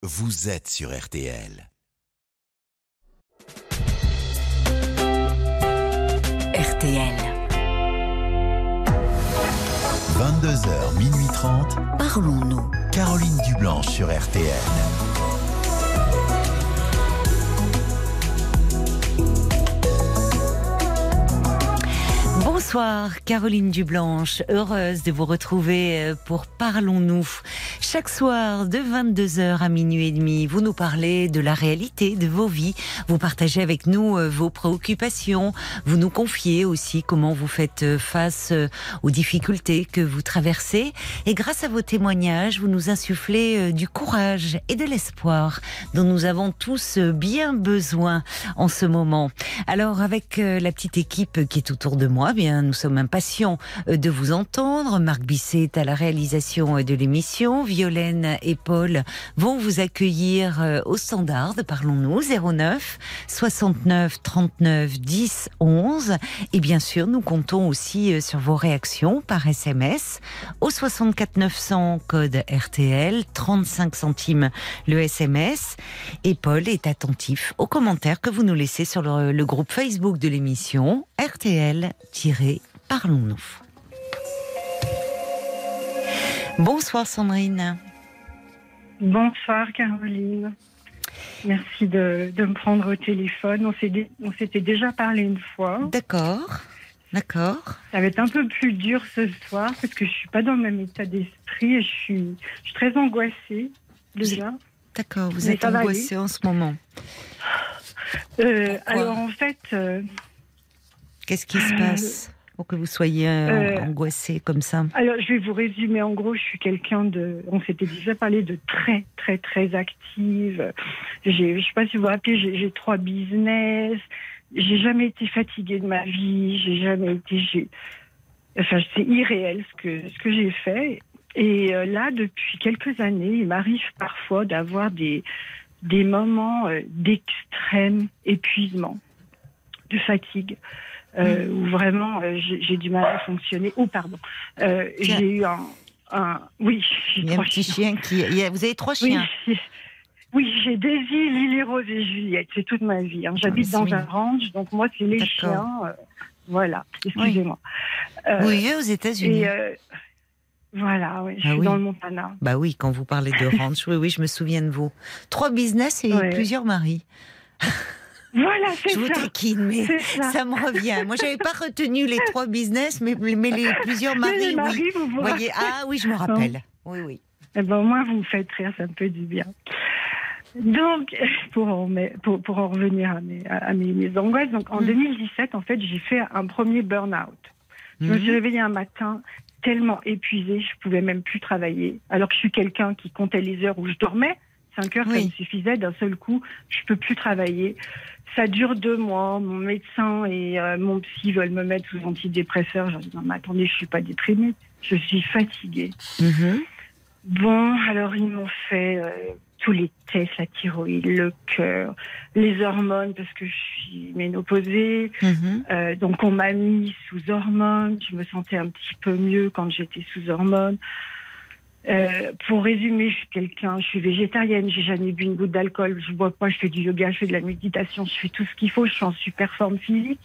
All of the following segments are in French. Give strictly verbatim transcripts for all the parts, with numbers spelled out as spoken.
vous êtes sur R T L. R T L. vingt-deux heures, minuit trente. Parlons-nous. Caroline Dublanche sur R T L. Bonsoir Caroline Dublanche, heureuse de vous retrouver pour Parlons-nous. Chaque soir de vingt-deux heures à minuit et demi, vous nous parlez de la réalité de vos vies, vous partagez avec nous vos préoccupations, vous nous confiez aussi comment vous faites face aux difficultés que vous traversez et grâce à vos témoignages, vous nous insufflez du courage et de l'espoir dont nous avons tous bien besoin en ce moment. Alors avec la petite équipe qui est autour de moi, bien nous sommes impatients de vous entendre. Marc Bisset est à la réalisation de l'émission. Violaine et Paul vont vous accueillir au standard de Parlons-nous, zéro neuf soixante-neuf trente-neuf dix onze. Et bien sûr, nous comptons aussi sur vos réactions par S M S au soixante-quatre neuf cents code R T L, trente-cinq centimes le S M S. Et Paul est attentif aux commentaires que vous nous laissez sur le, le groupe Facebook de l'émission R T L-Parlons-nous. Bonsoir Sandrine. Bonsoir Caroline. Merci de, de me prendre au téléphone. On, s'est dé, on s'était déjà parlé une fois. D'accord, d'accord. Ça va être un peu plus dur ce soir parce que je ne suis pas dans le même état d'esprit et je suis, je suis très angoissée déjà. D'accord, vous Mais êtes angoissée en ce moment. Euh, alors en fait... Euh, Qu'est-ce qui se passe pour que vous soyez euh, angoissée comme ça? Alors, je vais vous résumer. En gros, je suis quelqu'un de... On s'était déjà parlé de très, très, très active. J'ai, je ne sais pas si vous vous rappelez, j'ai, j'ai trois business. J'ai jamais été fatiguée de ma vie. J'ai jamais été... J'ai... Enfin, c'est irréel ce que, ce que j'ai fait. Et euh, là, depuis quelques années, il m'arrive parfois d'avoir des, des moments euh, d'extrême épuisement, de fatigue. Euh, où vraiment euh, j'ai, j'ai du mal à fonctionner. Oh, pardon. Euh, j'ai eu un, un... Oui, j'ai il y a trois un petit chiens. chien qui... Vous avez trois chiens? Oui, oui, j'ai Daisy, Lily Rose et Juliette. C'est toute ma vie. Hein. J'habite ah, dans un ranch, donc moi, c'est les D'accord. chiens. Euh, voilà, excusez-moi. Oui, euh, oui aux États-Unis. Et, euh, voilà, oui, je ah, suis oui. dans le Montana. Bah oui, quand vous parlez de ranch, oui, oui, je me souviens de vous. Trois business et ouais. plusieurs maris. Voilà, c'est je vous ça. taquine, mais ça. ça me revient. Moi, j'avais pas retenu les trois business, mais, mais les plusieurs maris, les maris oui. Vous vous voyez, ah oui, je me rappelle. Non. Oui, oui. Eh ben, au moins, vous me faites rire, ça me fait du bien. Donc, pour en, pour, pour en revenir à, mes, à mes, mes angoisses, donc en mmh. deux mille dix-sept, en fait, j'ai fait un premier burn-out. Je mmh. me suis réveillée un matin tellement épuisée, je pouvais même plus travailler. Alors que je suis quelqu'un qui comptait les heures où je dormais. cinq heures, oui. ça me suffisait. D'un seul coup, je peux plus travailler. Ça dure deux mois. Mon médecin et euh, mon psy veulent me mettre sous antidépresseur. Je dis non, mais attendez, je suis pas déprimée. Je suis fatiguée. Mm-hmm. Bon, alors ils m'ont fait euh, tous les tests, la thyroïde, le cœur, les hormones, parce que je suis ménopausée. Mm-hmm. Euh, donc on m'a mis sous hormones. Je me sentais un petit peu mieux quand j'étais sous hormones. Euh, pour résumer, je suis quelqu'un, je suis végétarienne, j'ai jamais bu une goutte d'alcool, je bois pas, je fais du yoga, je fais de la méditation, je fais tout ce qu'il faut, je suis en super forme physique.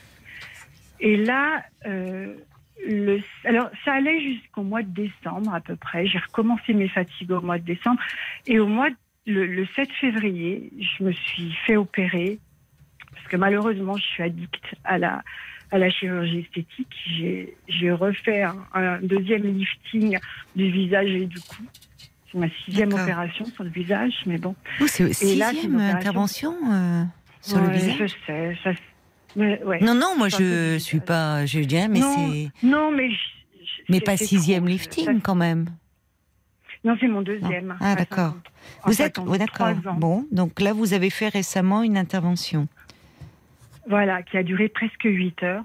Et là, euh, le, alors ça allait jusqu'au mois de décembre à peu près. J'ai recommencé mes fatigues au mois de décembre et au mois de, le, le sept février, je me suis fait opérer parce que malheureusement, je suis addicte à la à la chirurgie esthétique. J'ai, j'ai refait un, un deuxième lifting du visage et du cou. C'est ma sixième D'accord. opération sur le visage, mais bon. Oh, c'est sixième là, c'est intervention euh, sur ouais, le visage. Je sais, ça, mais, ouais. Non, non, moi je suis pas, je dis, mais non, c'est. Non, mais. Je, je, mais pas sixième trop, lifting ça, quand même. Non, c'est mon deuxième. Non. Ah d'accord. cinquante, vous êtes, oh, d'accord. Bon, donc là vous avez fait récemment une intervention. Voilà, qui a duré presque huit heures.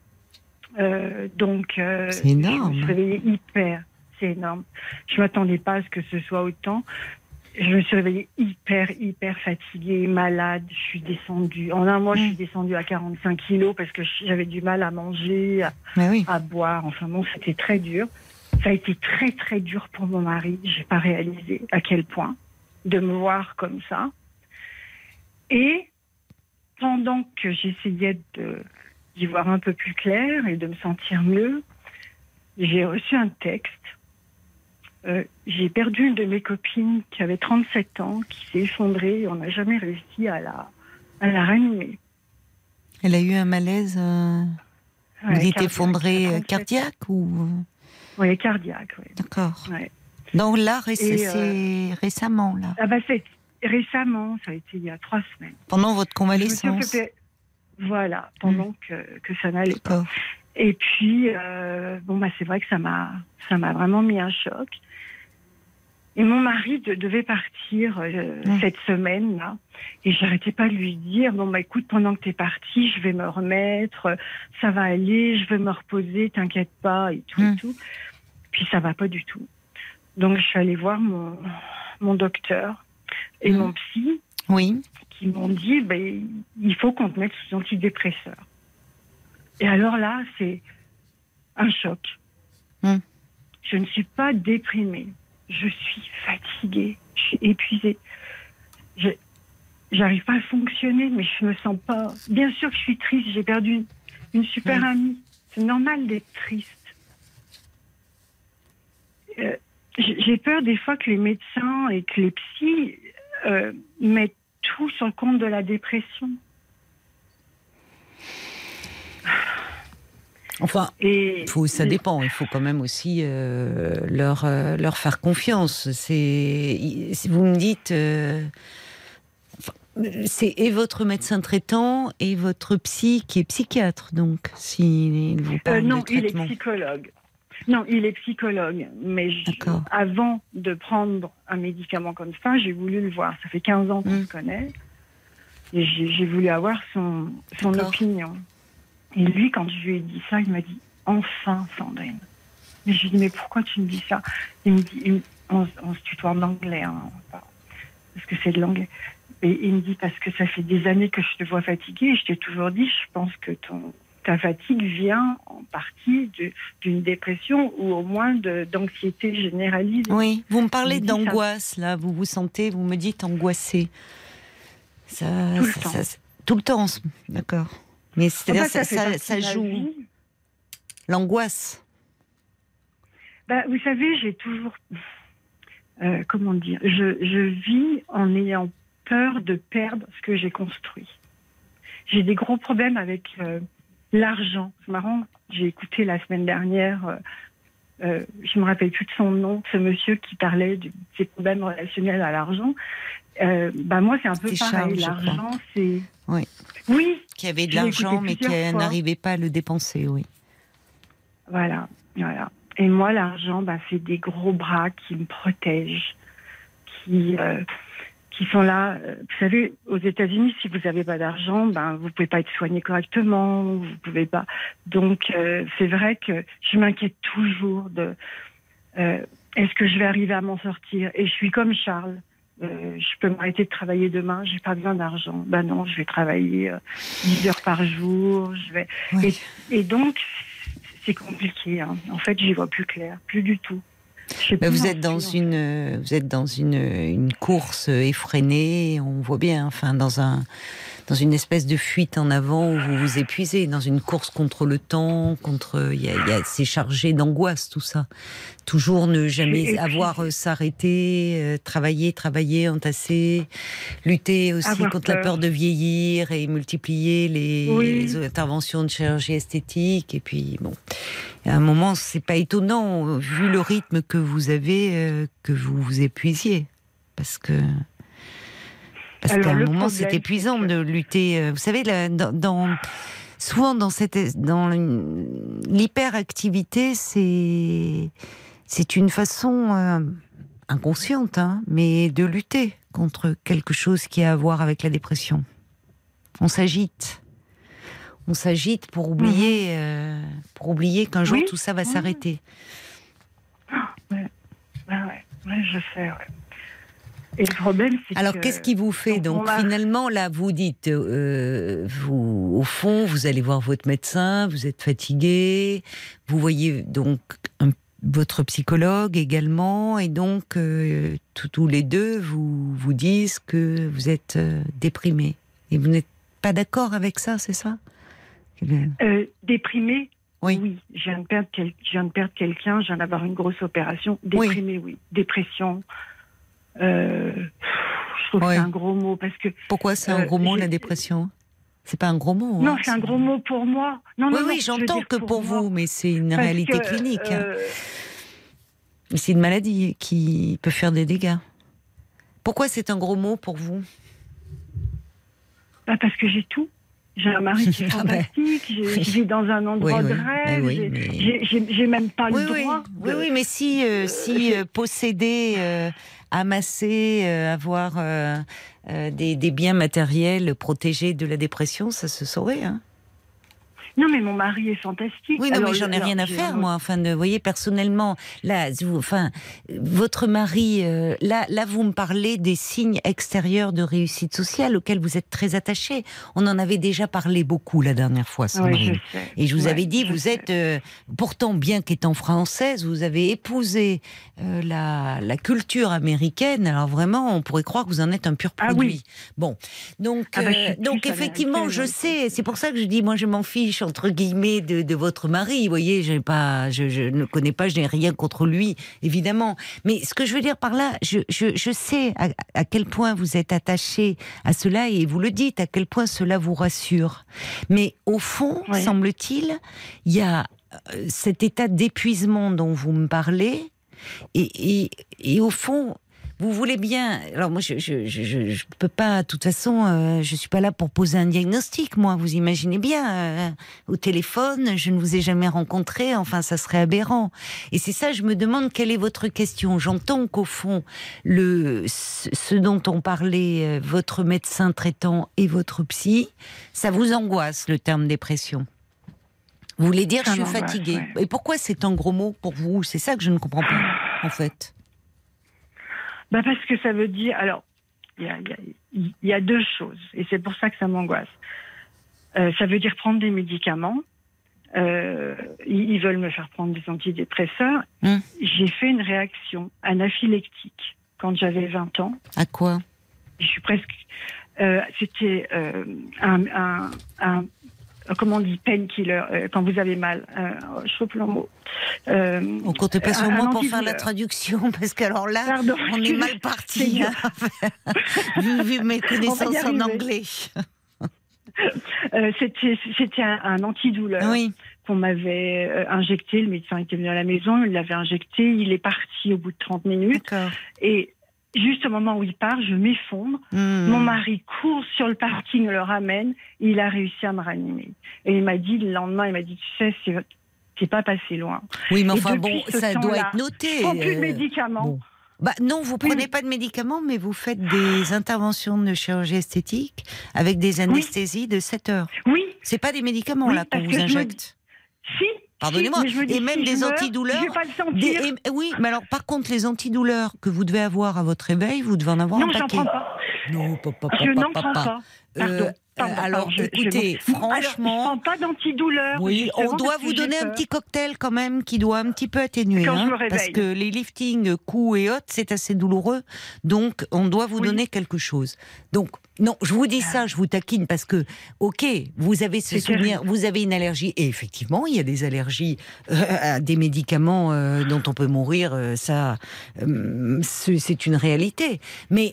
Euh, donc, euh, c'est énorme. Je me suis réveillée hyper, c'est énorme. Je ne m'attendais pas à ce que ce soit autant. Je me suis réveillée hyper, hyper fatiguée, malade. Je suis descendue, en un mois, mmh. je suis descendue à quarante-cinq kilos parce que j'avais du mal à manger, à, oui. à boire. Enfin bon, c'était très dur. Ça a été très, très dur pour mon mari. Je n'ai pas réalisé à quel point. de me voir comme ça. Et pendant que j'essayais de, d'y voir un peu plus clair et de me sentir mieux, j'ai reçu un texte. Euh, j'ai perdu une de mes copines qui avait trente-sept ans, qui s'est effondrée et on n'a jamais réussi à la, à la ranimer. Elle a eu un malaise euh... Ouais, Vous dites cardiaque, effondré trente-sept. cardiaque ou... Oui, cardiaque, oui. D'accord. Ouais. Donc là, ré- Et, c'est euh, récemment, là. Ah bah c'est récemment, ça a été il y a trois semaines. Pendant votre Je me suis convalescence. occupée- Voilà, pendant que, que ça n'allait pas. D'accord. Et puis, euh, bon, bah, c'est vrai que ça m'a, ça m'a vraiment mis un choc. Et mon mari de- devait partir euh, Mmh. cette semaine-là. Et j'arrêtais pas de lui dire, bon, bah, écoute, pendant que t'es parti, je vais me remettre, ça va aller, je vais me reposer, t'inquiète pas, et tout, Mmh. et tout. Puis ça va pas du tout. Donc, je suis allée voir mon, mon docteur et Mmh. mon psy, Oui. qui m'ont dit, ben, il faut qu'on te mette sous antidépresseur. Et alors là, c'est un choc. Mm. Je ne suis pas déprimée. Je suis fatiguée. Je suis épuisée. Je j'arrive pas à fonctionner, mais je me sens pas... Bien sûr que je suis triste. J'ai perdu une, une super Mm. amie. C'est normal d'être triste. Euh, j'ai j'ai peur des fois que les médecins et que les psys euh, mettent tout sur le compte de la dépression. Enfin, Et faut, ça dépend. Il faut quand même aussi euh, leur, euh, leur faire confiance. C'est, si vous me dites... euh, enfin, c'est et votre médecin traitant et votre psy qui est psychiatre, donc, s'il vous parle Euh, non, de il est traitement. psychologue. Non, il est psychologue. Mais je- D'accord. avant de prendre un médicament comme ça, j'ai voulu le voir. Ça fait quinze ans qu'on Mm. se connaît. Et j'ai j'ai voulu avoir son, son D'accord. opinion. Et lui, quand je lui ai dit ça, il m'a dit « Enfin, Sandrine ». Mais je lui ai dit « Mais pourquoi tu me dis ça ?» Il me dit, il me- on, on se tutoie en anglais, hein, parce que c'est de l'anglais. Et il me dit « Parce que ça fait des années que je te vois fatiguée. Et je t'ai toujours dit, je pense que ton... ta fatigue vient en partie de- d'une dépression ou au moins de- d'anxiété généralisée. » Oui, vous me parlez Il me dit ça. d'angoisse, là. Vous vous sentez, vous me dites angoissée. Ça, Tout le ça- temps. ça- tout le temps, d'accord. Mais c'est-à-dire, En fait, ça, fait ça, partie ça de ma joue vie. l'angoisse. Bah, vous savez, j'ai toujours... euh, comment dire je, je vis en ayant peur de perdre ce que j'ai construit. J'ai des gros problèmes avec euh, l'argent. C'est marrant, j'ai écouté la semaine dernière... Euh, Euh, je me rappelle plus de son nom, ce monsieur qui parlait de ses problèmes relationnels à l'argent. Euh, bah moi, c'est un peu C'était pareil. Charles, je L'argent, c'est... Oui. Oui, Qui avait de Je l'ai l'argent, écouté mais qui plusieurs fois. n'arrivait pas à le dépenser, oui. voilà, voilà. Et moi, l'argent, bah, c'est des gros bras qui me protègent, qui, euh, qui sont là. Euh, Vous savez, aux États-Unis, si vous n'avez pas d'argent, ben, vous pouvez pas être soigné correctement, vous pouvez pas. Donc, euh, c'est vrai que je m'inquiète toujours de euh, est-ce que je vais arriver à m'en sortir. Et je suis comme Charles. Euh, je peux m'arrêter de travailler demain, j'ai pas besoin d'argent. Ben non, je vais travailler euh, dix heures par jour. Je vais. Oui. Et, et donc, c'est compliqué. Hein. En fait, j'y vois plus clair, plus du tout. Je sais Mais plus vous où êtes j'en dans suis, en une, euh, vous êtes dans une, une course effrénée. On voit bien, enfin, dans un, dans une espèce de fuite en avant où vous vous épuisez, dans une course contre le temps, contre, il y a, il y a, c'est chargé d'angoisse tout ça. Toujours ne jamais épuisée. avoir euh, s'arrêter, euh, travailler, travailler, entasser, lutter aussi Avoir contre la peur. peur de vieillir et multiplier les, Oui. les interventions de chirurgie esthétique. Et puis bon, à un moment, c'est pas étonnant euh, vu le rythme que vous avez euh, que vous vous épuisiez, parce que parce Alors, qu'à un le moment, problème, c'est épuisant c'est que- de lutter. euh, Vous savez, là, dans, dans souvent dans cette dans une- l'hyperactivité, c'est c'est une façon euh, inconsciente, hein, mais de lutter contre quelque chose qui a à voir avec la dépression. On s'agite, on s'agite pour oublier, euh, pour oublier qu'un jour Oui. tout ça va Oui. s'arrêter. Ouais, ouais, ouais, je sais. Ouais. Et le problème, c'est Alors, que... qu'est-ce qui vous fait donc, donc on a- finalement là vous dites, euh, vous au fond vous allez voir votre médecin, vous êtes fatigué, vous voyez donc un- votre psychologue également, et donc euh, tous les deux vous vous disent que vous êtes euh, déprimé. Et vous n'êtes pas d'accord avec ça, c'est ça? euh, Déprimé, oui. oui. Je viens de perdre, quel... je viens de perdre quelqu'un, je viens d'avoir une grosse opération. Déprimé, oui. oui. Dépression. Euh... Je trouve oui. que c'est un gros mot parce que. Pourquoi c'est un euh, gros mot la dépression? C'est pas un gros mot. Non, hein, c'est un gros mot pour moi. Non, oui, non, oui, non, j'entends que pour, pour vous, mais c'est une parce réalité que, clinique. Euh... C'est une maladie qui peut faire des dégâts. Pourquoi c'est un gros mot pour vous? Bah parce que j'ai tout. J'ai un mari qui est fantastique, j'ai, je vis dans un endroit oui, oui. de rêve, oui, mais... j'ai, j'ai, j'ai même pas oui, le oui. droit. Oui, de... oui, mais si, euh, si euh, posséder, euh, amasser, euh, avoir euh, euh, des, des biens matériels protégés de la dépression, ça se saurait, hein. Non, mais mon mari est fantastique. Oui, non, alors, mais j'en ai alors, rien à faire, moi. Enfin, vous voyez, personnellement, là, vous, enfin, votre mari, euh, là, là, vous me parlez des signes extérieurs de réussite sociale auxquels vous êtes très attachés. On en avait déjà parlé beaucoup la dernière fois, Sandrine. Oui, je sais. Et je vous ouais, avais dit, vous sais. êtes, euh, pourtant, bien qu'étant française, vous avez épousé euh, la, la culture américaine. Alors vraiment, on pourrait croire que vous en êtes un pur produit. Ah oui. Bon, donc, ah bah, euh, donc effectivement, je sais. C'est pour ça que je dis, moi, je m'en fiche entre guillemets de, de votre mari, vous voyez, j'ai pas, je, je ne connais pas, je n'ai rien contre lui, évidemment. Mais ce que je veux dire par là, je, je, je sais à, à quel point vous êtes attaché à cela et vous le dites, à quel point cela vous rassure. Mais au fond, oui. semble-t-il, il y a cet état d'épuisement dont vous me parlez et, et, et au fond, vous voulez bien. Alors moi, je je je je peux pas. De toute façon, euh, je suis pas là pour poser un diagnostic. Moi, vous imaginez bien. Euh, au téléphone, je ne vous ai jamais rencontré. Enfin, ça serait aberrant. Et c'est ça. Je me demande quelle est votre question. J'entends qu'au fond, le ce dont on parlait, euh, votre médecin traitant et votre psy, ça vous angoisse le terme dépression. Vous voulez dire je suis fatiguée. Ouais. Et pourquoi c'est un gros mot pour vous? C'est ça que je ne comprends pas, en fait. Bah parce que ça veut dire... Alors, il y a, y, a, y a deux choses, et c'est pour ça que ça m'angoisse. Euh, ça veut dire prendre des médicaments. Euh, ils, ils veulent me faire prendre des antidépresseurs. Mmh. J'ai fait une réaction anaphylactique quand j'avais vingt ans. À quoi? Je suis presque... Euh, c'était euh, un... un, un comment on dit, painkiller, euh, quand vous avez mal. Euh, je trouve le mot. Euh, on comptait pas sur moi pour faire la traduction, parce qu'alors là, Pardon, on est mal parti. Hein, vu, vu mes connaissances en anglais. euh, c'était c'était un, un antidouleur oui. qu'on m'avait euh, injecté. Le médecin était venu à la maison, il l'avait injecté. Il est parti au bout de trente minutes. D'accord. Et juste au moment où il part, je m'effondre. Mmh. Mon mari court sur le parking, le ramène. Et il a réussi à me ranimer. Et il m'a dit, le lendemain, il m'a dit, tu sais, c'est, c'est pas passé loin. Oui, mais enfin bon, ça doit être noté. Je prends plus de médicaments. Bon. Bah non, vous prenez oui. pas de médicaments, mais vous faites des interventions de chirurgie esthétique avec des anesthésies oui. de sept heures. Oui. C'est pas des médicaments oui, là qu'on vous injecte. Me... Si. Pardonnez-moi. Si, dis, et même si des antidouleurs. Je vais pas le sentir. Des, et, oui, mais alors par contre, les antidouleurs que vous devez avoir à votre réveil, vous devez en avoir non, un paquet. Non, j'en prends pas. Non, papa, papa, je n'en papa. prends pas. Pardon. Euh, Pardon, alors, pardon, écoutez, je, je franchement... Alors, je ne prends pas d'antidouleur. Oui, on doit vous donner un petit cocktail quand même qui doit un petit peu atténuer. Quand hein, je me réveille. Parce que les liftings, coups et autres, c'est assez douloureux. Donc, on doit vous oui. donner quelque chose. Donc, non, je vous dis ça, je vous taquine parce que, ok, vous avez ce c'est souvenir, terrible. Vous avez une allergie. Et effectivement, il y a des allergies euh, à des médicaments euh, dont on peut mourir. Euh, ça, euh, c'est, c'est une réalité. Mais...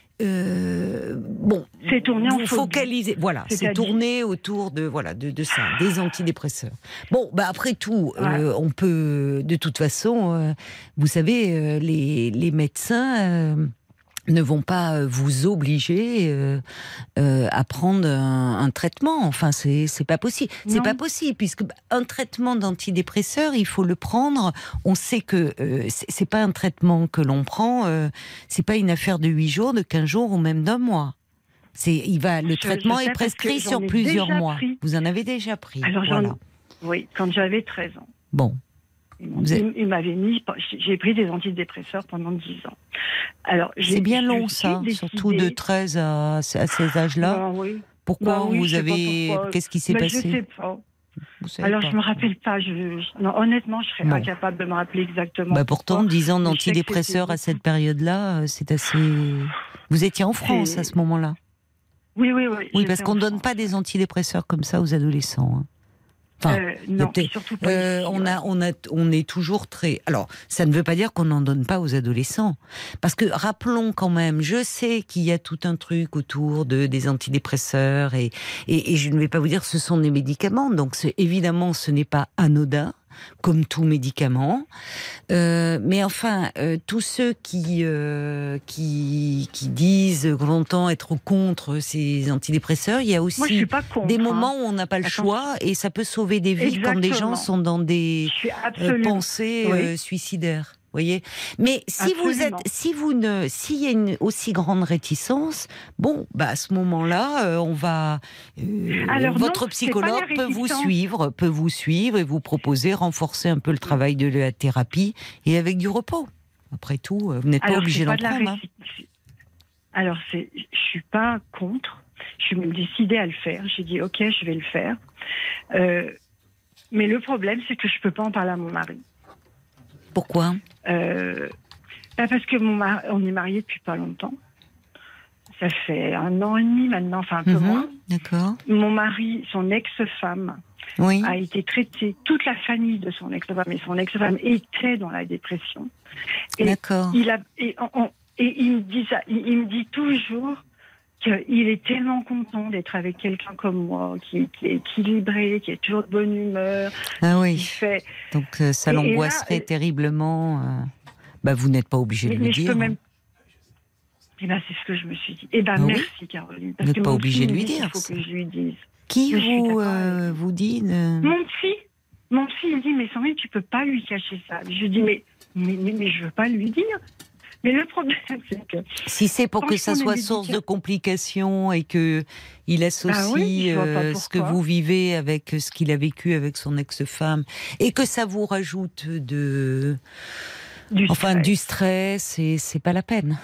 Euh, bon, c'est tourné en vous focalisez, voilà, c'est, c'est tourné autour de voilà de, de ça, des antidépresseurs. Bon, bah après tout, ouais. euh, on peut, de toute façon, euh, vous savez, euh, les les médecins. Euh, ne vont pas vous obliger euh, euh, à prendre un, un traitement. Enfin, c'est c'est pas possible. C'est non. pas possible puisque un traitement d'antidépresseur, il faut le prendre. On sait que euh, c'est, c'est pas un traitement que l'on prend. Euh, c'est pas une affaire de huit jours, de quinze jours ou même d'un mois. C'est il va le je, traitement je est prescrit sur plusieurs mois. Pris. Vous en avez déjà pris. Alors voilà. j'en... oui, quand j'avais treize ans. Bon. Il, êtes... il m'avait mis, j'ai pris des antidépresseurs pendant dix ans. Alors, j'ai, c'est bien long ça, décidé... surtout de treize à, à ces âges-là. Ben oui. Pourquoi ben oui, vous avez, pourquoi. Qu'est-ce qui s'est ben passé? Je sais pas. Vous savez Alors, pas. je me rappelle pas. Je, je- non, honnêtement, je serais Bon. incapable de me rappeler exactement. Bah pourtant, pourquoi. dix ans Mais je sais que d'antidépresseurs c'était- à cette période-là, euh, c'est assez. Vous étiez en France C'est- à ce moment-là. Oui, oui, oui. Oui, j'étais parce qu'on en ne donne France. pas des antidépresseurs comme ça aux adolescents. hein. Enfin, Euh, il y a non, peut-être- surtout pas euh, ici, on ouais. a, on a, on est toujours très. Alors, ça ne veut pas dire qu'on n'en donne pas aux adolescents, parce que rappelons quand même. Je sais qu'il y a tout un truc autour de des antidépresseurs et et, et je ne vais pas vous dire que ce sont des médicaments. Donc, c'est- évidemment, ce n'est pas anodin, comme tout médicament. Euh, mais enfin, euh, tous ceux qui, euh, qui qui disent qu'on entend être contre ces antidépresseurs, il y a aussi Moi, je suis pas contre. des hein. moments où on n'a pas le Attention. choix et ça peut sauver des vies quand des gens Exactement. sont dans des Je suis euh, absolument. pensées Oui. euh, suicidaires. Voyez. Mais si vous Absolument. êtes, si vous ne, s'il y a une aussi grande réticence, bon, bah à ce moment-là, euh, on va. euh, Alors non, votre c'est pas psychologue la peut vous réticence. suivre, peut vous suivre et vous proposer renforcer un peu le travail de la thérapie et avec du repos. Après tout, euh, vous n'êtes pas Alors, obligé c'est d'en pas de la prendre. hein. réticence. Alors, c'est, je suis pas contre. Je suis même décidée à le faire. J'ai dit, ok, je vais le faire. Euh, mais le problème, c'est que je peux pas en parler à mon mari. Pourquoi? Euh, bah, parce que mon mari, on est mariés depuis pas longtemps. Ça fait un an et demi maintenant, enfin un peu Mhm, moins. D'accord. Mon mari, son ex-femme, Oui. a été traitée, toute la famille de son ex-femme, et son ex-femme était dans la dépression. Et D'accord. il a, et, on- on- et il me dit ça, il, il me dit toujours qu'il est tellement content d'être avec quelqu'un comme moi, qui, qui est équilibré, qui est toujours de bonne humeur, Ah qui oui. fait. Donc euh, ça Et- et là, l'angoisserait euh, terriblement. euh, Bah vous n'êtes pas obligé de Mais, lui mais je dire. peux hein. même. Eh ben, c'est ce que je me suis dit. Eh ben, Ah oui. merci, Caroline. Vous Parce n'êtes que pas mon obligé psy de me lui dit qu'il dire, faut ça. que je lui dise. Qui Mais je suis vous d'accord euh, avec vous dit de- Mon psy, mon psy, il me dit, mais Sandrine, tu peux pas lui cacher ça. Je dis, mais, mais, mais, mais je veux pas lui dire. Mais le problème, c'est que. Si c'est pour Quand que je ça prends des soit source de médicaments- complications et que il associe Bah oui, je vois pas euh, ce que pourquoi. vous vivez avec ce qu'il a vécu avec son ex-femme et que ça vous rajoute de Du enfin stress. du stress et c'est pas la peine.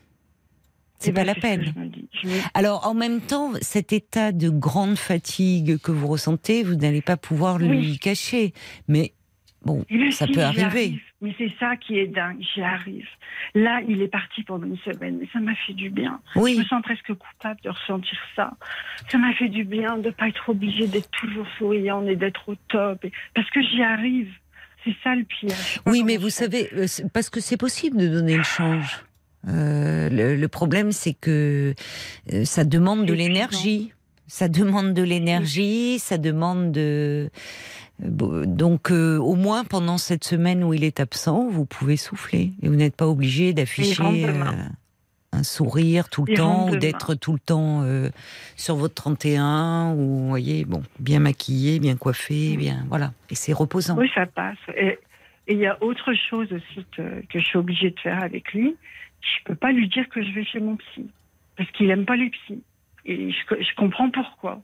C'est Eh pas ben, la c'est ce que peine. je me dis. Je me- Alors, en même temps, cet état de grande fatigue que vous ressentez, vous n'allez pas pouvoir Oui. lui cacher. Mais bon, Et le ça si, peut j'y arriver. arrive. Mais c'est ça qui est dingue, j'y arrive. Là, il est parti pendant une semaine, mais ça m'a fait du bien. Je Oui, me sens presque coupable de ressentir ça. Ça m'a fait du bien de ne pas être obligée d'être toujours souriante et d'être au top. Et- Parce que j'y arrive. C'est ça le pire. Je sais pas oui, comment mais vous je fais. savez, euh, c'est- parce que c'est possible de donner le change. Euh, le, le problème, c'est que euh, ça demande de C'est épuisant. l'énergie. Ça demande de l'énergie, ça demande de... euh, bon, Donc, euh, au moins, pendant cette semaine où il est absent, vous pouvez souffler. Et vous n'êtes pas obligé d'afficher rentre demain. euh, un sourire tout le Il temps rentre ou demain. d'être tout le temps euh, sur votre trente et un ou, vous voyez, bon, bien maquillé, bien coiffé, bien... Voilà. Et c'est reposant. Oui, ça passe. Et et il y a autre chose aussi que, que je suis obligée de faire avec lui. Je peux pas lui dire que je vais chez mon psy. Parce qu'il aime pas les psys. Et je, je comprends pourquoi.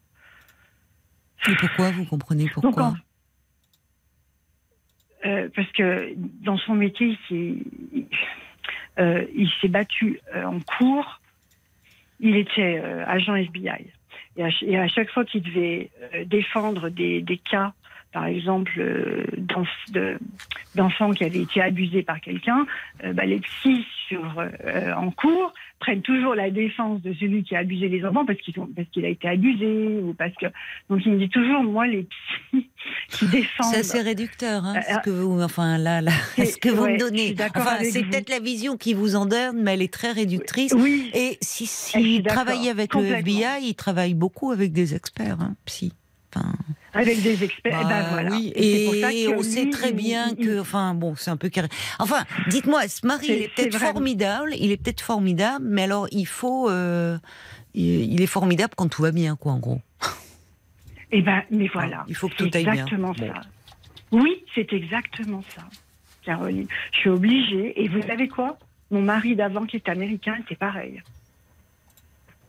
Et pourquoi? Vous comprenez pourquoi? Donc, en- Euh, parce que dans son métier, il s'est, il, euh, il s'est battu euh, en cours. Il était euh, agent F B I. Et à, ch- et à chaque fois qu'il devait euh, défendre des, des cas, par exemple, euh, d'enf- de- d'enfants qui avaient été abusés par quelqu'un, euh, bah, les psys sur, euh, en cours prennent toujours la défense de celui qui a abusé les enfants parce qu'ils ont, parce qu'il a été abusé ou parce que. Donc il me dit toujours, moi, les psys qui défendent. C'est assez réducteur, hein, Euh, ce que vous, enfin là, là, c'est- ce que vous ouais, me je donnez. suis d'accord Enfin, avec c'est vous. peut-être la vision qui vous en donne, mais elle est très réductrice. Oui. Et si, Je suis si d'accord, travaillait avec le F B complètement. I, il travaille beaucoup avec des experts, hein, psy. Enfin, Avec des experts. Eh ben, bah, voilà. oui, Et c'est et, pour ça que on sait lui, très il- bien il- que, enfin, bon, c'est un peu carré. Enfin, dites-moi, ce mari, C'est- il est peut-être c'est vrai. formidable, il est peut-être formidable, mais alors il faut, euh, il, il est formidable quand tout va bien, quoi, en gros. Eh ben, mais voilà. Il faut que C'est tout aille bien. exactement Bon. ça. Oui, c'est exactement ça, Caroline. Je suis obligée. Et vous savez quoi? Mon mari d'avant, qui est américain, était pareil.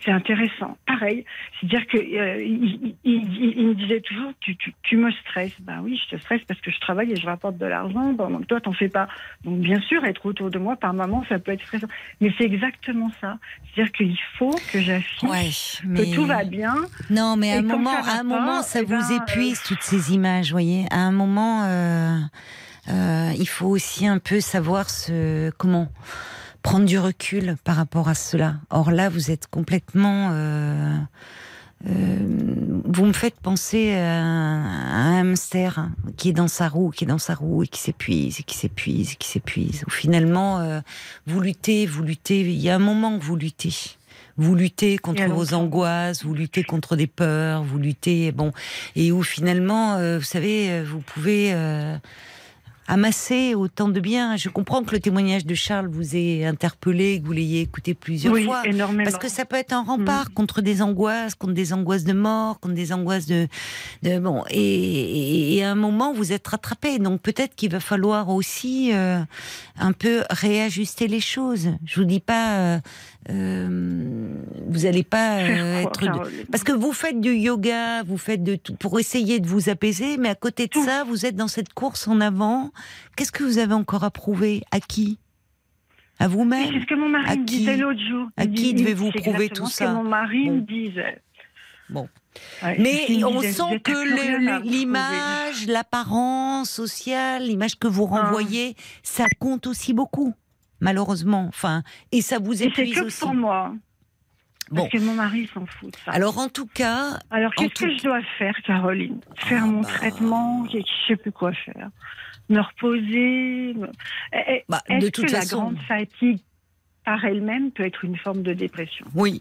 c'est intéressant. Pareil, c'est-à-dire que euh, il, il, il, il me disait toujours, tu, tu, tu me stresses. Ben oui, je te stresse parce que je travaille et je rapporte de l'argent. Bon, donc toi, t'en fais pas. Donc bien sûr, être autour de moi par moment, ça peut être stressant. Mais c'est exactement ça. C'est-à-dire qu'il faut que j'affiche Ouais, mais... que tout va bien. Non, mais à un Et quand moment, ça va à un pas, moment, ça eh vous ben, épuise euh, toutes ces images, voyez. À un moment, euh, euh, il faut aussi un peu savoir ce comment. Prendre du recul par rapport à cela. Or là, vous êtes complètement... Euh, euh, vous me faites penser à, à un hamster hein, qui est dans sa roue, qui est dans sa roue et qui s'épuise, et qui s'épuise, et qui s'épuise. Où finalement, euh, vous luttez, vous luttez. Il y a un moment que vous luttez. Vous luttez contre vos angoisses, vous luttez contre des peurs, vous luttez... Bon, et où finalement, euh, vous savez, vous pouvez... Euh, amasser autant de bien. Je comprends que le témoignage de Charles vous ait interpellé, que vous l'ayez écouté plusieurs oui, fois. Énormément. Parce que ça peut être un rempart mmh. contre des angoisses, contre des angoisses de mort, contre des angoisses de... de bon, et, et, et à un moment, vous êtes rattrapé. Donc peut-être qu'il va falloir aussi euh, un peu réajuster les choses. Je vous dis pas... Euh, Euh, vous n'allez pas euh, quoi, être Caroline? parce que vous faites du yoga, vous faites de tout pour essayer de vous apaiser, mais à côté de tout. ça, vous êtes dans cette course en avant. Qu'est-ce que vous avez encore à prouver? À qui? À vous-même? C'est ce que mon mari à me qui disait l'autre jour. À il qui dit, devez-vous c'est prouver exactement tout ce ça? que mon mari Bon. me disait. Bon. Ouais, Mais on disait, sent que le, l'image, l'apparence sociale, l'image que vous renvoyez, ah. ça compte aussi beaucoup, malheureusement. Enfin, et ça vous épuise et c'est que aussi. Pour moi. Bon. Parce que mon mari s'en fout de ça. Alors en tout cas... Alors qu'est-ce que tout... je dois faire, Caroline? Faire oh, mon bah... traitement, je ne sais plus quoi faire. Me reposer me... bah, Est-ce de toute que façon... la grande fatigue par elle-même peut être une forme de dépression? Oui.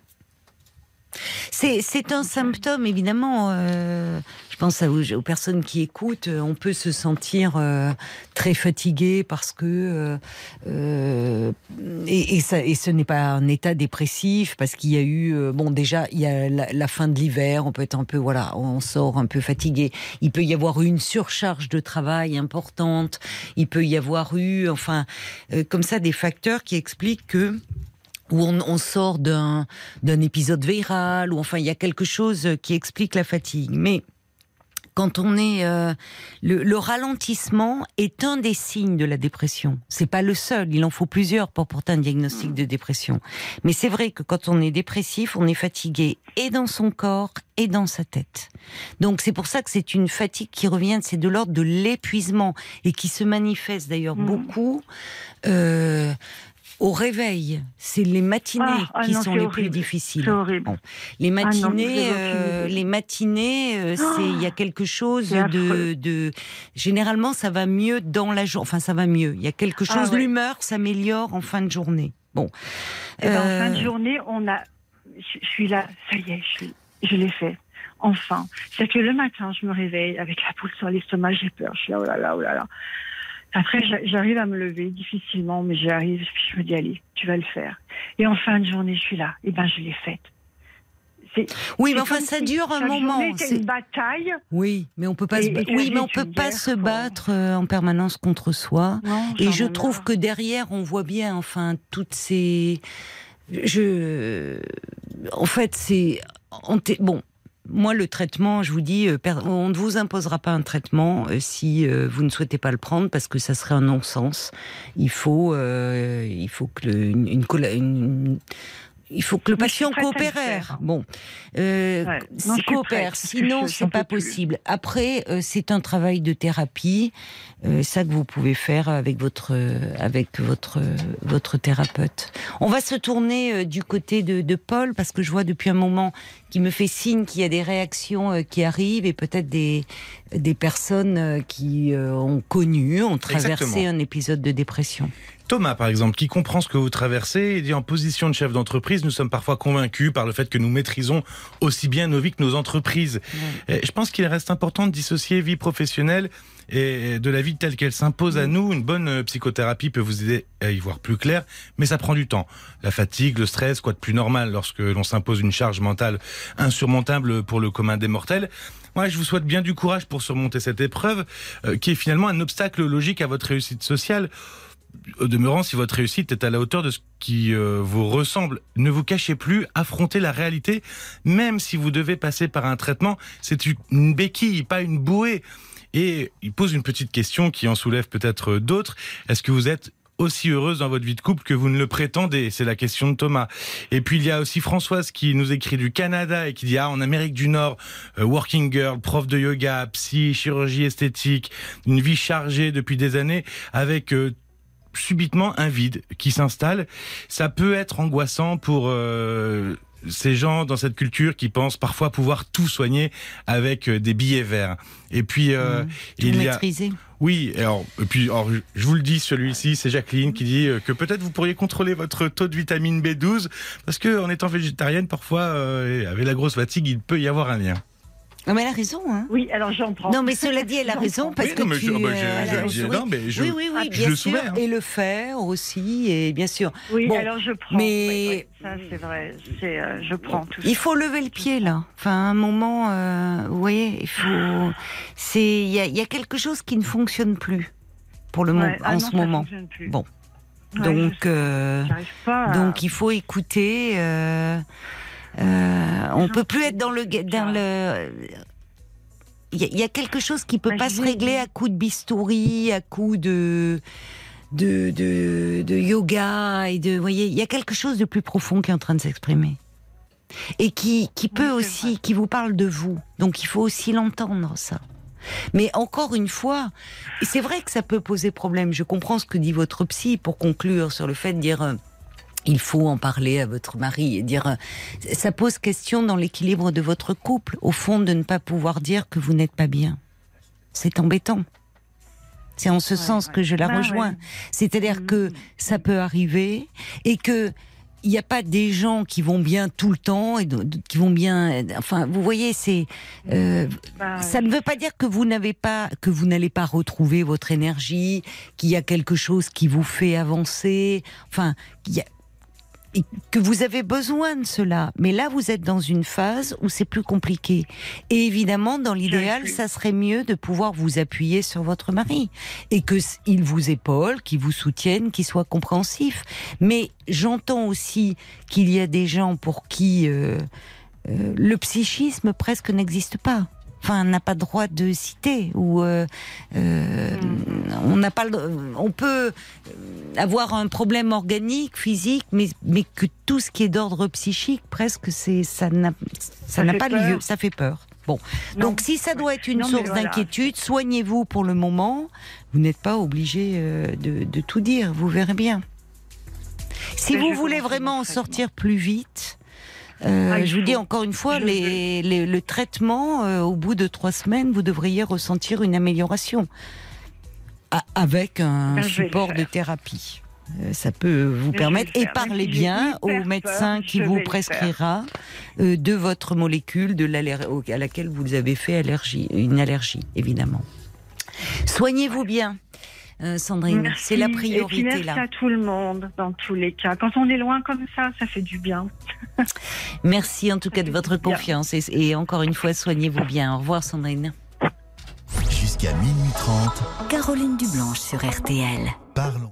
C'est, c'est un symptôme, évidemment. Euh, je pense à, aux, aux personnes qui écoutent. On peut se sentir euh, très fatigué parce que... Euh, et, et, ça, et ce n'est pas un état dépressif, parce qu'il y a eu... Euh, bon, déjà, il y a la, la fin de l'hiver, on peut être un peu... Voilà, on sort un peu fatigué. Il peut y avoir eu une surcharge de travail importante. Il peut y avoir eu, enfin, euh, comme ça, des facteurs qui expliquent que... où on, on sort d'un, d'un épisode viral, ou enfin il y a quelque chose qui explique la fatigue. Mais quand on est... Euh, le, le ralentissement est un des signes de la dépression. C'est pas le seul, il en faut plusieurs pour porter un diagnostic de dépression. Mais c'est vrai que quand on est dépressif, on est fatigué et dans son corps et dans sa tête. Donc c'est pour ça que c'est une fatigue qui revient, c'est de l'ordre de l'épuisement, et qui se manifeste d'ailleurs mmh. beaucoup... Euh, au réveil, c'est les matinées ah, ah qui non, sont les horrible. plus difficiles. Bon. Les matinées, ah non, euh, les matinées, euh, oh, c'est il y a quelque chose de, de. Généralement, ça va mieux dans la journée. Enfin, ça va mieux. Il y a quelque chose. Ah, ouais. L'humeur s'améliore en fin de journée. Bon. Et ben, euh... en fin de journée, on a. Je suis là. Ça y est, je suis. Je l'ai fait. Enfin, c'est que le matin, je me réveille avec la boule sur l'estomac. J'ai peur. Je suis là. Oh là là. Oh là là. Après, j'arrive à me lever difficilement, mais j'arrive, puis je me dis, allez, tu vas le faire. Et en fin de journée, je suis là. Et ben, je l'ai faite. C'est, oui, mais enfin, ça dure un moment. C'est une bataille. Oui, mais on peut pas. Et, se... et oui, mais on peut pas guerre, se battre euh, en permanence contre soi. Non, et je trouve que derrière, on voit bien, enfin, toutes ces. Je. En fait, c'est. Bon. Moi, le traitement, je vous dis, on ne vous imposera pas un traitement si vous ne souhaitez pas le prendre, parce que ça serait un non-sens. Il faut, euh, il faut que le, une, une, une il faut que le patient coopère. Bon, euh, ouais. non, coopère. Prête, sinon, c'est pas possible. Plus. Après, euh, c'est un travail de thérapie, euh, ça que vous pouvez faire avec votre euh, avec votre euh, votre thérapeute. On va se tourner euh, du côté de, de Paul, parce que je vois depuis un moment qu'il me fait signe qu'il y a des réactions euh, qui arrivent, et peut-être des des personnes euh, qui euh, ont connu, ont traversé Exactement. un épisode de dépression. Thomas, par exemple, qui comprend ce que vous traversez, dit en position de chef d'entreprise, nous sommes parfois convaincus par le fait que nous maîtrisons aussi bien nos vies que nos entreprises. Ouais. Je pense qu'il reste important de dissocier vie professionnelle et de la vie telle qu'elle s'impose à nous. Une bonne psychothérapie peut vous aider à y voir plus clair, mais ça prend du temps. La fatigue, le stress, quoi de plus normal lorsque l'on s'impose une charge mentale insurmontable pour le commun des mortels. Moi, je vous souhaite bien du courage pour surmonter cette épreuve, euh, qui est finalement un obstacle logique à votre réussite sociale. au demeurant, si votre réussite est à la hauteur de ce qui euh, vous ressemble, ne vous cachez plus, affrontez la réalité, même si vous devez passer par un traitement, c'est une béquille, pas une bouée. Et il pose une petite question qui en soulève peut-être d'autres. Est-ce que vous êtes aussi heureuse dans votre vie de couple que vous ne le prétendez? C'est la question de Thomas. Et puis il y a aussi Françoise qui nous écrit du Canada et qui dit, ah, en Amérique du Nord, euh, working girl, prof de yoga, psy, chirurgie esthétique, une vie chargée depuis des années avec euh, subitement un vide qui s'installe. Ça peut être angoissant pour euh, ces gens dans cette culture qui pensent parfois pouvoir tout soigner avec euh, des billets verts. Et puis euh, mmh. il y a maîtriser. Oui, alors, et puis alors, je vous le dis, celui-ci, c'est Jacqueline qui dit que peut-être vous pourriez contrôler votre taux de vitamine B douze, parce que en étant végétarienne, parfois, euh, avec la grosse fatigue, il peut y avoir un lien. Non, mais elle a raison, hein. Oui, alors j'en prends. Non, mais cela dit, elle a raison, parce oui, que non, mais tu... je, bah, euh, je, je, je, oui, non, mais je, oui, oui, oui, je bien le sûr, soumets. Hein. Et le faire aussi, et bien sûr. Oui, bon, alors je prends. mais oui, oui, ça, c'est vrai. C'est, euh, je prends tout ça. Il faut lever le pied, là. Enfin, à un moment, euh, vous voyez, il faut... C'est, il y a, il y a quelque chose qui ne fonctionne plus, pour le Ouais. moment, Ah en non, ce ça moment. fonctionne plus. Bon. Ouais, Donc, je sais. euh, J'arrive pas à- donc il faut écouter. Euh, euh, on peut plus être dans le dans le. Il y, a- il y a quelque chose qui peut Ouais, pas je se l'ai régler dit. à coup de bistouri, à coup de de de, de yoga et de. Vous voyez, il y a quelque chose de plus profond qui est en train de s'exprimer et qui qui peut Oui, c'est aussi vrai. qui vous parle de vous. Donc il faut aussi l'entendre, ça. Mais encore une fois, c'est vrai que ça peut poser problème. Je comprends ce que dit votre psy pour conclure sur le fait de dire euh, il faut en parler à votre mari et dire euh, ça pose question dans l'équilibre de votre couple, au fond, de ne pas pouvoir dire que vous n'êtes pas bien. C'est embêtant. C'est en ce Ouais, sens ouais. que je la Bah, rejoins. ouais. C'est-à-dire Mhm. que ça peut arriver et que il n'y a pas des gens qui vont bien tout le temps et de- de- qui vont bien. Enfin, vous voyez, c'est. euh, Bah, ça ne veut pas dire que vous n'avez pas, que vous n'allez pas retrouver votre énergie, qu'il y a quelque chose qui vous fait avancer. Enfin, qu'il y a- et que vous avez besoin de cela. Mais là, vous êtes dans une phase où c'est plus compliqué. Et évidemment, dans l'idéal, plus. ça serait mieux de pouvoir vous appuyer sur votre mari et que s- il vous épaule, qu'il vous soutienne, qu'il soit compréhensif. Mais j'entends aussi qu'il y a des gens pour qui euh, euh, le psychisme presque n'existe pas. Enfin, n'a pas le droit de citer ou euh, euh, on n'a pas le, on peut avoir un problème organique, physique, mais mais que tout ce qui est d'ordre psychique, presque, c'est ça n'a ça Ça n'a fait pas peur. lieu, ça fait peur. Bon, Non. donc si ça doit être une Non, mais source voilà. d'inquiétude, soignez-vous pour le moment. Vous n'êtes pas obligé euh, de, de tout dire, vous verrez bien. Si Mais vous je vais voulez commencer vraiment mon en traitement. sortir plus vite, euh, Ah, il je vous dis faut. encore une fois, Je les, les- le traitement, euh, au bout de trois semaines, vous devriez ressentir une amélioration A- avec un Ben, je vais le support de faire. thérapie. Euh, ça peut vous je vais permettre. le Et faire. parlez Même si j'ai bien hyper au peur, médecin qui je vous vais le prescrira euh, de votre molécule de l'aller- au- à laquelle vous avez fait allergie, une allergie, évidemment. Soignez-vous bien, euh, Sandrine. Merci. C'est la Et puis priorité merci là. à tout le monde, dans tous les cas. Quand on est loin comme ça, ça fait du bien. Merci en tout cas de votre Bien. confiance et, et encore une fois, soignez-vous bien. Au revoir, Sandrine. Jusqu'à minuit trente, Caroline Dublanche sur R T L. parlons.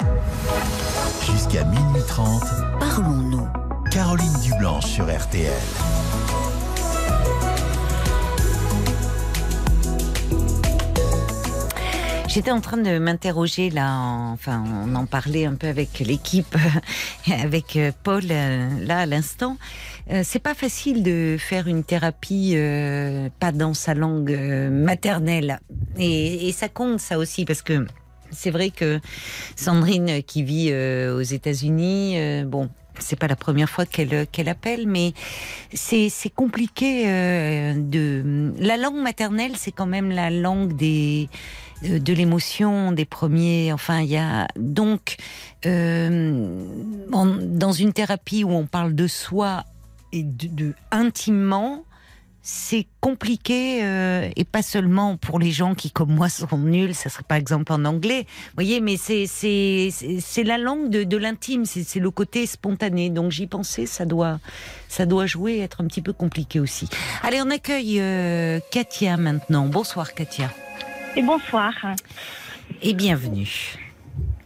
Jusqu'à minuit trente, Parlons-nous. Caroline Dublanche sur R T L. J'étais en train de m'interroger là, en- enfin on en parlait un peu avec l'équipe, avec euh, Paul euh, là à l'instant. Euh, c'est pas facile de faire une thérapie euh, pas dans sa langue euh, maternelle et, et ça compte ça aussi parce que c'est vrai que Sandrine qui vit euh, aux États-Unis, euh, bon. C'est pas la première fois qu'elle qu'elle appelle, mais c'est c'est compliqué euh, de. La langue maternelle, c'est quand même la langue des de, de l'émotion, des premiers. Enfin, il y a donc euh, en- dans une thérapie où on parle de soi et de, de intimement. C'est compliqué euh, et pas seulement pour les gens qui, comme moi, sont nuls. Ça serait par exemple en anglais, vous voyez. Mais c'est c'est c'est c'est la langue de, de l'intime. C'est c'est le côté spontané. Donc j'y pensais. Ça doit ça doit jouer, être un petit peu compliqué aussi. Allez, on accueille euh, Katia maintenant. Bonsoir Katia Et bonsoir. et bienvenue.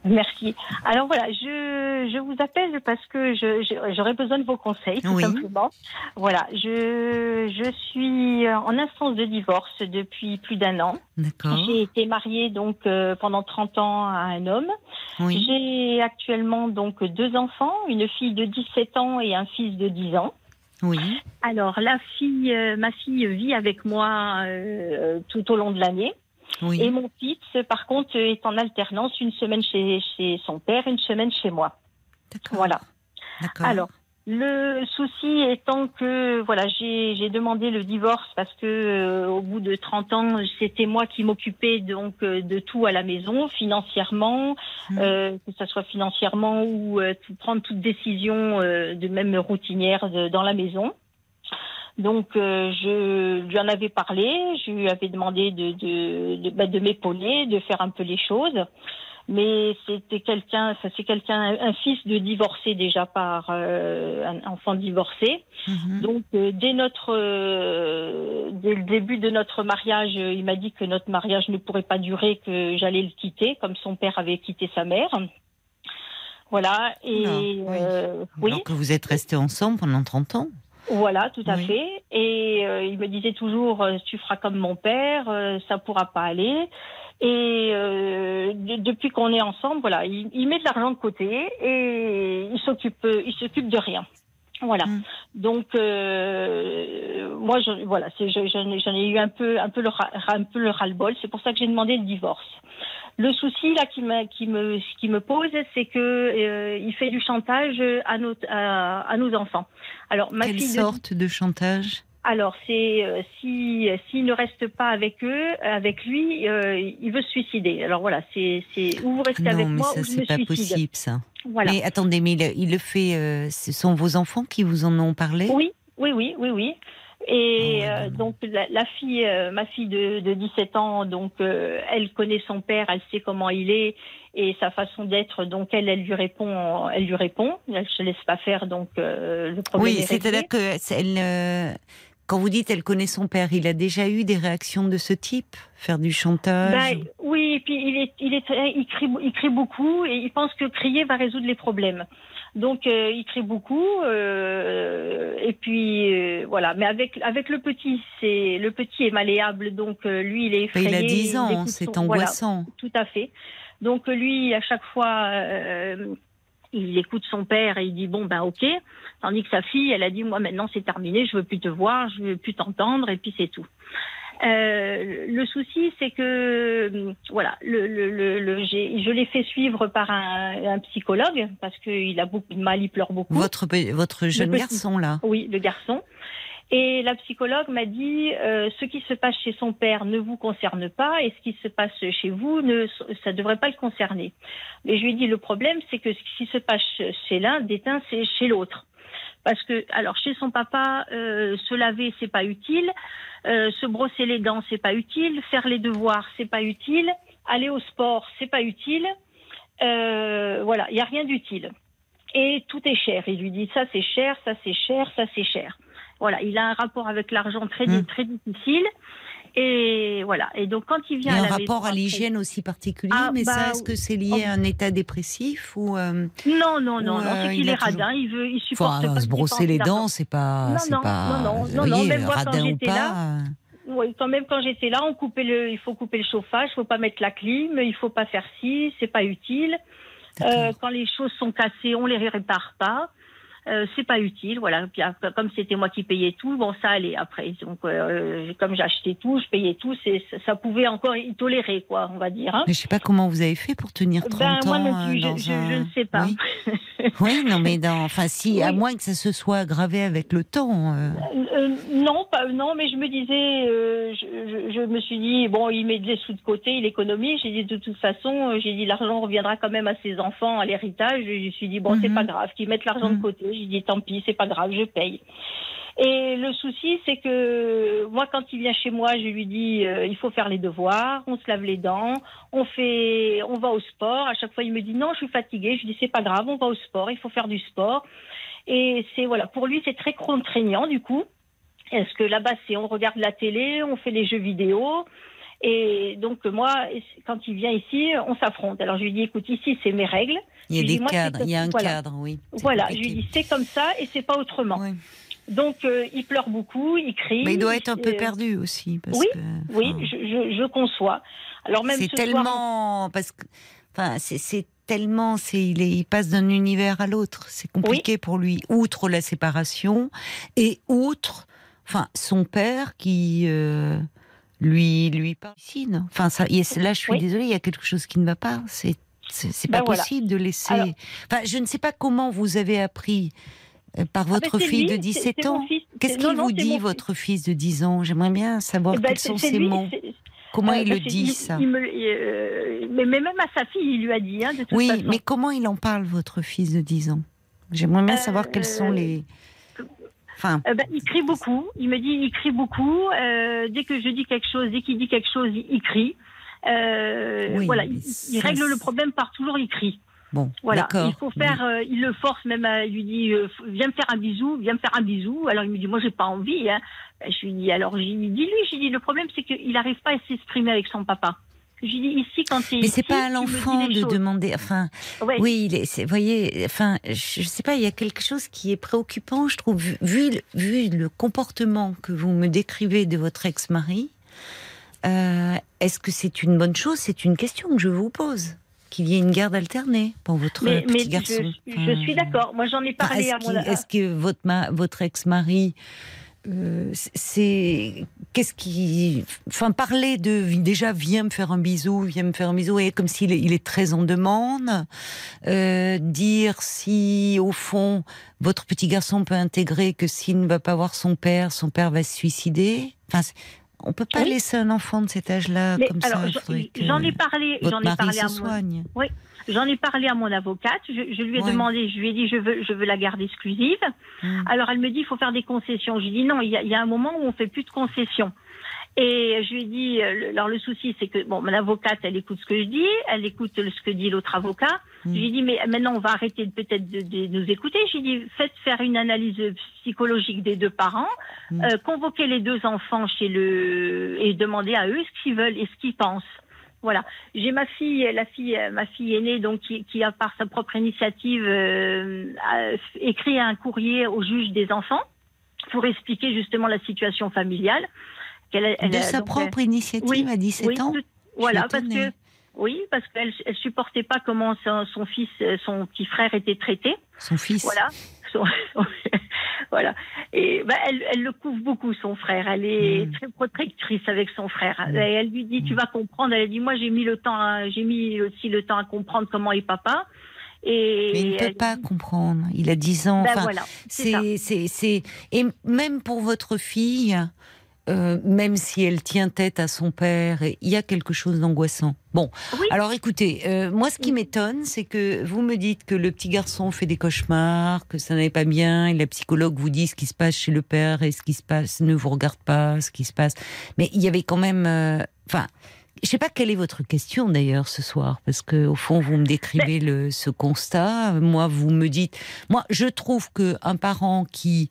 Merci. Alors voilà, je, je vous appelle parce que je, je- j'aurais besoin de vos conseils, tout Oui. simplement. Voilà, je, je suis en instance de divorce depuis plus d'un an. D'accord. J'ai été mariée donc euh, pendant trente ans à un homme. Oui. J'ai actuellement donc deux enfants, une fille de dix-sept ans et un fils de dix ans. Oui. Alors la fille, euh, ma fille vit avec moi euh, tout au long de l'année. Oui. Et mon fils, par contre, est en alternance, une semaine chez, chez son père, une semaine chez moi. D'accord. Voilà. D'accord. Alors, le souci étant que voilà, j'ai, j'ai demandé le divorce parce que euh, au bout de trente ans, c'était moi qui m'occupais donc euh, de tout à la maison, financièrement, Mmh. euh, que ce soit financièrement ou euh, tout- prendre toute décision euh, de même routinière de- dans la maison. Donc, euh, je lui en avais parlé, je lui avais demandé de, de, de, bah, de m'épauler, de faire un peu les choses. Mais c'était quelqu'un, enfin, c'est quelqu'un, un fils de divorcé déjà par euh, un enfant divorcé. Mhm. Donc, euh, dès notre, euh, dès le début de notre mariage, euh, il m'a dit que notre mariage ne pourrait pas durer, que j'allais le quitter, comme son père avait quitté sa mère. Voilà. Et Oula, oui. euh, oui. Alors que vous êtes restés ensemble pendant trente ans. Voilà, tout à Oui. fait. Et euh, il me disait toujours, euh, tu feras comme mon père, euh, ça pourra pas aller. Et euh, de- depuis qu'on est ensemble, voilà, il, il met de l'argent de côté et il s'occupe, euh, il s'occupe de rien. Voilà. Mm. Donc euh, moi, je, voilà, c'est, je- j'en ai, j'en ai eu un peu, un peu le, ra- un peu le ras-le-bol. C'est pour ça que j'ai demandé le divorce. Le souci là qui me, qui me, qui me pose, c'est que euh, il fait du chantage à nos, à, à nos enfants. Alors ma Quelle fille de sorte de chantage? alors, c'est euh, si s'il ne reste pas avec eux, avec lui, euh, il veut se suicider. Alors voilà, c'est c'est ou vous restez Non, avec mais moi ça ou je c'est me pas suicide. possible, ça. Voilà. Mais attendez, mais il, il le fait. euh, ce sont vos enfants qui vous en ont parlé? Oui, oui, oui, oui, oui. Et Ah ouais, euh, non, non. donc la, la fille, euh, ma fille de, de dix-sept ans, donc euh, elle connaît son père, elle sait comment il est et sa façon d'être. Donc elle, elle lui répond, elle lui répond. Elle se laisse pas faire. Donc euh, le problème Oui, est réglé. c'est-à-dire que c'est- elle, euh, quand vous dites elle connaît son père, il a déjà eu des réactions de ce type, faire du chantage. Ben, oui, et puis il est, il est, très- il crie, il crie beaucoup et il pense que crier va résoudre les problèmes. Donc euh, il crie beaucoup euh, et puis euh, voilà. Mais avec avec le petit, c'est le petit est malléable, donc euh, lui il est Mais effrayé. il a dix ans, écoute c'est son- voilà, angoissant. tout à fait. Donc lui à chaque fois. Euh, il écoute son père et il dit bon ben ok, tandis que sa fille elle a dit moi maintenant c'est terminé, je veux plus te voir, je veux plus t'entendre et puis c'est tout. Euh, le souci c'est que voilà le, le, le, le- j'ai, je l'ai fait suivre par un, un psychologue parce qu'il a beaucoup de mal, il pleure beaucoup. Votre pe- votre jeune petit. garçon là. Oui, le garçon. Et la psychologue m'a dit euh, ce qui se passe chez son père ne vous concerne pas et ce qui se passe chez vous, ne, ça ne devrait pas le concerner. Mais je lui ai dit le problème, c'est que ce qui se passe chez l'un déteint, c'est chez l'autre. Parce que, alors, chez son papa, euh, se laver, c'est pas utile. Euh, se brosser les dents, c'est pas utile. Faire les devoirs, c'est pas utile. Aller au sport, c'est pas utile. Euh, voilà, il y a rien d'utile. Et tout est cher. Il lui dit ça c'est cher, ça c'est cher, ça c'est cher. Voilà, il a un rapport avec l'argent très Mmh. très difficile. Et voilà. Et donc quand il Et vient à un la rapport maison à après- l'hygiène aussi particulier, Ah, mais bah, ça, est-ce que c'est lié oh. à un état dépressif ou euh, Non, non, non, Ou, non, euh, c'est il qu'il a est toujours- radin, il veut, il supporte enfin, pas se de brosser les dépenser dents, d'argent. c'est pas, Non, c'est non, pas, non, non, vous non, non, voyez, même moi, quand radin ou j'étais pas. là, euh, Oui, quand même quand j'étais là, on coupait le, il faut couper le chauffage, il faut pas mettre la clim, il faut pas faire ci, c'est pas utile. d'accord. Euh, quand les choses sont cassées, on les répare pas. Euh, c'est pas utile, voilà. Puis, après, comme c'était moi qui payais tout, bon, ça allait après. Donc, euh, comme j'achetais tout, je payais tout, c'est, ça pouvait encore y tolérer, quoi, on va dire. Hein. Mais je sais pas comment vous avez fait pour tenir trente Ben, moi ans non plus, euh, je, dans je, un... je ne sais pas. Oui, oui, non, mais dans, enfin, si, à Oui. moins que ça se soit aggravé avec le temps. euh. Euh, non, pas, non, mais je me disais, euh, je, je, je me suis dit, bon, il met des sous de côté, il économise. J'ai dit, de toute façon, euh, j'ai dit, l'argent reviendra quand même à ses enfants, à l'héritage. Je me suis dit, bon, Mhm. c'est pas grave, qu'ils mettent l'argent Mhm. de côté. J'ai dit, tant pis, c'est pas grave, je paye. Et le souci, c'est que moi, quand il vient chez moi, je lui dis, euh, il faut faire les devoirs, on se lave les dents, on fait, on va au sport. À chaque fois, il me dit, non, je suis fatiguée. Je dis, c'est pas grave, on va au sport, il faut faire du sport. Et c'est, voilà, pour lui, c'est très contraignant, du coup. Est-ce que là-bas, c'est, on regarde la télé, on fait les jeux vidéo. Et donc, moi, quand il vient ici, on s'affronte. Alors, je lui dis, écoute, ici, c'est mes règles. Il y a Je des dis, moi, cadres, c'est- il y a un voilà. cadre, oui. C'est Voilà, compliqué. je lui dis, c'est comme ça et c'est pas autrement. Oui. Donc, euh, il pleure beaucoup, il crie. Mais il doit être un peu euh, perdu aussi. Parce oui, que, oui, enfin, je, je, je conçois. Alors, même c'est ce soir, tellement. Parce que, enfin, c'est, c'est tellement. C'est, il, est, il passe d'un univers à l'autre. C'est compliqué pour lui. Outre la séparation et outre. Enfin, son père qui. Euh, lui, lui parle ici, non. Enfin, ça, y est, là, je suis Oui. désolée, il y a quelque chose qui ne va pas. C'est, c'est, c'est Ben pas voilà. possible de laisser. Alors- Enfin, je ne sais pas comment vous avez appris euh, par Ah ben, votre c'est fille lui, de c'est- dix-sept c'est mon ans. fils. Qu'est-ce C'est- qu'il non, non, vous c'est dit, mon votre fils de dix ans? J'aimerais bien savoir Eh ben, quels c'est- sont c'est ses lui, mots. c'est- Comment euh, il le parce que dit, ça il me- euh, mais, mais même à sa fille, il lui a dit, hein, de toute Oui, façon. mais comment il en parle, votre fils de dix ans? J'aimerais bien Euh, savoir quels sont les... Enfin, Euh, ben, il crie beaucoup. Il me dit, il crie beaucoup. Euh, dès que je dis quelque chose, dès qu'il dit quelque chose, il, il crie. Euh, Oui, voilà, mais il, ça, il règle le c'est- problème par toujours, il crie. bon, Voilà, d'accord. il faut faire, euh, il le force même, à, il lui dit, euh, viens me faire un bisou, viens me faire un bisou. Alors il me dit, moi j'ai pas envie. Hein. Ben, je lui dis, alors j'ai dit, dis-lui, j'ai dit, le problème c'est qu'il n'arrive pas à s'exprimer avec son papa. Je lui dis, ici quand il est Mais c'est ici, pas à tu me dis l'enfant les de choses. demander... Enfin, Ouais. oui, il est, c'est- voyez, enfin, je, je sais pas, il y a quelque chose qui est préoccupant, je trouve, vu, vu le- vu le comportement que vous me décrivez de votre ex-mari. Euh, est-ce que c'est une bonne chose? C'est une question que je vous pose. Qu'il y ait une garde alternée pour votre Mais, petit mais garçon. je, je suis d'accord. Moi j'en ai Enfin, parlé est-ce, à mon. qu'il- est-ce que votre, ma- votre ex-mari, euh, c'est qu'est-ce qui, enfin, parler de déjà viens me faire un bisou, viens me faire un bisou, et comme s'il est, il est très en demande. Euh, dire si au fond votre petit garçon peut intégrer que s'il ne va pas voir son père, son père va se suicider. Enfin, c'est- on peut pas Oui. laisser un enfant de cet âge-là Mais comme alors, ça. il j'en- faudrait que j'en ai parlé, votre j'en ai mari parlé se à mon. soigne. Oui, j'en ai parlé à mon avocate. Je, je lui ai Ouais. demandé, je lui ai dit, je veux, je veux la garde exclusive. Mm. Alors elle me dit, il faut faire des concessions. Je lui ai dit non, il y a, il y a un moment où on fait plus de concessions. Et je lui ai dit, euh, le- alors le souci, c'est que bon, mon avocate, elle écoute ce que je dis, elle écoute ce que dit l'autre avocat. Mm. Je lui ai dit, mais maintenant, on va arrêter de- peut-être de, de nous écouter. Je lui ai dit, faites faire une analyse psychologique des deux parents, Mm. euh, convoquez les deux enfants chez le et demandez à eux ce qu'ils veulent et ce qu'ils pensent. Voilà. J'ai ma fille, la fille, ma fille aînée, donc qui, qui a par sa propre initiative euh, a écrit un courrier au juge des enfants pour expliquer justement la situation familiale. Qu'elle, elle, De sa donc, propre elle- initiative oui, à dix-sept oui, ans. tout- voilà, suis parce étonnée. que oui, parce qu'elle elle supportait pas comment son, son fils, son petit frère était traité. Son fils. Voilà. Son- voilà. Et ben, elle, elle le couvre beaucoup, son frère. Elle est Mm. très protectrice avec son frère. Mm. Et elle lui dit, tu vas comprendre. Elle a dit, moi, j'ai mis le temps, à- j'ai mis aussi le temps à comprendre comment est papa. Et Mais il ne peut elle- pas comprendre. Il a dix ans. Ben Enfin, voilà, c'est ça. c'est, c'est, c'est... Et même pour votre fille, euh, même si elle tient tête à son père, il y a quelque chose d'angoissant. Bon, Oui. alors écoutez, euh, moi ce qui m'étonne, c'est que vous me dites que le petit garçon fait des cauchemars, que ça n'est pas bien, et la psychologue vous dit ce qui se passe chez le père et ce qui se passe ne vous regarde pas, ce qui se passe. Mais il y avait quand même... euh, Enfin... Je ne sais pas quelle est votre question d'ailleurs ce soir, parce que au fond vous me décrivez le, ce constat. Moi, vous me dites, moi, je trouve que un parent qui,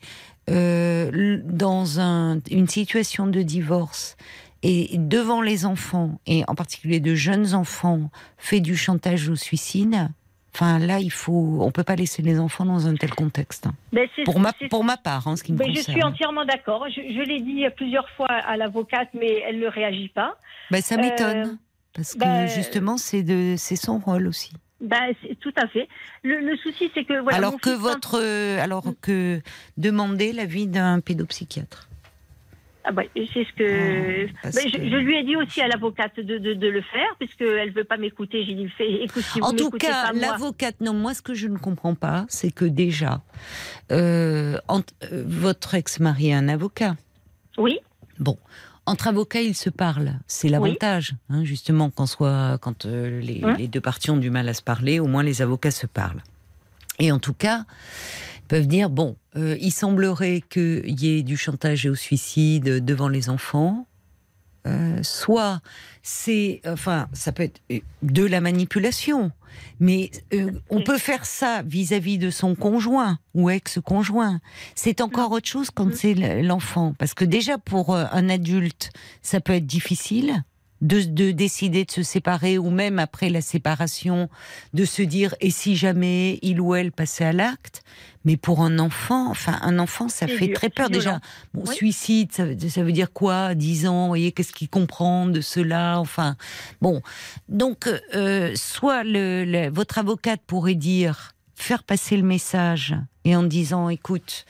euh, dans un, une situation de divorce et devant les enfants et en particulier de jeunes enfants, fait du chantage au suicide. Enfin, là, il faut, on peut pas laisser les enfants dans un tel contexte. Ben, c'est- Pour ma, c'est- pour ma part, en ce qui me Ben, je concerne. suis entièrement d'accord. Je, je l'ai dit plusieurs fois à l'avocate, mais elle ne réagit pas. Ben, ça m'étonne. Euh, Parce que ben, justement, c'est de, c'est son rôle aussi. Ben, c'est, tout à fait. Le, le souci, c'est que voilà. mon alors que fils, votre, euh, alors que demander l'avis d'un pédopsychiatre. Ah ben, c'est ce que. Ah, parce Ben, je, que- je lui ai dit aussi à l'avocate de, de, de le faire, puisqu'elle veut pas m'écouter. J'ai dit, fais, écoute, si vous En tout m'écoutez cas, pas, moi. l'avocate, non, moi ce que je ne comprends pas, c'est que déjà, euh, ent- euh, votre ex-mari est un avocat. Oui. Bon, entre avocats, ils se parlent. C'est l'avantage, hein, justement, quand, soit, quand euh, les, Hein les deux parties ont du mal à se parler, au moins les avocats se parlent. Et en tout cas, ils peuvent dire, bon, euh, il semblerait qu'il y ait du chantage et au suicide devant les enfants. Euh, soit c'est, enfin, ça peut être de la manipulation, mais euh, on peut faire ça vis-à-vis de son conjoint ou ex-conjoint. C'est encore autre chose quand c'est l'enfant, parce que déjà pour un adulte, ça peut être difficile de, de décider de se séparer, ou même après la séparation, de se dire et si jamais il ou elle passait à l'acte. Mais pour un enfant, enfin un enfant, ça C'est fait dur, très peur c'est déjà. violent. Bon, Oui. suicide, ça, veut- ça veut dire quoi? dix ans, vous voyez, qu'est-ce qu'il comprend de cela? Enfin, bon. Donc, euh, soit le, le- votre avocate pourrait dire, faire passer le message, et en disant, écoute,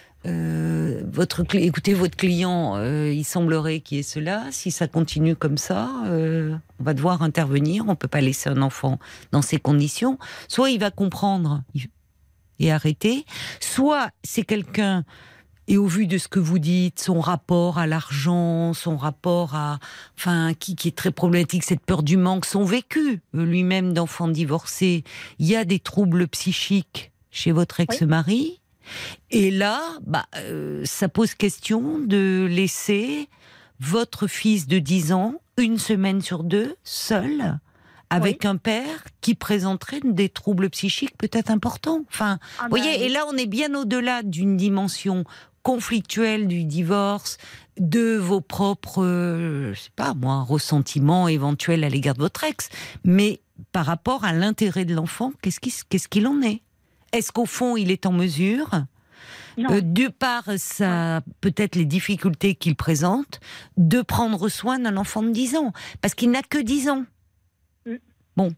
euh, votre, cli- écoutez, votre client, euh, il semblerait qu'il y ait cela. Si ça continue comme ça, euh, on va devoir intervenir. On peut pas laisser un enfant dans ces conditions. Soit il va comprendre il- et arrêter, soit c'est quelqu'un, et au vu de ce que vous dites, son rapport à l'argent, son rapport à, enfin, qui, qui est très problématique, cette peur du manque, son vécu euh, lui-même d'enfant divorcé, il y a des troubles psychiques chez votre ex-mari. Et là, bah, euh, ça pose question de laisser votre fils de dix ans, une semaine sur deux, seul, avec un père qui présenterait des troubles psychiques peut-être importants. Enfin, Ah vous bah, voyez, oui. et là, on est bien au-delà d'une dimension conflictuelle du divorce, de vos propres, euh, je sais pas moi, ressentiments éventuels à l'égard de votre ex, mais par rapport à l'intérêt de l'enfant, qu'est-ce qui, qu'est-ce qu'il en est? Est-ce qu'au fond, il est en mesure, Non. euh, de par sa, peut-être les difficultés qu'il présente, de prendre soin d'un enfant de dix ans? Parce qu'il n'a que dix ans. Mm. Bon.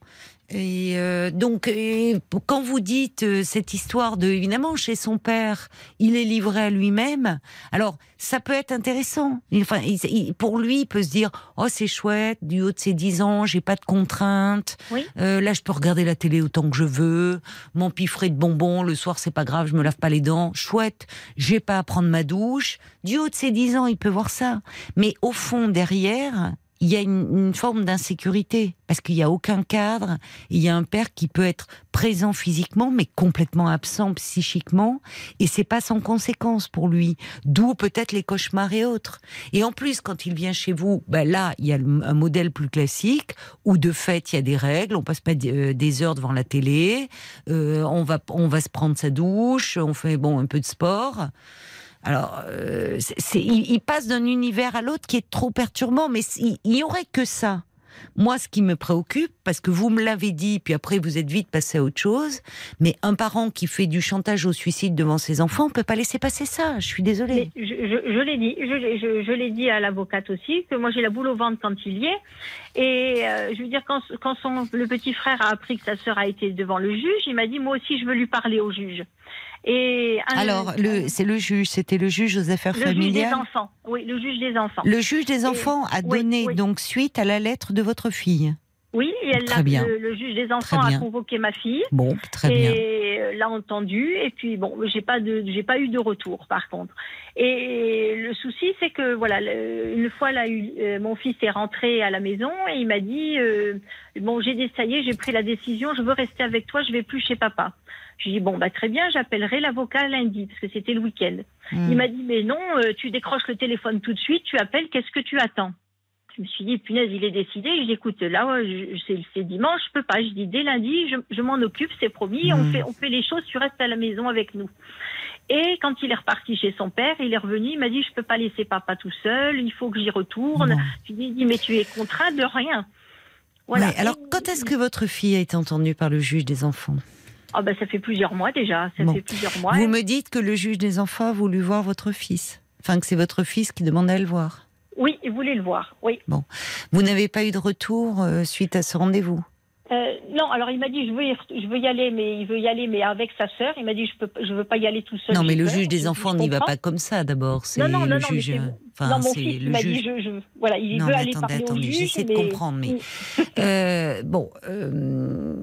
Et euh, donc, et quand vous dites euh, cette histoire de, évidemment, chez son père, il est livré à lui-même. Alors, ça peut être intéressant. Enfin, il, il, pour lui, il peut se dire, oh, c'est chouette, du haut de ses dix ans, j'ai pas de contraintes. Oui. Euh, là, je peux regarder la télé autant que je veux. M'empiffrer de bonbons le soir, c'est pas grave, je me lave pas les dents. Chouette, j'ai pas à prendre ma douche. Du haut de ses dix ans, il peut voir ça. Mais au fond, derrière, il y a une, une forme d'insécurité, parce qu'il n'y a aucun cadre. Il y a un père qui peut être présent physiquement, mais complètement absent psychiquement, et c'est pas sans conséquence pour lui. D'où peut-être les cauchemars et autres. Et en plus, quand il vient chez vous, ben là, il y a un modèle plus classique, où de fait, il y a des règles, on passe pas des heures devant la télé, euh, on va, on va se prendre sa douche, on fait bon un peu de sport. Alors, euh, c'est, c'est, il, il passe d'un univers à l'autre qui est trop perturbant, mais il n'y aurait que ça. Moi, ce qui me préoccupe, parce que vous me l'avez dit, puis après vous êtes vite passé à autre chose, mais un parent qui fait du chantage au suicide devant ses enfants, on ne peut pas laisser passer ça, je suis désolée. Mais je, je, je l'ai dit, je, l'ai- je, je l'ai dit à l'avocate aussi, que moi j'ai la boule au ventre quand il y est. Et euh, je veux dire, quand, quand son, le petit frère a appris que sa sœur a été devant le juge, il m'a dit, moi aussi je veux lui parler au juge. Et un- Alors, le, c'est le juge, c'était le juge aux affaires le juge des familiales. enfants, oui, le juge des enfants. Le juge des enfants a oui, donné oui. donc suite à la lettre de votre fille. Oui, et elle Très l'a- bien. Le, le juge des Très enfants a bien. convoqué ma fille. Bon, très bien. Et euh, l'a entendu, et puis bon, j'ai pas de, j'ai pas eu de retour par contre. Et le souci, c'est que voilà, le- une fois là, eu- euh, mon fils est rentré à la maison et il m'a dit, euh, bon, j'ai des, ça y est, j'ai pris la décision, je veux rester avec toi, je vais plus chez papa. Je lui ai dit bon bah très bien, j'appellerai l'avocat lundi parce que c'était le week-end. Hmm. Il m'a dit mais non, euh, tu décroches le téléphone tout de suite, tu appelles, qu'est-ce que tu attends? Je me suis dit, punaise, il est décidé. Je dis, écoute, là, ouais, je- c'est, c'est dimanche, je peux pas. Je dis, dès lundi, je, je m'en occupe, c'est promis. On Mmh. fait, on fait les choses, tu restes à la maison avec nous. Et quand il est reparti chez son père, il est revenu, il m'a dit, je peux pas laisser papa tout seul, il faut que j'y retourne. Bon. Je lui ai dit, mais tu es contraint de rien. Voilà. Ouais, alors, quand est-ce que votre fille a été entendue par le juge des enfants? Ah ben, ça fait plusieurs mois déjà. Ça Bon. fait plusieurs mois. Vous me dites que le juge des enfants a voulu voir votre fils. Enfin, que c'est votre fils qui demande à le voir. Oui, il voulait le voir, oui. Vous n'avez pas eu de retour euh, suite à ce rendez-vous? Euh, non, alors il m'a dit je veux y, je veux y aller, mais il veut y aller, mais avec sa sœur. Il m'a dit je peux, je veux pas y aller tout seul. Non, mais j'ai le peur. juge Je des dis, enfants je n'y va comprends. pas comme ça d'abord. C'est Non, non, non, le non, mais juge. c'est- euh, Enfin, non, mon c'est fils il le m'a juge. dit je, je, voilà, il Non, veut mais aller attendez, parler attendez, au juge. j'essaie de mais- comprendre, mais euh, bon, euh,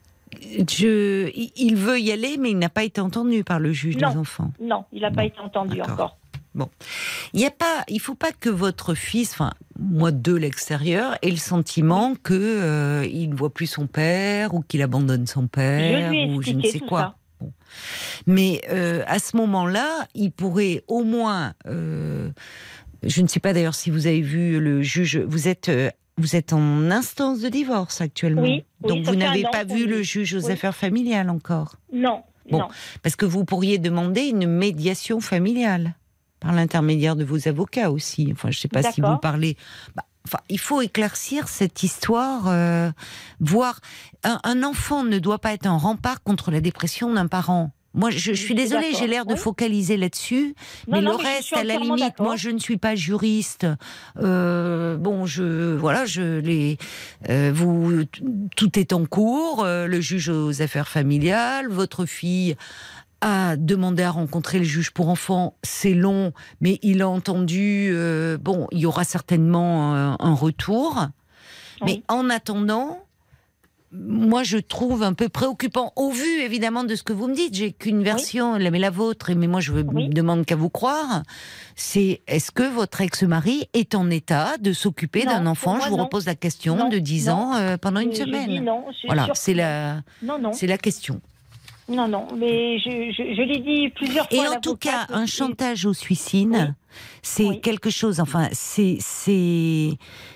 je, il veut y aller, mais il n'a pas été entendu par le juge Non. des enfants. Non, il n'a Bon, pas été entendu d'accord. encore. Il y a pas, il faut pas que votre fils, enfin moi de l'extérieur, ait le sentiment que euh, il ne voit plus son père ou qu'il abandonne son Je père lui ai ou je ne expliqué sais tout quoi. ça. Bon. Mais euh, à ce moment-là, il pourrait au moins, euh, je ne sais pas d'ailleurs si vous avez vu le juge, vous êtes euh, vous êtes en instance de divorce actuellement, Oui, oui, donc ça vous fait un n'avez an pas qu'on vu est- le juge aux oui. affaires familiales encore, Non, Bon. non. parce que vous pourriez demander une médiation familiale par l'intermédiaire de vos avocats aussi. Enfin, je ne sais pas si D'accord. vous parlez. Bah, enfin, il faut éclaircir cette histoire, euh, voir un, un enfant ne doit pas être un rempart contre la dépression d'un parent. Moi, je, je suis désolée, j'ai l'air de oui. focaliser là-dessus, Non, mais non, le mais je reste, suis à la entièrement limite, d'accord. moi, je ne suis pas juriste. Euh, bon, je, voilà, je les, euh, vous, tout est en cours. Euh, le juge aux affaires familiales, votre fille a demandé à rencontrer le juge pour enfants. C'est long, mais il a entendu. Euh, bon, il y aura certainement un, un retour. Oui. Mais en attendant. Moi, je trouve un peu préoccupant, au vu évidemment de ce que vous me dites. J'ai qu'une version, oui. mais la vôtre, mais moi je ne oui. demande qu'à vous croire. C'est est-ce que votre ex-mari est en état de s'occuper d'un enfant moi, Je vous non. repose la question non, de dix non. ans euh, pendant une je, semaine. Je dis non, voilà, c'est la, non, non. c'est la question. Non, non, mais je, je, je l'ai dit plusieurs fois. Et en tout cas, un chantage au suicide, oui. c'est oui. quelque chose. Enfin, c'est c'est.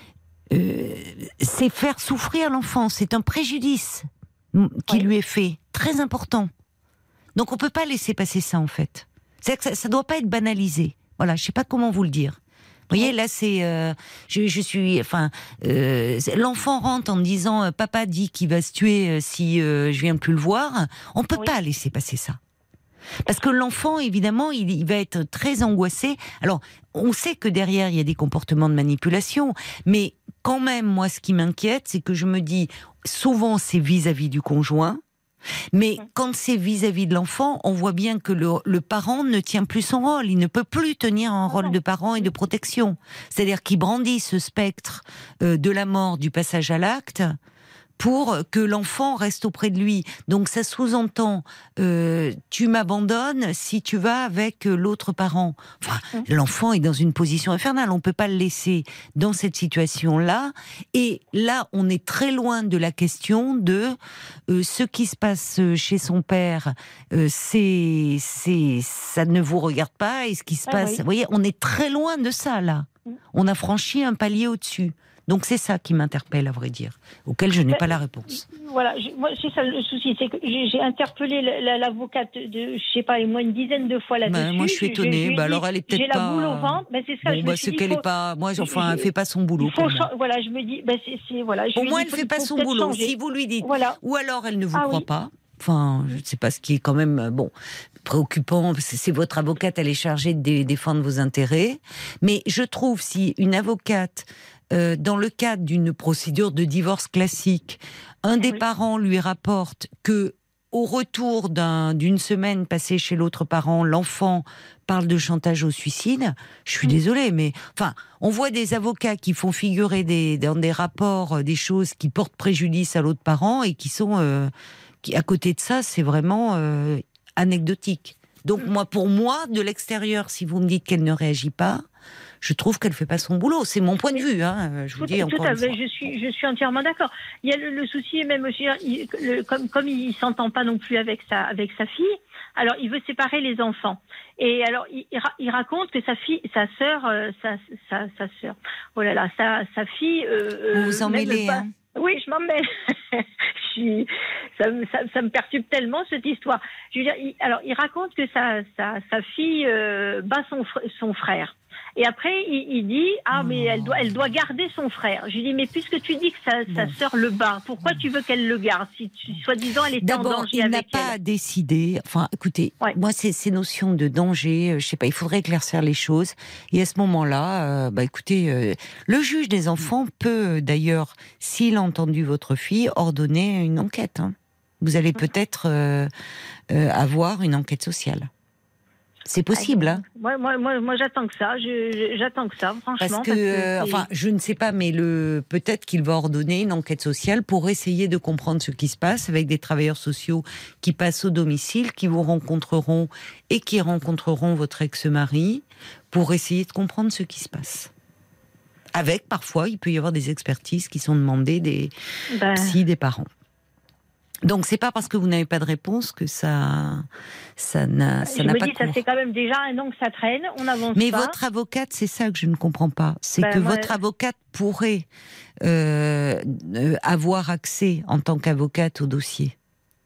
Euh, c'est faire souffrir l'enfant, c'est un préjudice qui oui. lui est fait, très important. Donc on peut pas laisser passer ça en fait. C'est que ça, ça doit pas être banalisé. Voilà, je sais pas comment vous le dire. Vous voyez, là c'est, euh, je, je suis, enfin, euh, l'enfant rentre en me disant, euh, papa dit qu'il va se tuer euh, si euh, je viens plus le voir. On peut oui. pas laisser passer ça. Parce que l'enfant, évidemment, il, il va être très angoissé. Alors, on sait que derrière, il y a des comportements de manipulation, mais quand même, moi, ce qui m'inquiète, c'est que je me dis, souvent, c'est vis-à-vis du conjoint, mais quand c'est vis-à-vis de l'enfant, on voit bien que le, le parent ne tient plus son rôle. Il ne peut plus tenir un rôle de parent et de protection. C'est-à-dire qu'il brandit ce spectre euh, de la mort, du passage à l'acte, pour que l'enfant reste auprès de lui. Donc ça sous-entend euh, tu m'abandonnes si tu vas avec l'autre parent. Enfin, mmh. l'enfant est dans une position infernale. On ne peut pas le laisser dans cette situation-là. Et là, on est très loin de la question de euh, ce qui se passe chez son père. Euh, c'est, c'est, ça ne vous regarde pas. Et ce qui se ah, passe, oui. vous voyez, on est très loin de ça là. Mmh. On a franchi un palier au-dessus. Donc c'est ça qui m'interpelle, à vrai dire, auquel je n'ai pas la réponse. Voilà, je, moi c'est ça le souci, c'est que j'ai, j'ai interpellé l'avocate de, je sais pas, moi une dizaine de fois là-dessus. Ben, moi je suis étonnée. Je, bah, alors elle est peut-être j'ai pas. J'ai la boule au ventre. Ben, c'est ça. Bon, je bah, me c'est dit, qu'elle faut... est pas. Moi, enfin, elle fait pas son boulot. Faut... Pour moi. Voilà, je me dis, ben c'est, c'est voilà. Je Au moins, dis, elle faut, fait pas son boulot. Changer. Si vous lui dites, voilà. ou alors elle ne vous ah, croit oui. pas. Enfin, je ne sais pas ce qui est quand même bon préoccupant. C'est votre avocate, elle est chargée de défendre vos intérêts. Mais je trouve si une avocate Euh, dans le cadre d'une procédure de divorce classique, un des oui. parents lui rapporte que, au retour d'un, d'une semaine passée chez l'autre parent, l'enfant parle de chantage au suicide, je suis oui. désolée, mais enfin, on voit des avocats qui font figurer des, dans des rapports des choses qui portent préjudice à l'autre parent et qui sont, euh, qui, à côté de ça, c'est vraiment euh, anecdotique. Donc moi, pour moi, de l'extérieur, si vous me dites qu'elle ne réagit pas, je trouve qu'elle fait pas son boulot. C'est mon point de vue, hein. Je vous tout, dis tout encore à une fait. fois. Je suis, je suis entièrement d'accord. Il y a le, le souci, même aussi, il, le, comme, comme il s'entend pas non plus avec sa, avec sa fille. Alors, il veut séparer les enfants. Et alors, il, il raconte que sa fille, sa sœur, euh, sa, sa, sa sœur, oh là là, sa, sa fille. Euh, vous vous en mêlez, hein. Oui, je m'en mêle. je suis, ça, me, ça, ça me perturbe tellement cette histoire. Je veux dire, il, alors, il raconte que sa, sa, sa fille euh, bat son, son frère. Et après, il, il dit ah mais elle doit, elle doit garder son frère. Je lui dis mais puisque tu dis que sa, sa sœur le bat, pourquoi tu veux qu'elle le garde si tu, soi-disant elle est en danger avec elle? D'abord, il n'a pas décidé. Enfin, écoutez, ouais. moi ces, ces notions de danger, je sais pas, il faudrait éclaircir les choses. Et à ce moment-là, euh, bah écoutez, euh, le juge des enfants peut d'ailleurs, s'il a entendu votre fille, ordonner une enquête. Hein. Vous allez peut-être euh, euh, avoir une enquête sociale. C'est possible, hein. Moi, moi, moi, moi, j'attends que ça. Je, je, j'attends que ça, franchement. Parce que, parce que euh, enfin, je ne sais pas, mais le peut-être qu'il va ordonner une enquête sociale pour essayer de comprendre ce qui se passe avec des travailleurs sociaux qui passent au domicile, qui vous rencontreront et qui rencontreront votre ex-mari pour essayer de comprendre ce qui se passe. Avec, parfois, il peut y avoir des expertises qui sont demandées des ben... psys, des parents. Donc c'est pas parce que vous n'avez pas de réponse que ça, ça n'a, ça je n'a me pas dis, cours. Ça fait quand même déjà un an que ça traîne, on avance Mais pas. votre avocate, c'est ça que je ne comprends pas, c'est ben, que moi... votre avocate pourrait euh, euh, avoir accès en tant qu'avocate au dossier.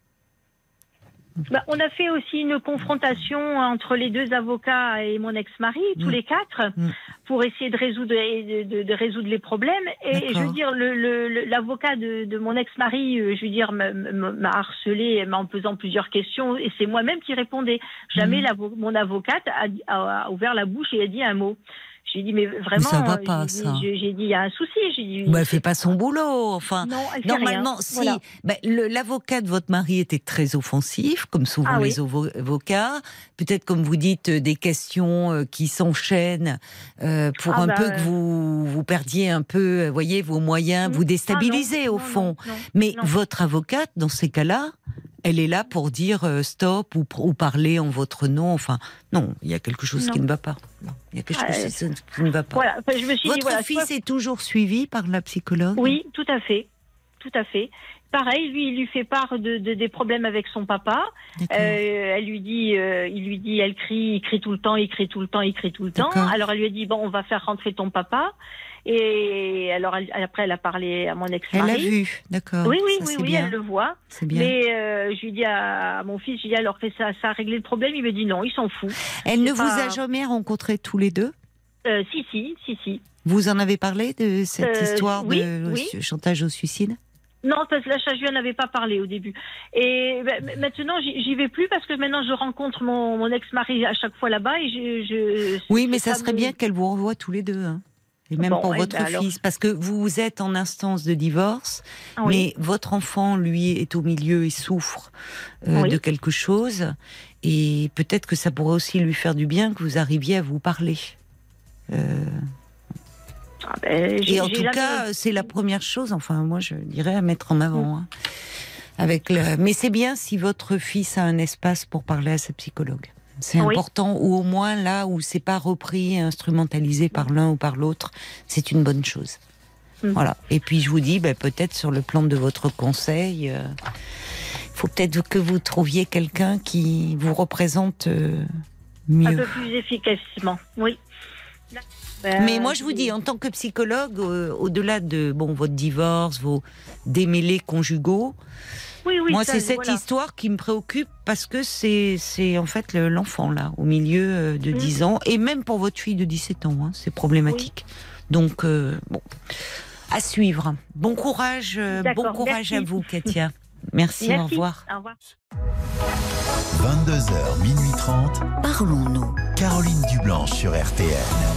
Bah, on a fait aussi une confrontation entre les deux avocats et mon ex-mari, tous mmh. les quatre, mmh. pour essayer de résoudre, de, de, de résoudre les problèmes. Et D'accord. je veux dire, le, le, l'avocat de, de mon ex-mari, euh, je veux dire, m'a, m'a harcelé en me posant plusieurs questions, et c'est moi-même qui répondais. Jamais Mmh. l'avo- mon avocate a, a, a ouvert la bouche et a dit un mot. J'ai dit, mais vraiment, ça va euh, pas, j'ai, ça. dit, j'ai, j'ai dit, il y a un souci. J'ai dit, Bah, elle fait pas son boulot, enfin. non, elle fait Normalement, rien. si. Voilà. Bah, le- l'avocat de votre mari était très offensif, comme souvent Ah oui. les ovo- avocats. Peut-être, comme vous dites, euh, des questions euh, qui s'enchaînent euh, pour Ah un bah, peu que vous, vous perdiez un peu, euh, voyez, vos moyens, Mm. vous déstabilisez Ah non, au non, fond. non, non, Mais non. votre avocate, dans ces cas-là, elle est là pour dire euh, stop ou, ou parler en votre nom. Enfin, non, il y a quelque chose Non. qui ne va pas. Non, il y a quelque Ah, chose qui qui ne va pas. Voilà. Enfin, je me suis dit, Votre voilà, fils soit- est toujours suivi par la psychologue ? Oui, tout à fait. Tout à fait. Pareil, lui, il lui fait part de, de- des problèmes avec son papa. D'accord. Euh, elle lui dit, euh, il lui dit, elle crie, il crie tout le temps, il crie tout le temps, il crie tout le temps. D'accord. Alors elle lui a dit, bon, on va faire rentrer ton papa. Et alors elle- après, elle a parlé à mon Elle ex-mari. a vu, d'accord. Oui, oui, ça, oui, c'est oui, bien. elle le voit. C'est bien. Mais euh, je lui dis à, à mon fils, je lui dis alors que ça, ça a réglé le problème. Il me dit non, il s'en fout. Elle ne c'est vous pas- a jamais rencontrés tous les deux ? Euh, si, si, si, si. Vous en avez parlé de cette Euh, histoire oui, de oui. su- chantage au suicide ? Non, parce que là, je lui en avais pas parlé au début. Et ben, maintenant, j'y j'y vais plus parce que maintenant, je rencontre mon, mon ex-mari à chaque fois là-bas et je. je Oui, mais c'est ça pas serait me- bien qu'elle vous revoie tous les deux. Hein. Et même Bon, pour ouais, votre ben alors. fils, parce que vous êtes en instance de divorce, Ah oui. mais votre enfant, lui, est au milieu et souffre euh, Oui. de quelque chose. Et peut-être que ça pourrait aussi lui faire du bien que vous arriviez à vous parler. Euh, Ah ben, j'ai- Et en j'ai tout jamais- cas, c'est la première chose, enfin moi je dirais, à mettre en avant. hein. Avec le... Mais c'est bien si votre fils a un espace pour parler à sa psychologue. C'est Oui. important, ou au moins là où c'est pas repris et instrumentalisé par l'un ou par l'autre, c'est une bonne chose. Mm. Voilà. Et puis je vous dis, ben, peut-être sur le plan de votre conseil, il euh, faut peut-être que vous trouviez quelqu'un qui vous représente euh, un mieux. peu plus efficacement. Oui. Ben, Mais moi, je vous dis, en tant que psychologue, euh, au-delà de bon votre divorce, vos démêlés conjugaux, oui, oui, moi, ça, c'est cette voilà. histoire qui me préoccupe parce que c'est c'est en fait le- l'enfant là, au milieu euh, de Mm. dix ans, et même pour votre fille de dix-sept ans, hein, c'est problématique. Donc euh, bon, à suivre. Bon courage, euh, bon D'accord, courage merci. à vous, Katia. Merci, Merci. au revoir. Au revoir. vingt-deux heures, minuit trente. Parlons-nous. Caroline Dublanche sur R T L.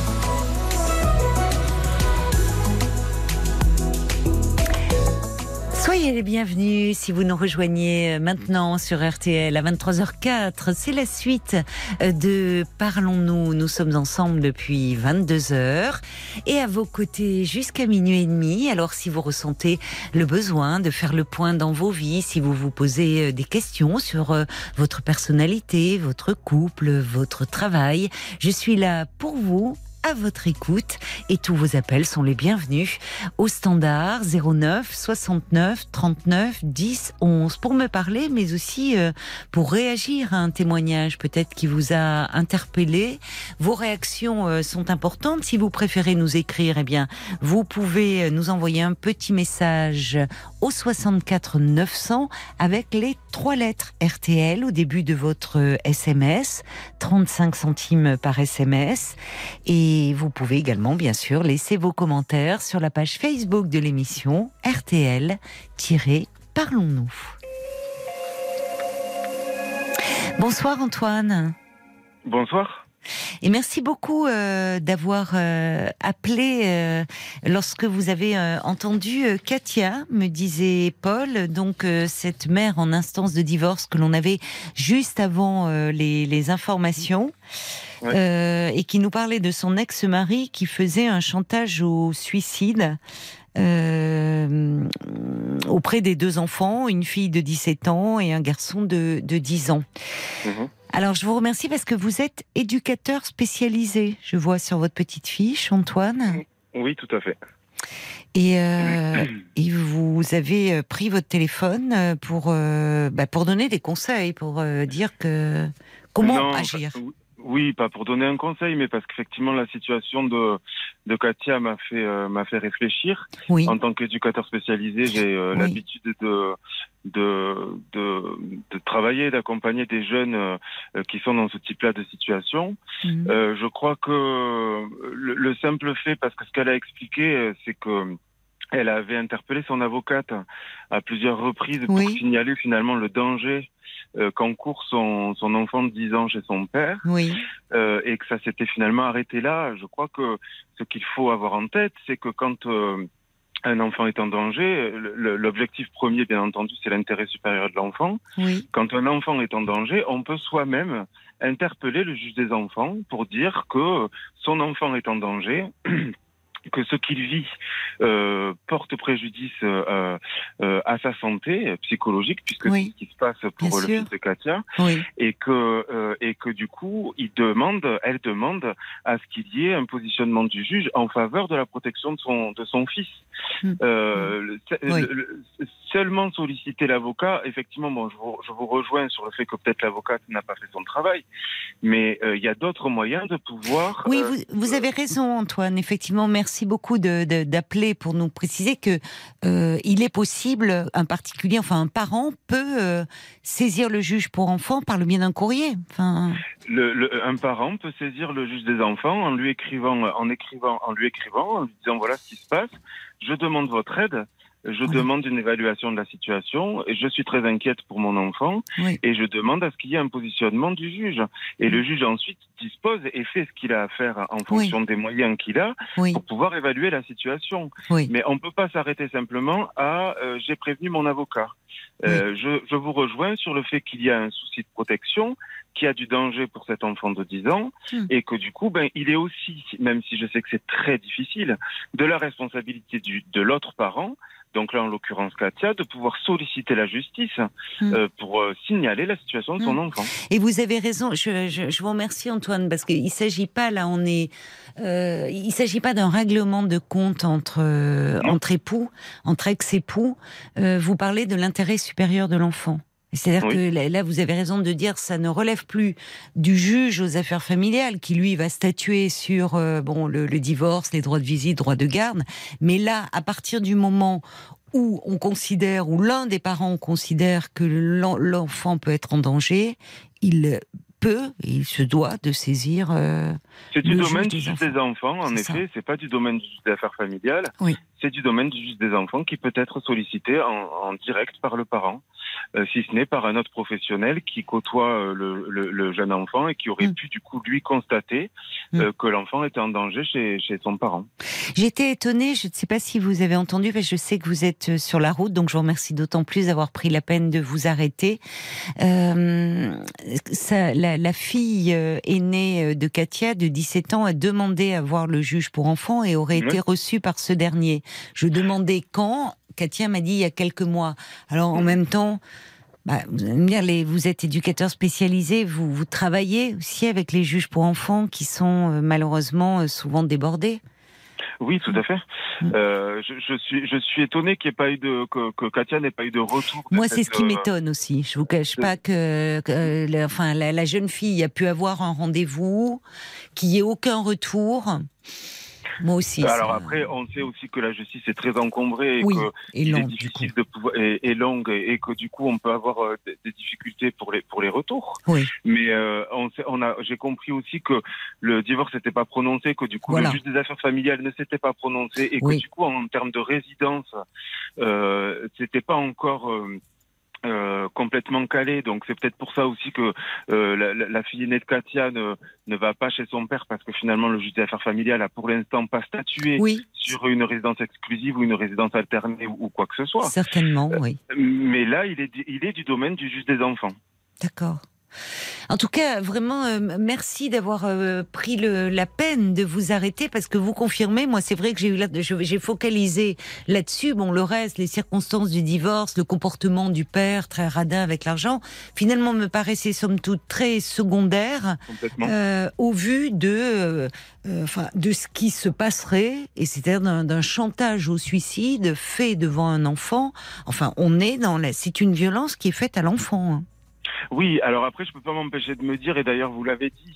Soyez les bienvenus si vous nous rejoignez maintenant sur R T L à vingt-trois heures quatre. C'est la suite de Parlons-nous. Nous sommes ensemble depuis vingt-deux heures et à vos côtés jusqu'à minuit et demi. Alors si vous ressentez le besoin de faire le point dans vos vies, si vous vous posez des questions sur votre personnalité, votre couple, votre travail, je suis là pour vous, à votre écoute, et tous vos appels sont les bienvenus au standard zéro neuf soixante-neuf trente-neuf dix onze pour me parler, mais aussi euh, pour réagir à un témoignage peut-être qui vous a interpellé. Vos réactions euh, sont importantes. Si vous préférez nous écrire, eh bien, vous pouvez nous envoyer un petit message au soixante-quatre neuf cents avec les trois lettres R T L au début de votre S M S, trente-cinq centimes par S M S. Et vous pouvez également, bien sûr, laisser vos commentaires sur la page Facebook de l'émission R T L-Parlons-nous. Bonsoir Antoine. Bonsoir. Et merci beaucoup euh, d'avoir euh, appelé euh, lorsque vous avez euh, entendu euh, Katia, me disait Paul, donc euh, cette mère en instance de divorce que l'on avait juste avant euh, les, les informations, ouais. euh, et qui nous parlait de son ex-mari qui faisait un chantage au suicide euh, auprès des deux enfants, une fille de dix-sept ans et un garçon de, de dix ans. Mmh. Alors, je vous remercie parce que vous êtes éducateur spécialisé, je vois sur votre petite fiche, Antoine. Oui, tout à fait. Et, euh, et vous avez pris votre téléphone pour, euh, bah, pour donner des conseils, pour euh, dire que comment non, agir. enfin, Oui, pas pour donner un conseil, mais parce qu'effectivement la situation de, de Katia m'a fait, euh, m'a fait réfléchir. Oui. En tant qu'éducateur spécialisé, j'ai euh, Oui. l'habitude de, de, de, de travailler, d'accompagner des jeunes euh, qui sont dans ce type-là de situation. Mhm. Euh, je crois que le, le simple fait, parce que ce qu'elle a expliqué, euh, c'est que elle avait interpellé son avocate à plusieurs reprises pour Oui. signaler finalement le danger euh, qu'encourt son, son enfant de dix ans chez son père, Oui. euh, et que ça s'était finalement arrêté là. Je crois que ce qu'il faut avoir en tête, c'est que quand euh, un enfant est en danger, le- l'objectif premier, bien entendu, c'est l'intérêt supérieur de l'enfant. Oui. Quand un enfant est en danger, on peut soi-même interpeller le juge des enfants pour dire que son enfant est en danger, que ce qu'il vit euh, porte préjudice euh, euh, à sa santé psychologique, puisque Oui. c'est ce qui se passe pour Bien le sûr. fils de Katia, Oui. et que euh, et que du coup, il demande, elle demande à ce qu'il y ait un positionnement du juge en faveur de la protection de son de son fils. Mm. Euh, le- Oui. le- le- seulement solliciter l'avocat, effectivement, bon, je vous, je vous rejoins sur le fait que peut-être l'avocate n'a pas fait son travail, mais euh, il y a d'autres moyens de pouvoir. Oui, euh, vous, vous avez raison, Antoine. Effectivement, merci beaucoup de, de- d'appeler pour nous préciser que euh, il est possible, un particulier, enfin un parent peut euh, saisir le juge pour enfants par le biais d'un courrier. Enfin, Le, le- un parent peut saisir le juge des enfants en lui écrivant, en écrivant, en lui écrivant, en lui disant voilà ce qui se passe. Je demande votre aide. Je Voilà. demande une évaluation de la situation. Et je suis très inquiète pour mon enfant oui. et je demande à ce qu'il y ait un positionnement du juge. Et le juge ensuite dispose et fait ce qu'il a à faire en fonction des moyens qu'il a Oui. pour pouvoir évaluer la situation. Oui. Mais on ne peut pas s'arrêter simplement à euh, j'ai prévenu mon avocat. Euh, je, je vous rejoins sur le fait qu'il y a un souci de protection, qu'il y a du danger pour cet enfant de dix ans, Hmm. et que du coup, ben, il est aussi, même si je sais que c'est très difficile, de la responsabilité du, de l'autre parent, donc là en l'occurrence Katia, de pouvoir solliciter la justice Hmm. euh, pour euh, signaler la situation de son Hmm. enfant. Et vous avez raison. Je, je, je vous remercie, Antoine, parce qu'il ne s'agit pas, là, on est. Euh, il ne s'agit pas d'un règlement de compte entre, euh, entre époux, entre ex-époux. Euh, vous parlez de l'intérêt supérieur de l'enfant. C'est-à-dire Oui. que là, là, vous avez raison de dire ça ne relève plus du juge aux affaires familiales qui, lui, va statuer sur euh, bon, le, le divorce, les droits de visite, droits de garde. Mais là, à partir du moment où on considère, où l'un des parents considère que l'en- l'enfant peut être en danger, il peut, et il se doit de saisir. Euh, C'est du le domaine juge du des juge enfants. des enfants, en C'est ça. effet, c'est pas du domaine du juge des affaires familiales, Oui. c'est du domaine du juge des enfants qui peut être sollicité en, en direct par le parent, euh, si ce n'est par un autre professionnel qui côtoie euh, le, le, le jeune enfant et qui aurait Mm. pu du coup lui constater euh, que l'enfant était en danger chez, chez son parent. J'étais étonnée, je ne sais pas si vous avez entendu, mais je sais que vous êtes sur la route, donc je vous remercie d'autant plus d'avoir pris la peine de vous arrêter. Euh, ça, la, la fille euh, aînée de Katia, de dix-sept ans, a demandé à voir le juge pour enfants et aurait Oui. été reçue par ce dernier. Je demandais quand, Katia m'a dit il y a quelques mois. Alors en même temps, bah, vous allez me dire, les, vous êtes éducateur spécialisé, vous, vous travaillez aussi avec les juges pour enfants qui sont euh, malheureusement euh, souvent débordés. Oui, tout à fait. Mm. Euh, je, je suis, je suis étonné qu'il n'y ait pas eu de, que, que Katia n'ait pas eu de retour. de Moi, cette, c'est ce qui euh, m'étonne aussi. Je vous cache pas que, que euh, la, enfin, la, la jeune fille a pu avoir un rendez-vous, qu'il n'y ait aucun retour. Moi aussi. Alors ça- après, on sait aussi que la justice est très encombrée et oui, que et il est lente, du coup. difficile de pouvoir et, et longue et, et que du coup on peut avoir euh, des, des difficultés pour les pour les retours. Oui. Mais euh, on, sait- on a, j'ai compris aussi que le divorce n'était pas prononcé, que du coup Voilà. le juge des affaires familiales ne s'était pas prononcé et que Oui. du coup en termes de résidence, euh, c'était pas encore euh, euh, complètement calé. Donc c'est peut-être pour ça aussi que euh, la, la, la fille aînée de Katia ne, ne va pas chez son père parce que finalement le juge des affaires familiales a pour l'instant pas statué Oui, sur une résidence exclusive ou une résidence alternée ou, ou quoi que ce soit. certainement, oui. Mais là, il est, du- il est du domaine du juge des enfants. D'accord. En tout cas, vraiment, euh, merci d'avoir euh, pris le, la peine de vous arrêter parce que vous confirmez, moi c'est vrai que j'ai eu là, je- j'ai focalisé là-dessus. Bon, le reste, les circonstances du divorce, le comportement du père très radin avec l'argent, finalement me paraissait somme toute très secondaire Complètement. euh, au vu de, euh, euh, enfin, de ce qui se passerait, et c'est-à-dire d'un, d'un chantage au suicide fait devant un enfant. Enfin, on est dans la, c'est une violence qui est faite à l'enfant. Hein. Oui, alors après, je peux pas m'empêcher de me dire, et d'ailleurs vous l'avez dit,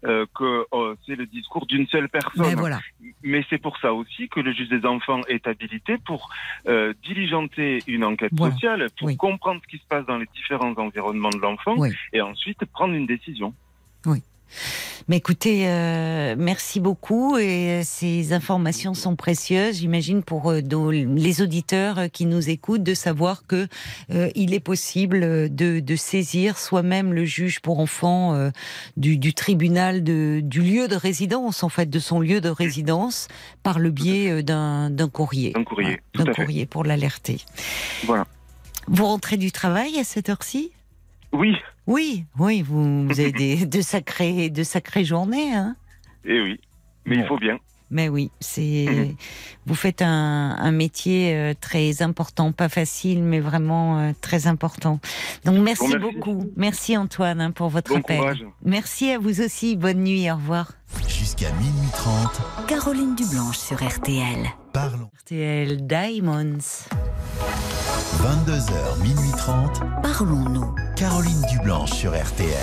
euh, que euh, c'est le discours d'une seule personne. Mais voilà. Mais c'est pour ça aussi que le juge des enfants est habilité pour euh, diligenter une enquête Voilà. sociale, pour Oui. comprendre ce qui se passe dans les différents environnements de l'enfant, Oui. et ensuite prendre une décision. Mais écoutez, euh, merci beaucoup et ces informations sont précieuses, j'imagine, pour euh, nos- les auditeurs euh, qui nous écoutent, de savoir que euh, il est possible de, de saisir soi-même le juge pour enfants euh, du, du tribunal de, du lieu de résidence, en fait, de son lieu de résidence, par le biais euh, d'un, d'un courrier. Un courrier, Voilà, tout d'un à fait. courrier pour l'alerter. Voilà. Vous rentrez du travail à cette heure-ci ? Oui, Oui, oui, vous, vous avez des, de sacrées, de sacrées journées, hein. et oui, mais Bon. il faut bien. Mais oui, c'est Mhm. vous faites un, un métier euh, très important, pas facile, mais vraiment euh, très important. Donc merci, Bon, merci. beaucoup, merci Antoine hein, pour votre Bon appel. courage. Merci à vous aussi, bonne nuit, au revoir. Jusqu'à minuit trente, Caroline Dublanche sur R T L. parlons. R T L Diamonds. vingt-deux heures, minuit trente, Parlons-nous. Caroline Dublanche sur R T L.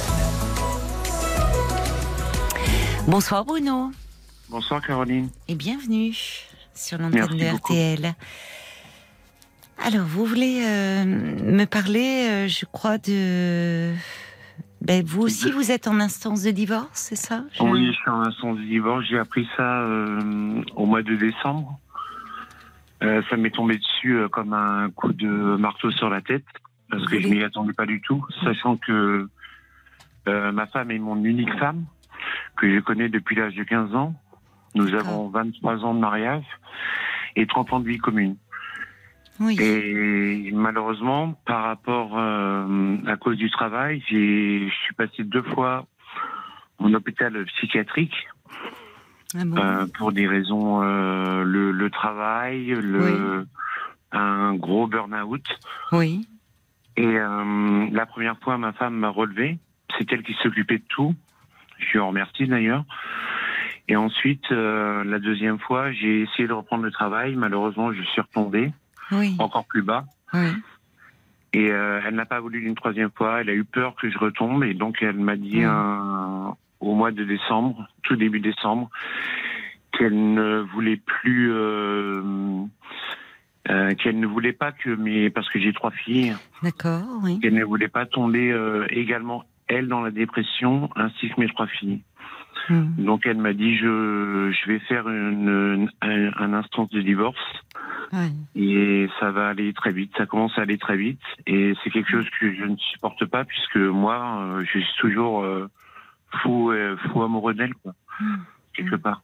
Bonsoir Bruno Bonsoir Caroline. et bienvenue sur l'antenne Merci de beaucoup. R T L. Alors, vous voulez euh, me parler, euh, je crois, de... Ben, vous aussi, vous êtes en instance de divorce, c'est ça? Je- Oui, je suis en instance de divorce. J'ai appris ça euh, au mois de décembre. Euh, ça m'est tombé dessus euh, comme un coup de marteau sur la tête, parce que Vous je voulez- m'y attendais pas du tout, sachant que euh, ma femme est mon unique femme, que je connais depuis l'âge de quinze ans. Nous D'accord. avons vingt-trois ans de mariage et trente ans de vie commune. Oui. Et malheureusement, par rapport euh, à cause du travail, j'ai, je suis passé deux fois en hôpital psychiatrique Ah bon. euh, pour des raisons euh, le, le travail, le un gros burn-out. Oui. Et euh, la première fois, ma femme m'a relevé. C'est elle qui s'occupait de tout. Je lui en remercie d'ailleurs. Et ensuite, euh, la deuxième fois, j'ai essayé de reprendre le travail. Malheureusement, je suis retombé Oui. encore plus bas. Oui. Et euh, elle n'a pas voulu une troisième fois. Elle a eu peur que je retombe. Et donc, elle m'a dit Mm. euh, au mois de décembre, tout début décembre, qu'elle ne voulait plus... Euh, euh, qu'elle ne voulait pas que mes... Parce que j'ai trois filles. D'accord, oui. Qu'elle ne voulait pas tomber euh, également, elle, dans la dépression, ainsi que mes trois filles. Hmm. Donc, elle m'a dit, je, je vais faire une, une, un, un instance de divorce. Ouais. Et ça va aller très vite, ça commence à aller très vite. Et c'est quelque chose que je ne supporte pas, puisque moi, euh, je suis toujours euh, fou, euh, fou amoureux d'elle, quoi, Hmm. quelque part.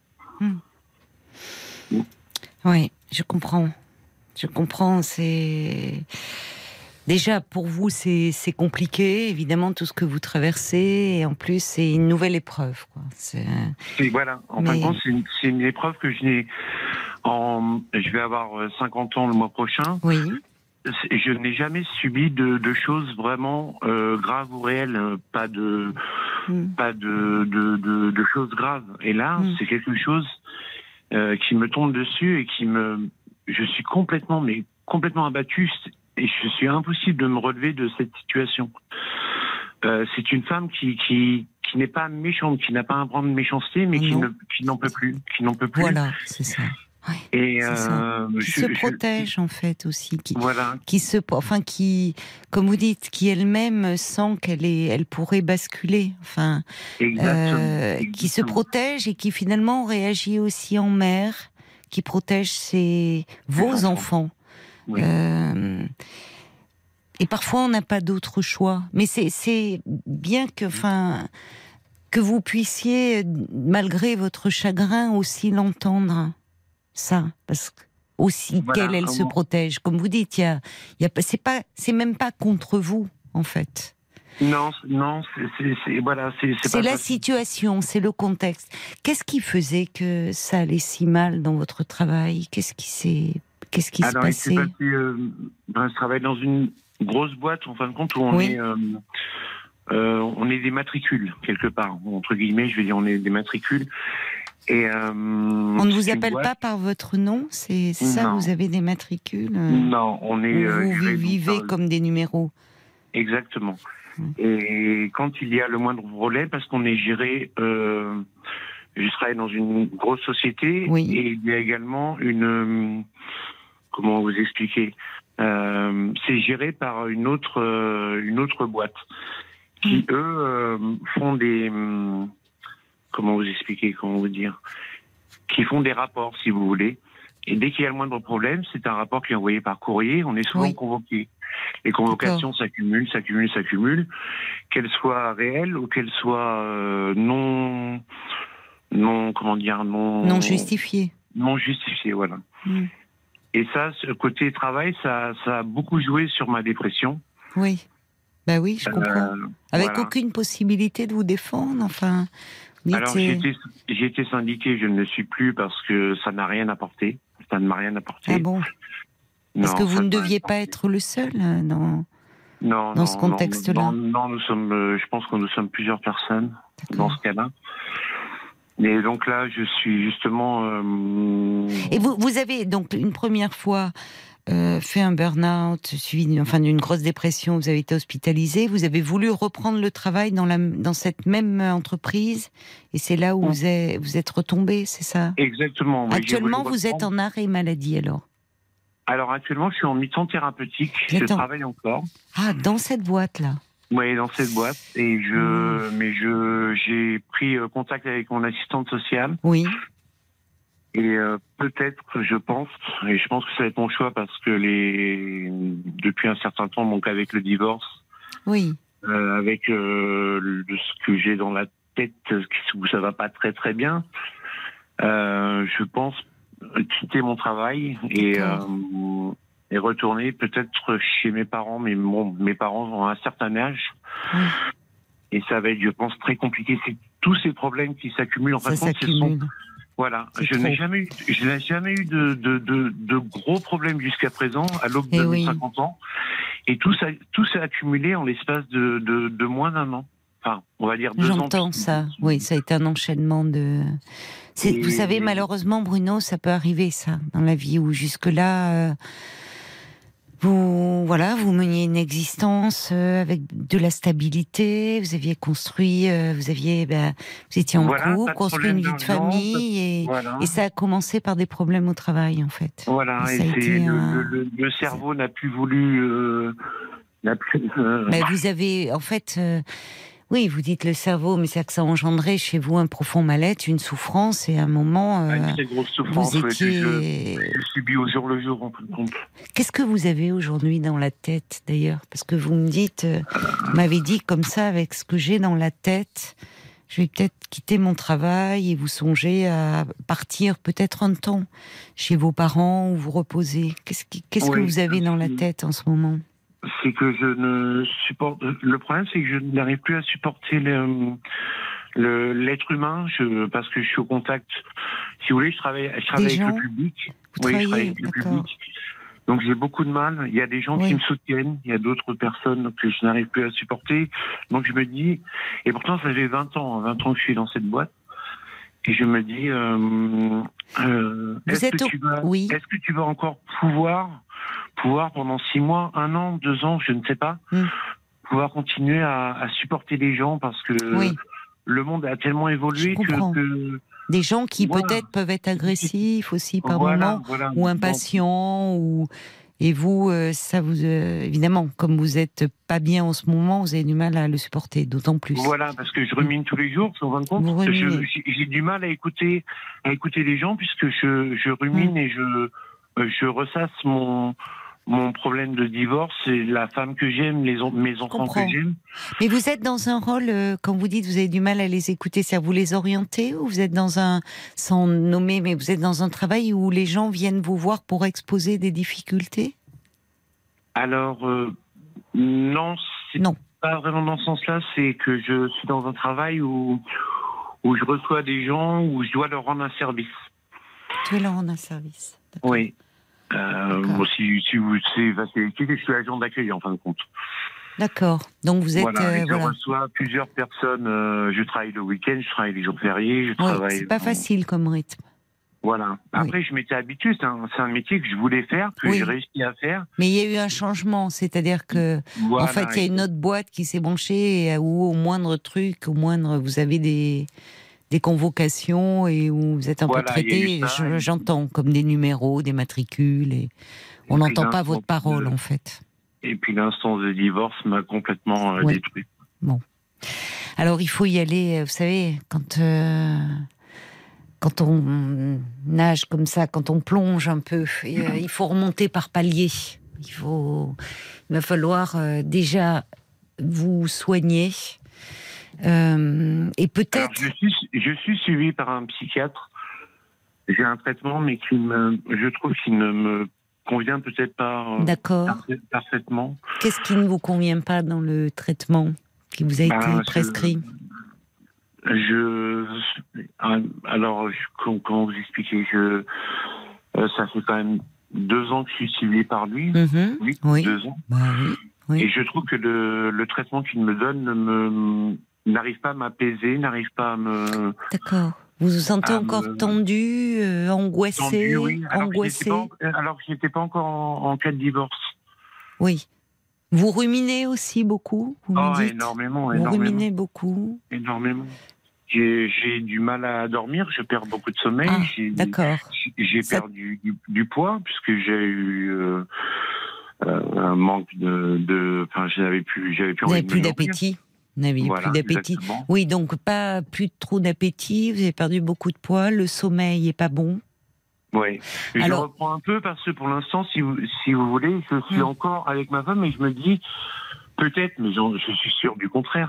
Oui, je comprends. Je comprends. C'est déjà pour vous, c'est c'est compliqué, évidemment, tout ce que vous traversez, et en plus, c'est une nouvelle épreuve, quoi. C'est Et voilà, en Mais- fin de compte, c'est une, c'est une épreuve que je n'ai... En, je vais avoir euh, cinquante ans le mois prochain. oui. C'est- Je n'ai jamais subi de, de choses vraiment euh, graves ou réelles, euh, pas de Hmm. pas de, de, de, de choses graves. Et là, Mm. c'est quelque chose euh, qui me tombe dessus et qui me... Je suis complètement, mais complètement abattu et je suis impossible de me relever de cette situation. Euh, c'est une femme qui, qui, qui n'est pas méchante, qui n'a pas un brin de méchanceté, mais qui, Non. ne, qui n'en peut plus, qui n'en peut plus. Voilà, c'est ça. Ouais. Et c'est ça. euh, Qui je- se je- protège en fait aussi, qui Voilà. qui se, enfin qui, comme vous dites, qui elle-même sent qu'elle est, elle pourrait basculer, enfin, Exactement. euh, qui se Exactement. protège et qui finalement réagit aussi en mère, qui protège ses vos enfants. enfants. Oui. Euh, et parfois on n'a pas d'autre choix, mais c'est c'est bien que, enfin, que vous puissiez, malgré votre chagrin, aussi l'entendre. Ça, parce que aussi Voilà, qu'elle, elle se comment- protège. Comme vous dites, il y a, il y a pas, c'est pas, c'est même pas contre vous en fait. Non, c'est- non, c'est, c'est, c'est- voilà, c'est, c'est C'est pas la facile. situation, c'est le contexte. Qu'est-ce qui faisait que ça allait si mal dans votre travail? Qu'est-ce qui s'est, qu'est-ce qui Alors, se il s'est passait? passé, euh, ben, je travaille dans une grosse boîte, en fin de compte, où on Oui. est, euh, euh, on est des matricules quelque part, entre guillemets, je vais dire, on est des matricules. Et euh, On ne vous c'est une appelle boîte- pas par votre nom, c'est c'est ça? Non. Vous avez des matricules euh, Non, on est. ou euh, vous géré vivez par- comme des numéros? Exactement. Et quand il y a le moindre problème, parce qu'on est géré, euh, je travaille dans une grosse société, Oui. et il y a également une, euh, comment vous expliquer, euh, c'est géré par une autre, euh, une autre boîte qui, Mm. eux, euh, font des, hum, comment vous expliquer, comment vous dire, qui font des rapports, si vous voulez. Et dès qu'il y a le moindre problème, c'est un rapport qui est envoyé par courrier, on est souvent Oui. convoqué. Les convocations s'accumulent, s'accumulent, s'accumulent, qu'elles soient réelles ou qu'elles soient euh, non, non, comment dire, non, Non justifié. non justifiées, voilà. Mm. Et ça, ce côté travail, ça, ça a beaucoup joué sur ma dépression. Oui. Bah oui, je comprends. Euh, Avec voilà. aucune possibilité de vous défendre, enfin. vous dites, Alors c'est- j'ai été, j'ai été syndiqué, je ne le suis plus parce que ça n'a rien apporté. Ça ne m'a rien apporté. Ah bon. Parce Non, que vous ça ne m'a deviez pas apporté. être le seul euh, dans. Non, dans non, ce non, contexte-là. Non, non, nous sommes, euh, je pense que nous sommes plusieurs personnes D'accord. dans ce cas-là. Et donc là, je suis justement. euh, Et vous, vous avez donc une première fois euh, fait un burn-out, suivi d'une, enfin, d'une grosse dépression, vous avez été hospitalisé, vous avez voulu reprendre le travail dans, la, dans cette même entreprise, et c'est là où Oui. vous êtes, vous êtes retombé, c'est ça? Exactement. oui, j'ai Actuellement, voulu vous êtes reprendre. en arrêt maladie alors? Alors actuellement, je suis en mi-temps thérapeutique. Vous Je êtes en- travaille encore. Ah, dans cette boîte-là. Oui, dans cette boîte. Et je, Mmh. mais je, j'ai pris euh, contact avec mon assistante sociale. Oui. Et euh, peut-être, je pense, et je pense que ça va être mon choix parce que les, depuis un certain temps, donc avec le divorce, Oui. euh, avec euh, le- ce que j'ai dans la tête, où ça va pas très très bien, euh, je pense quitter mon travail et, D'accord. euh, et retourner peut-être chez mes parents, mais mon, mes parents ont un certain âge. Oui. Et ça va être, je pense, très compliqué. C'est tous ces problèmes qui s'accumulent. En fin Ça de compte, ce sont s'accumule. voilà, C'est je n'ai trop. jamais eu, je n'ai jamais eu de, de, de, de gros problèmes jusqu'à présent, à l'aube Eh de oui. mes cinquante ans. Et tout, ça, tout s'est accumulé en l'espace de, de, de moins d'un an. Enfin, on va dire deux ans. J'entends ça. Oui, ça a été un enchaînement de. C'est, Et- Vous savez, malheureusement, Bruno, ça peut arriver, ça, dans la vie, où jusque-là, euh, vous, voilà, vous meniez une existence euh, avec de la stabilité. Vous aviez construit, euh, vous aviez, ben, vous étiez en Voilà, pas couple, de construit une vie problème de d'argent, famille, et, Voilà. et ça a commencé par des problèmes au travail, en fait. Voilà, Et et ça a c'est été le, un- le, le- le cerveau n'a plus voulu. Euh, n'a plus, euh, Mais vous avez, en fait, euh, oui, vous dites le cerveau, mais c'est que ça a engendré chez vous un profond mal-être, une souffrance, et à un moment, euh, une très grosse souffrance vous ouais, que étiez. je, je subis au jour le jour en fin de compte. Qu'est-ce que vous avez aujourd'hui dans la tête, d'ailleurs? Parce que vous me dites, euh, vous m'avez dit comme ça, avec ce que j'ai dans la tête, je vais peut-être quitter mon travail et vous songez à partir peut-être un temps chez vos parents ou vous reposer. Qu'est-ce, qui, qu'est-ce que Oui, vous avez dans la oui. tête en ce moment? C'est que je ne supporte. Le problème, c'est que je n'arrive plus à supporter le, le- l'être humain, je, parce que je suis au contact. Si vous voulez, je travaille, je travaille avec gens le public. Vous Oui, je travaille travaillez, avec le d'accord. public. Donc j'ai beaucoup de mal. Il y a des gens Oui. qui me soutiennent, il y a d'autres personnes que je n'arrive plus à supporter. Donc je me dis, et pourtant ça fait vingt ans, vingt ans que je suis dans cette boîte, et je me dis, euh, euh, Vous est-ce êtes que au- tu vas, oui. est-ce que tu vas encore pouvoir, pouvoir pendant six mois, un an, deux ans, je ne sais pas, Hmm. pouvoir continuer à, à supporter les gens parce que Oui. le monde a tellement évolué Je comprends. que, que Des gens qui Voilà. peut-être peuvent être agressifs aussi par voilà, moment, voilà. ou impatients, ou et vous, euh, ça vous euh, évidemment, comme vous êtes pas bien en ce moment, vous avez du mal à le supporter, d'autant plus. Voilà, parce que je rumine tous les jours, en fin de compte. Vous Je- ruminez. J'ai j'ai du mal à écouter, à écouter les gens puisque je, je rumine Mm. et je, euh, je ressasse mon, mon problème de divorce et la femme que j'aime, les, en- mes enfants comprends. que j'aime. Mais vous êtes dans un rôle, euh, quand vous dites vous avez du mal à les écouter, c'est à vous les orienter, ou vous êtes dans un, sans nommer, mais vous êtes dans un travail où les gens viennent vous voir pour exposer des difficultés? Alors, euh, non, c'est Non. pas vraiment dans ce sens-là, c'est que je suis dans un travail où, où je reçois des gens, où je dois leur rendre un service. Tu es leur rendre un service. D'accord. Oui. Euh, D'accord. bon, si, si vous c'est facilité, je suis agent d'accueil en fin de compte. D'accord. Donc vous êtes, Voilà, euh, et je voilà. reçois plusieurs personnes. euh, je travaille le week-end, je travaille les jours fériés, je Oui, travaille. c'est pas facile comme rythme. Voilà. Après, Oui. je m'étais habitué. C'est un, c'est un métier que je voulais faire, que Oui. j'ai réussi à faire. Mais il y a eu un changement, c'est-à-dire que, Voilà. en fait, il y a une autre boîte qui s'est branchée et où au moindre truc, au moindre, vous avez des, des convocations et où vous êtes un Voilà, peu il y a eu traité, ça, je- et- j'entends, comme des numéros, des matricules, et on Et puis n'entend pas l'instance votre parole, de- en fait. Et puis l'instance de divorce m'a complètement euh, Ouais. détruit. Alors, il faut y aller, vous savez, quand, euh, quand on nage comme ça, quand on plonge un peu, et, euh, il faut remonter par paliers. Il, faut, il va falloir euh, déjà vous soigner. Euh, et Alors, peut-être... je suis, je suis suivi par un psychiatre. J'ai un traitement, mais qui me, je trouve qu'il ne me convient peut-être pas euh, D'accord. parfait- parfaitement. Qu'est-ce qui ne vous convient pas dans le traitement qui vous a Ben, été je- prescrit? Je, alors, je- comment, comment vous expliquer je, euh, ça fait quand même deux ans que je suis suivi par lui. Mhm. Oui, Oui. deux ans. Bah oui. Oui. Et je trouve que le, le traitement qu'il me donne ne me, n'arrive pas à m'apaiser, n'arrive pas à me... D'accord. Vous vous sentez Ah, encore me- tendu, euh, angoissé, tendu, oui. Alors que angoissé? j'étais pas en- alors que je n'étais pas encore en, en cas de divorce. Oui. Vous ruminez aussi beaucoup, vous Oh, me dites? énormément, Vous énormément. ruminez beaucoup. Énormément. J'ai, j'ai du mal à dormir, je perds beaucoup de sommeil. Ah, j'ai, d'accord. j'ai Ça- perdu du, du poids puisque j'ai eu euh, euh, un manque de, de, enfin, j'avais plus, j'avais plus Vous envie n'avez de plus me nourrir. d'appétit. Vous n'avez Voilà, plus d'appétit. exactement. Oui, donc pas plus trop d'appétit. Vous avez perdu beaucoup de poids. Le sommeil est pas bon. Oui. Je Alors- reprends un peu parce que pour l'instant, si vous, si vous voulez, je suis Hum. encore avec ma femme et je me dis, peut-être, mais j'en- je suis sûr du contraire,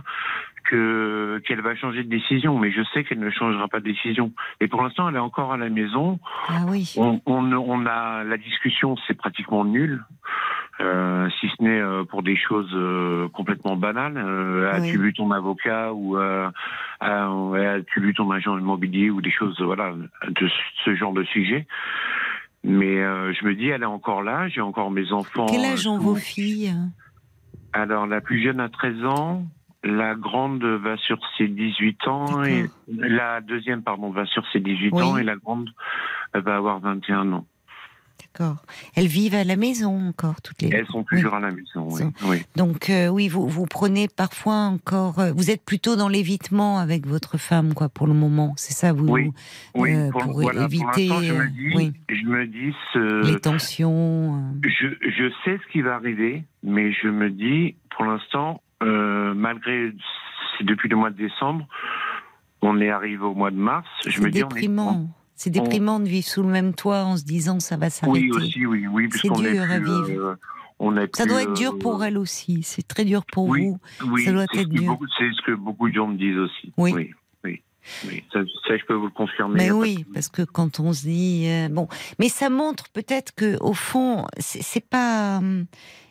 que qu'elle va changer de décision. Mais je sais qu'elle ne changera pas de décision. Et pour l'instant, elle est encore à la maison. Ah oui. On, on, on a la discussion, c'est pratiquement nul. Euh, si ce n'est euh, pour des choses euh, complètement banales. Euh, Oui. As-tu vu ton avocat ou euh, euh, as-tu vu ton agent immobilier ou des choses, voilà, de ce genre de sujet. Mais euh, je me dis, elle est encore là, j'ai encore mes enfants. Quel âge ont euh, vos sont- filles? Alors, la plus jeune a treize ans, la grande va sur ses dix-huit ans, et D'accord. la deuxième, pardon, va sur ses dix-huit Oui. ans, et la grande elle va avoir vingt et un ans. D'accord. Elles vivent à la maison encore, toutes les... Elles sont toujours à la maison, oui. Sont- oui. Donc euh, oui, vous, vous prenez parfois encore... euh, vous êtes plutôt dans l'évitement avec votre femme, quoi, pour le moment. C'est ça, vous... Oui. Oui, Euh, pour, pour voilà, éviter, pour l'instant, je euh, me dis, oui. je me dis ce- Les tensions... euh, je, je sais ce qui va arriver, mais je me dis, pour l'instant, euh, malgré, c'est depuis le mois de décembre, on est arrivé au mois de mars, je C'est me dis, on est- déprimant. C'est déprimant de vivre sous le même toit en se disant ça va s'arrêter. Oui, aussi, oui, oui, C'est puisqu'on est dur à plus, vivre. euh, on est Ça plus, doit être dur euh, pour elle aussi. C'est très dur pour oui, vous. Oui, Ça doit c'est être ce que dur. beaucoup- c'est ce que beaucoup de gens me disent aussi. Oui. oui, oui, oui. Ça, ça, je peux vous le confirmer. Mais y a pas oui, de- parce que quand on se dit euh, bon, mais ça montre peut-être que au fond, c'est c'est pas, hum,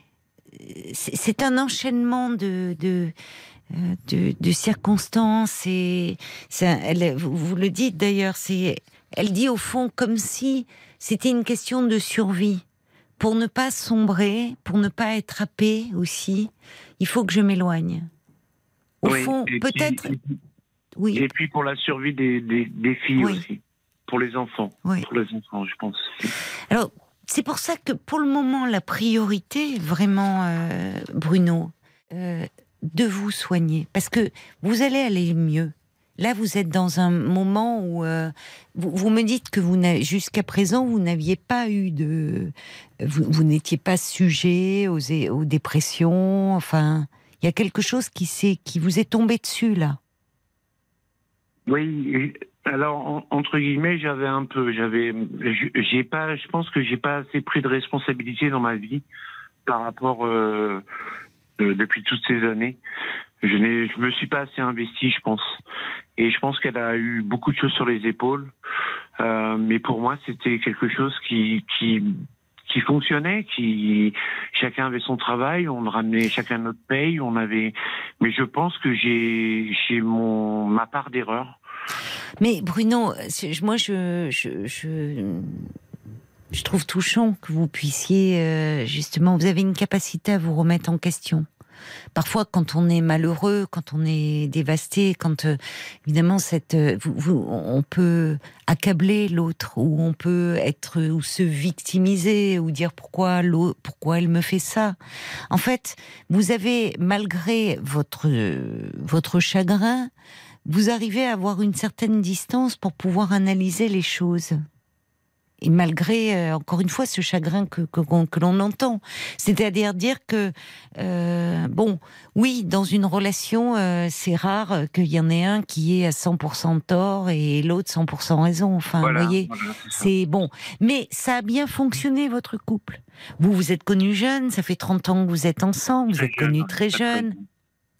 c'est c'est un enchaînement de de euh, de, de circonstances et ça, elle, vous, vous le dites d'ailleurs, c'est, elle dit au fond comme si c'était une question de survie. Pour ne pas sombrer, pour ne pas être happé aussi, il faut que je m'éloigne. Au Oui, fond, et peut-être, puis- oui. Et puis pour la survie des, des, des filles Oui. aussi. Pour les enfants. Oui. Pour les enfants, je pense. Alors, c'est pour ça que pour le moment, la priorité, vraiment, euh, Bruno, euh, de vous soigner. Parce que vous allez aller mieux. Là, vous êtes dans un moment où euh, vous, vous me dites que vous n'avez, jusqu'à présent, vous n'aviez pas eu de, vous, vous n'étiez pas sujet aux, aux dépressions. Enfin, il y a quelque chose qui s'est, qui vous est tombé dessus là. Oui. et- Alors, en- entre guillemets, j'avais un peu, j'avais, je- j'ai pas, je pense que j'ai pas assez pris de responsabilité dans ma vie par rapport euh, euh, depuis toutes ces années. Je n'ai, je me suis pas assez investi, je pense. Et je pense qu'elle a eu beaucoup de choses sur les épaules. Euh, mais pour moi, c'était quelque chose qui, qui, qui fonctionnait, qui, chacun avait son travail, on ramenait chacun notre paye, on avait, mais je pense que j'ai, j'ai mon, ma part d'erreur. Mais Bruno, c'est- moi, je, je, je, je trouve touchant que vous puissiez, euh, justement, vous avez une capacité à vous remettre en question. parfois quand on est malheureux, quand on est dévasté, quand euh, évidemment cette, euh, vous, vous, on peut accabler l'autre, ou on peut être ou se victimiser, ou dire pourquoi l'autre, pourquoi elle me fait ça. En fait, vous avez, malgré votre euh, votre chagrin, vous arrivez à avoir une certaine distance pour pouvoir analyser les choses. Et malgré, euh, encore une fois, ce chagrin que, que, que l'on entend. C'est-à-dire dire que, euh, bon, oui, dans une relation, euh, c'est rare qu'il y en ait un qui ait à cent pour cent tort et l'autre cent pour cent raison. Enfin, voilà, vous voyez, voilà, c'est, c'est bon. Mais ça a bien fonctionné, votre couple. Vous, vous êtes connus jeunes, ça fait trente ans que vous êtes ensemble, vous très êtes connus jeune, très très, très jeunes. jeune. Comment ?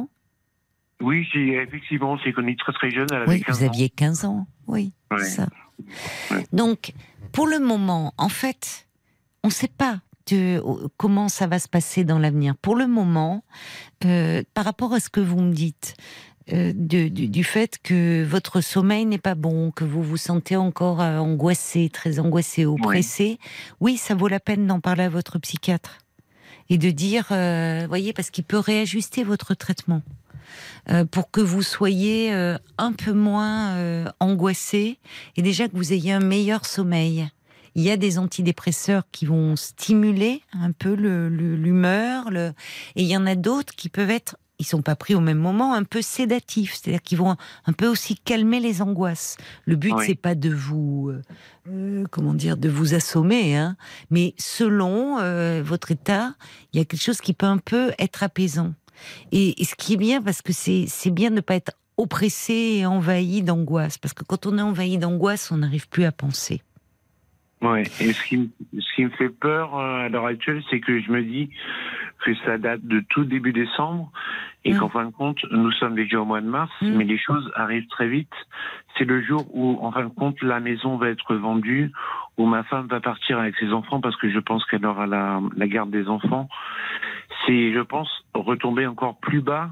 Oui, j'ai, effectivement, on s'est connus très très jeune. Elle avait Oui, quinze vous ans. aviez quinze ans, oui, Ouais. c'est ça. Ouais. Donc, pour le moment, en fait, on ne sait pas de, comment ça va se passer dans l'avenir. Pour le moment, euh, par rapport à ce que vous me dites, euh, de, du, du fait que votre sommeil n'est pas bon, que vous vous sentez encore euh, angoissé, très angoissé, oppressé, oui. oui, ça vaut la peine d'en parler à votre psychiatre. Et de dire, euh, voyez, parce qu'il peut réajuster votre traitement. Euh, pour que vous soyez euh, un peu moins euh, angoissé et déjà que vous ayez un meilleur sommeil. Il y a des antidépresseurs qui vont stimuler un peu le, le, l'humeur, le... et il y en a d'autres qui peuvent être, ils sont pas pris au même moment, un peu sédatifs, c'est-à-dire qu'ils vont un peu aussi calmer les angoisses. Le but, Oui. c'est pas de vous, euh, comment dire, de vous assommer, hein, mais selon euh, votre état, il y a quelque chose qui peut un peu être apaisant. Et, et ce qui est bien, parce que c'est, c'est bien de ne pas être oppressé et envahi d'angoisse. Parce que quand on est envahi d'angoisse, on n'arrive plus à penser. Ouais. Et ce qui, me- ce qui me fait peur euh, à l'heure actuelle, c'est que je me dis que ça date de tout début décembre et Mm. qu'en fin de compte, nous sommes déjà au mois de mars, Mm. mais les choses arrivent très vite. C'est le jour où, en fin de compte, la maison va être vendue, où ma femme va partir avec ses enfants parce que je pense qu'elle aura la, la garde des enfants. C'est, je pense, retomber encore plus bas,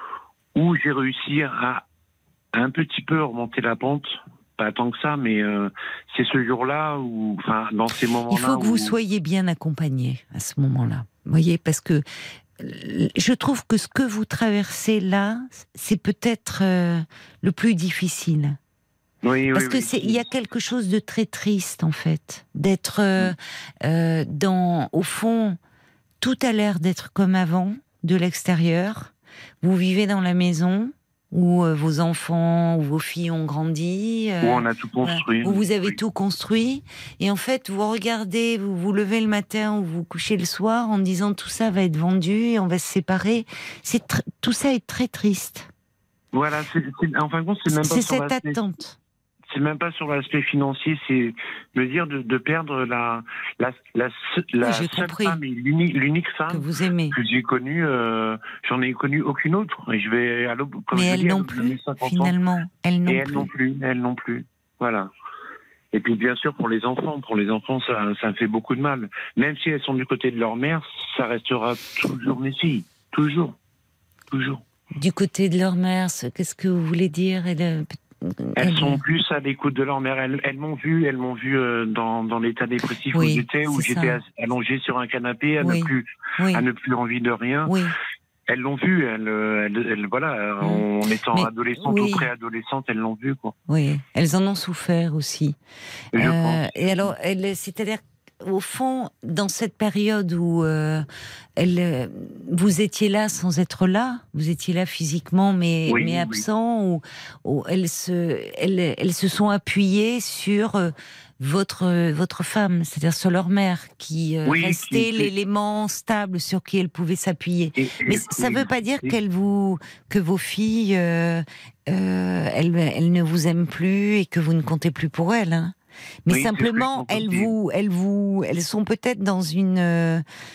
où j'ai réussi à un petit peu remonter la pente. Pas tant que ça, mais euh, c'est ce jour-là où, enfin, dans ces moments-là. Il faut que vous où... soyez bien accompagné à ce moment-là. Vous voyez, parce que euh, je trouve que ce que vous traversez là, c'est peut-être euh, le plus difficile. Oui, Parce oui, que oui. c'est, il y a quelque chose de très triste en fait, d'être euh, euh, dans, au fond, tout a l'air d'être comme avant, de l'extérieur. Vous vivez dans la maison où euh, vos enfants ou vos filles ont grandi, euh, Où on a tout construit. où vous avez Oui. tout construit, et en fait vous regardez, vous vous levez le matin ou vous vous couchez le soir en disant tout ça va être vendu et on va se séparer. C'est tr- tout ça est très triste. Voilà, c'est, c'est- en fin de compte, c'est même pas C'est sur cette l'aspect, attente. c'est même pas sur l'aspect financier, c'est me dire de, de perdre la, la, la, se- la j'ai seule compris. femme et l'unique, l'unique Que femme vous aimez. que j'ai connue, euh, j'en ai connu aucune autre. Et je vais à l'aube, comme Mais je elle dis, à non l'aube de plus, mes cinquante ans. finalement. Elle non Et elles plus. non plus, elles non plus. Voilà. Et puis bien sûr pour les enfants, pour les enfants ça, ça me fait beaucoup de mal. Même si elles sont du côté de leur mère, ça restera toujours mes filles, toujours, toujours. Du côté de leur mère, ce- qu'est-ce que vous voulez dire? Elle, euh, Elles elle- sont plus à l'écoute de leur mère. Elles, elles m'ont vu, elles m'ont vu euh, dans, dans l'état dépressif Oui, où j'étais, où c'est j'étais ça. ass- allongé sur un canapé, à Oui. ne plus, Oui, à ne plus envie de rien. oui. Elles l'ont vu, elles, euh, elles, elles- voilà, Mm. en étant Mais, adolescente oui. ou préadolescente, elles l'ont vu, quoi. Oui, elles en ont souffert aussi. Je Euh, pense. et alors, elle, c'est-à-dire, au fond, dans cette période où euh, elle, euh, vous étiez là sans être là, vous étiez là physiquement mais, Oui, mais oui. absent, où, où elles, se, elles, elles se sont appuyées sur euh, votre, votre femme, c'est-à-dire sur leur mère, qui euh, Oui, restait qui- qui- l'élément stable sur qui elles pouvaient s'appuyer. Et- et- Mais ça ne oui. veut pas dire Et- qu'elles vous, que vos filles, euh, euh, elles, elles ne vous aiment plus et que vous ne comptez plus pour elles. Hein. Mais Oui, c'est ce que simplement, je pense elles aussi. vous, elles vous, elles sont peut-être dans une, euh,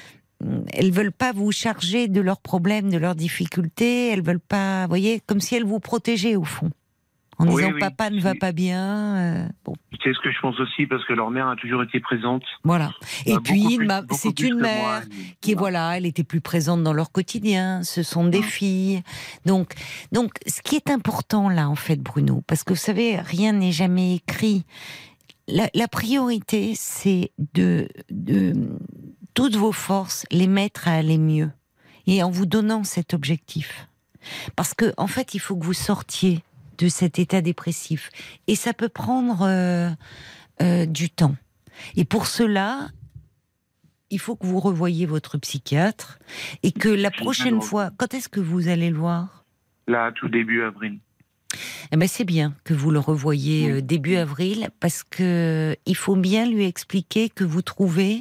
elles veulent pas vous charger de leurs problèmes, de leurs difficultés. Elles veulent pas, vous voyez, comme si elles vous protégeaient au fond, en Oui, disant oui. papa ne va pas bien. euh, bon, C'est ce que je pense aussi, parce que leur mère a toujours été présente. voilà. Et Euh, puis, beaucoup plus- ma- beaucoup c'est plus une que mère moi. qui, voilà, elle était plus présente dans leur quotidien. Ce sont des Mm. filles. Donc, donc, ce qui est important là, en fait, Bruno, parce que vous savez, rien n'est jamais écrit. La, la priorité, c'est de, de toutes vos forces les mettre à aller mieux. et en vous donnant cet objectif. Parce que, en fait, il faut que vous sortiez de cet état dépressif. Et ça peut prendre euh, euh, du temps. Et pour cela, il faut que vous revoyiez votre psychiatre et que la prochaine fois... Quand est-ce que vous allez le voir ? Là, tout début avril. Eh ben, c'est bien que vous le revoyiez euh, début avril, parce que il faut bien lui expliquer que vous trouvez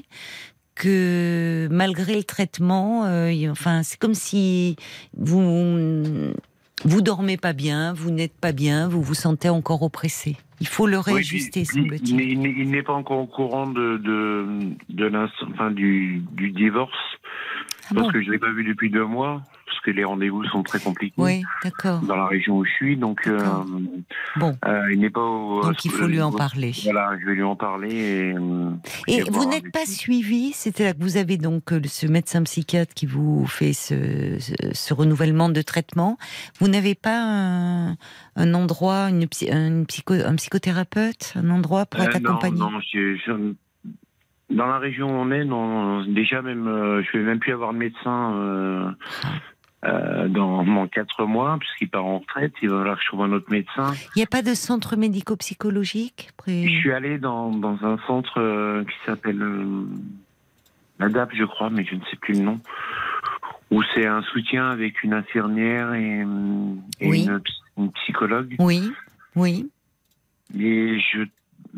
que malgré le traitement, euh, enfin, c'est comme si vous vous dormez pas bien, vous n'êtes pas bien, vous vous sentez encore oppressé. Il faut le réajuster, oui, semble-t-il. Il, il, il n'est pas encore au courant de de, de enfin, du, du divorce, ah parce bon que je l'ai pas vu depuis deux mois. Parce que les rendez-vous sont très compliqués. Oui, d'accord. Dans la région où je suis, donc euh, bon. Euh, il n'est pas au. Donc il faut lui en parler. Voilà, je vais lui en parler. Et, et, et vous n'êtes pas suivi. C'était là que vous avez donc ce médecin psychiatre qui vous fait ce, ce, ce renouvellement de traitement. Vous n'avez pas un, un endroit, une, une psycho, un psychothérapeute, un endroit pour être euh, non, accompagné. Non, je, je, dans la région où on est, non. Déjà même, euh, je vais même plus avoir de médecin. Euh, Euh, dans mon quatre mois, puisqu'il part en retraite, il va falloir que je trouve un autre médecin. Il n'y a pas de centre médico-psychologique après... Je suis allé dans, dans un centre euh, qui s'appelle euh, l'A D A P, je crois, mais je ne sais plus le nom, où c'est un soutien avec une infirmière et, et oui. une, une psychologue. Oui, oui. Et je...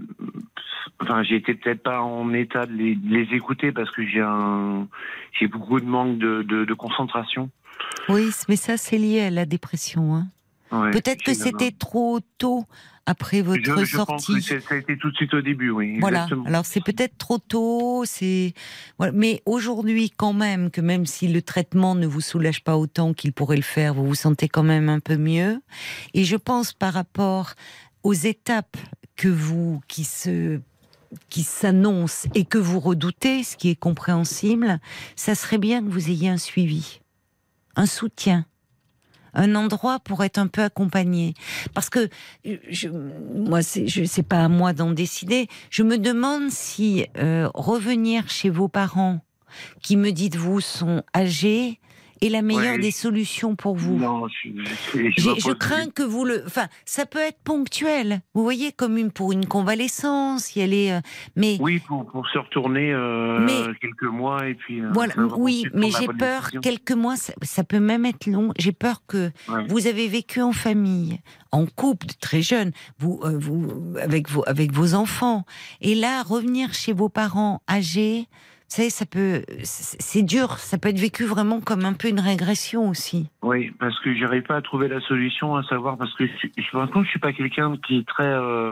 Enfin, j'ai été peut-être pas en état de les, de les écouter parce que j'ai un, j'ai beaucoup de manque de, de, de concentration. Oui, mais ça, c'est lié à la dépression. Hein. Ouais, Peut-être que c'était trop tôt après votre je, je sortie. Pense que ça a été tout de suite au début, oui. Voilà. Exactement. Alors c'est peut-être trop tôt. C'est voilà. Mais aujourd'hui, quand même, que même si le traitement ne vous soulage pas autant qu'il pourrait le faire, vous vous sentez quand même un peu mieux. Et je pense par rapport aux étapes que vous qui se qui s'annoncent et que vous redoutez, ce qui est compréhensible, ça serait bien que vous ayez un suivi, un soutien, un endroit pour être un peu accompagné. Parce que, je, moi, c'est, je, c'est pas à moi d'en décider. Je me demande si euh, revenir chez vos parents, qui me dites-vous sont âgés, est la meilleure ouais. des solutions pour vous. Non, je, je, je, je, je crains que vous le... Enfin, ça peut être ponctuel. Vous voyez, comme une, pour une convalescence, si elle est... Euh, mais... Oui, pour, pour se retourner euh, mais, quelques mois et puis... Euh, voilà, oui, mais j'ai peur, décision. quelques mois, ça, ça peut même être long. J'ai peur que ouais. vous avez vécu en famille, en couple, très jeune, vous, euh, vous, avec, vos, avec vos enfants. Et là, revenir chez vos parents âgés... Vous savez, ça peut, c'est dur, ça peut être vécu vraiment comme un peu une régression aussi. Oui, parce que j'arrive pas à trouver la solution, à savoir, parce que je, je, maintenant, je suis pas quelqu'un qui est très euh,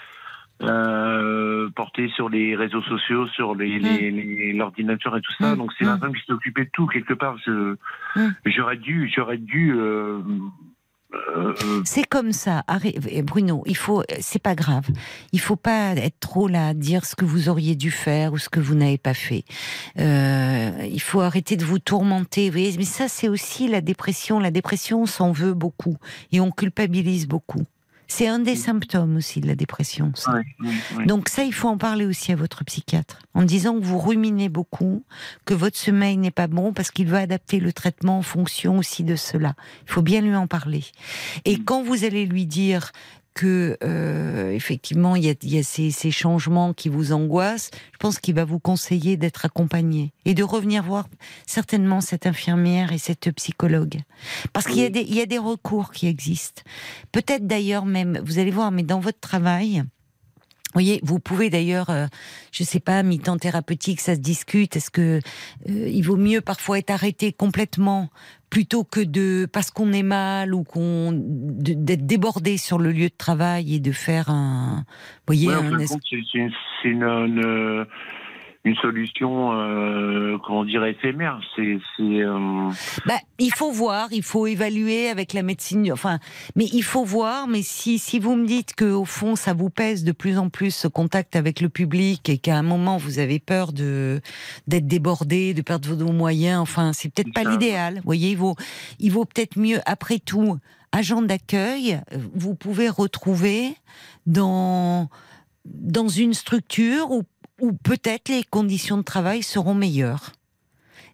euh, porté sur les réseaux sociaux, sur les, mmh. les, les, l'ordinateur et tout ça. Mmh. Donc c'est mmh. ma femme qui s'est occupée de tout. Quelque part, je, mmh. j'aurais dû, j'aurais dû. Euh, Euh, c'est comme ça, Bruno. Il faut, c'est pas grave. Il faut pas être trop là à dire ce que vous auriez dû faire ou ce que vous n'avez pas fait. Euh, il faut arrêter de vous tourmenter. Vous voyez, mais ça, c'est aussi la dépression. La dépression, on s'en veut beaucoup et on culpabilise beaucoup. C'est un des symptômes aussi de la dépression. Ça. Oui, oui, oui. Donc ça, il faut en parler aussi à votre psychiatre, en disant que vous ruminez beaucoup, que votre sommeil n'est pas bon, parce qu'il veut adapter le traitement en fonction aussi de cela. Il faut bien lui en parler. Et quand vous allez lui dire que euh, effectivement il y a, il y a ces, ces changements qui vous angoissent, je pense qu'il va vous conseiller d'être accompagné et de revenir voir certainement cette infirmière et cette psychologue, parce qu'il y a des, il y a des recours qui existent. Peut-être d'ailleurs même, vous allez voir, mais dans votre travail, vous voyez, vous pouvez d'ailleurs, euh, je sais pas, mi-temps thérapeutique, ça se discute. Est-ce que euh, il vaut mieux parfois être arrêté complètement plutôt que de, parce qu'on est mal ou qu'on de, d'être débordé sur le lieu de travail et de faire un, vous voyez, ouais, un. Es... C'est, c'est, une, c'est une, une, une solution, euh, comment dire, éphémère. C'est, c'est. Euh... Bah, il faut voir, il faut évaluer avec la médecine. Enfin, mais il faut voir. Mais si si vous me dites que au fond ça vous pèse de plus en plus ce contact avec le public et qu'à un moment vous avez peur de d'être débordé, de perdre vos moyens. Enfin, c'est peut-être c'est pas ça. L'idéal. Vous voyez, il vaut il vaut peut-être mieux. Après tout, agent d'accueil, vous pouvez retrouver dans dans une structure où où peut-être les conditions de travail seront meilleures.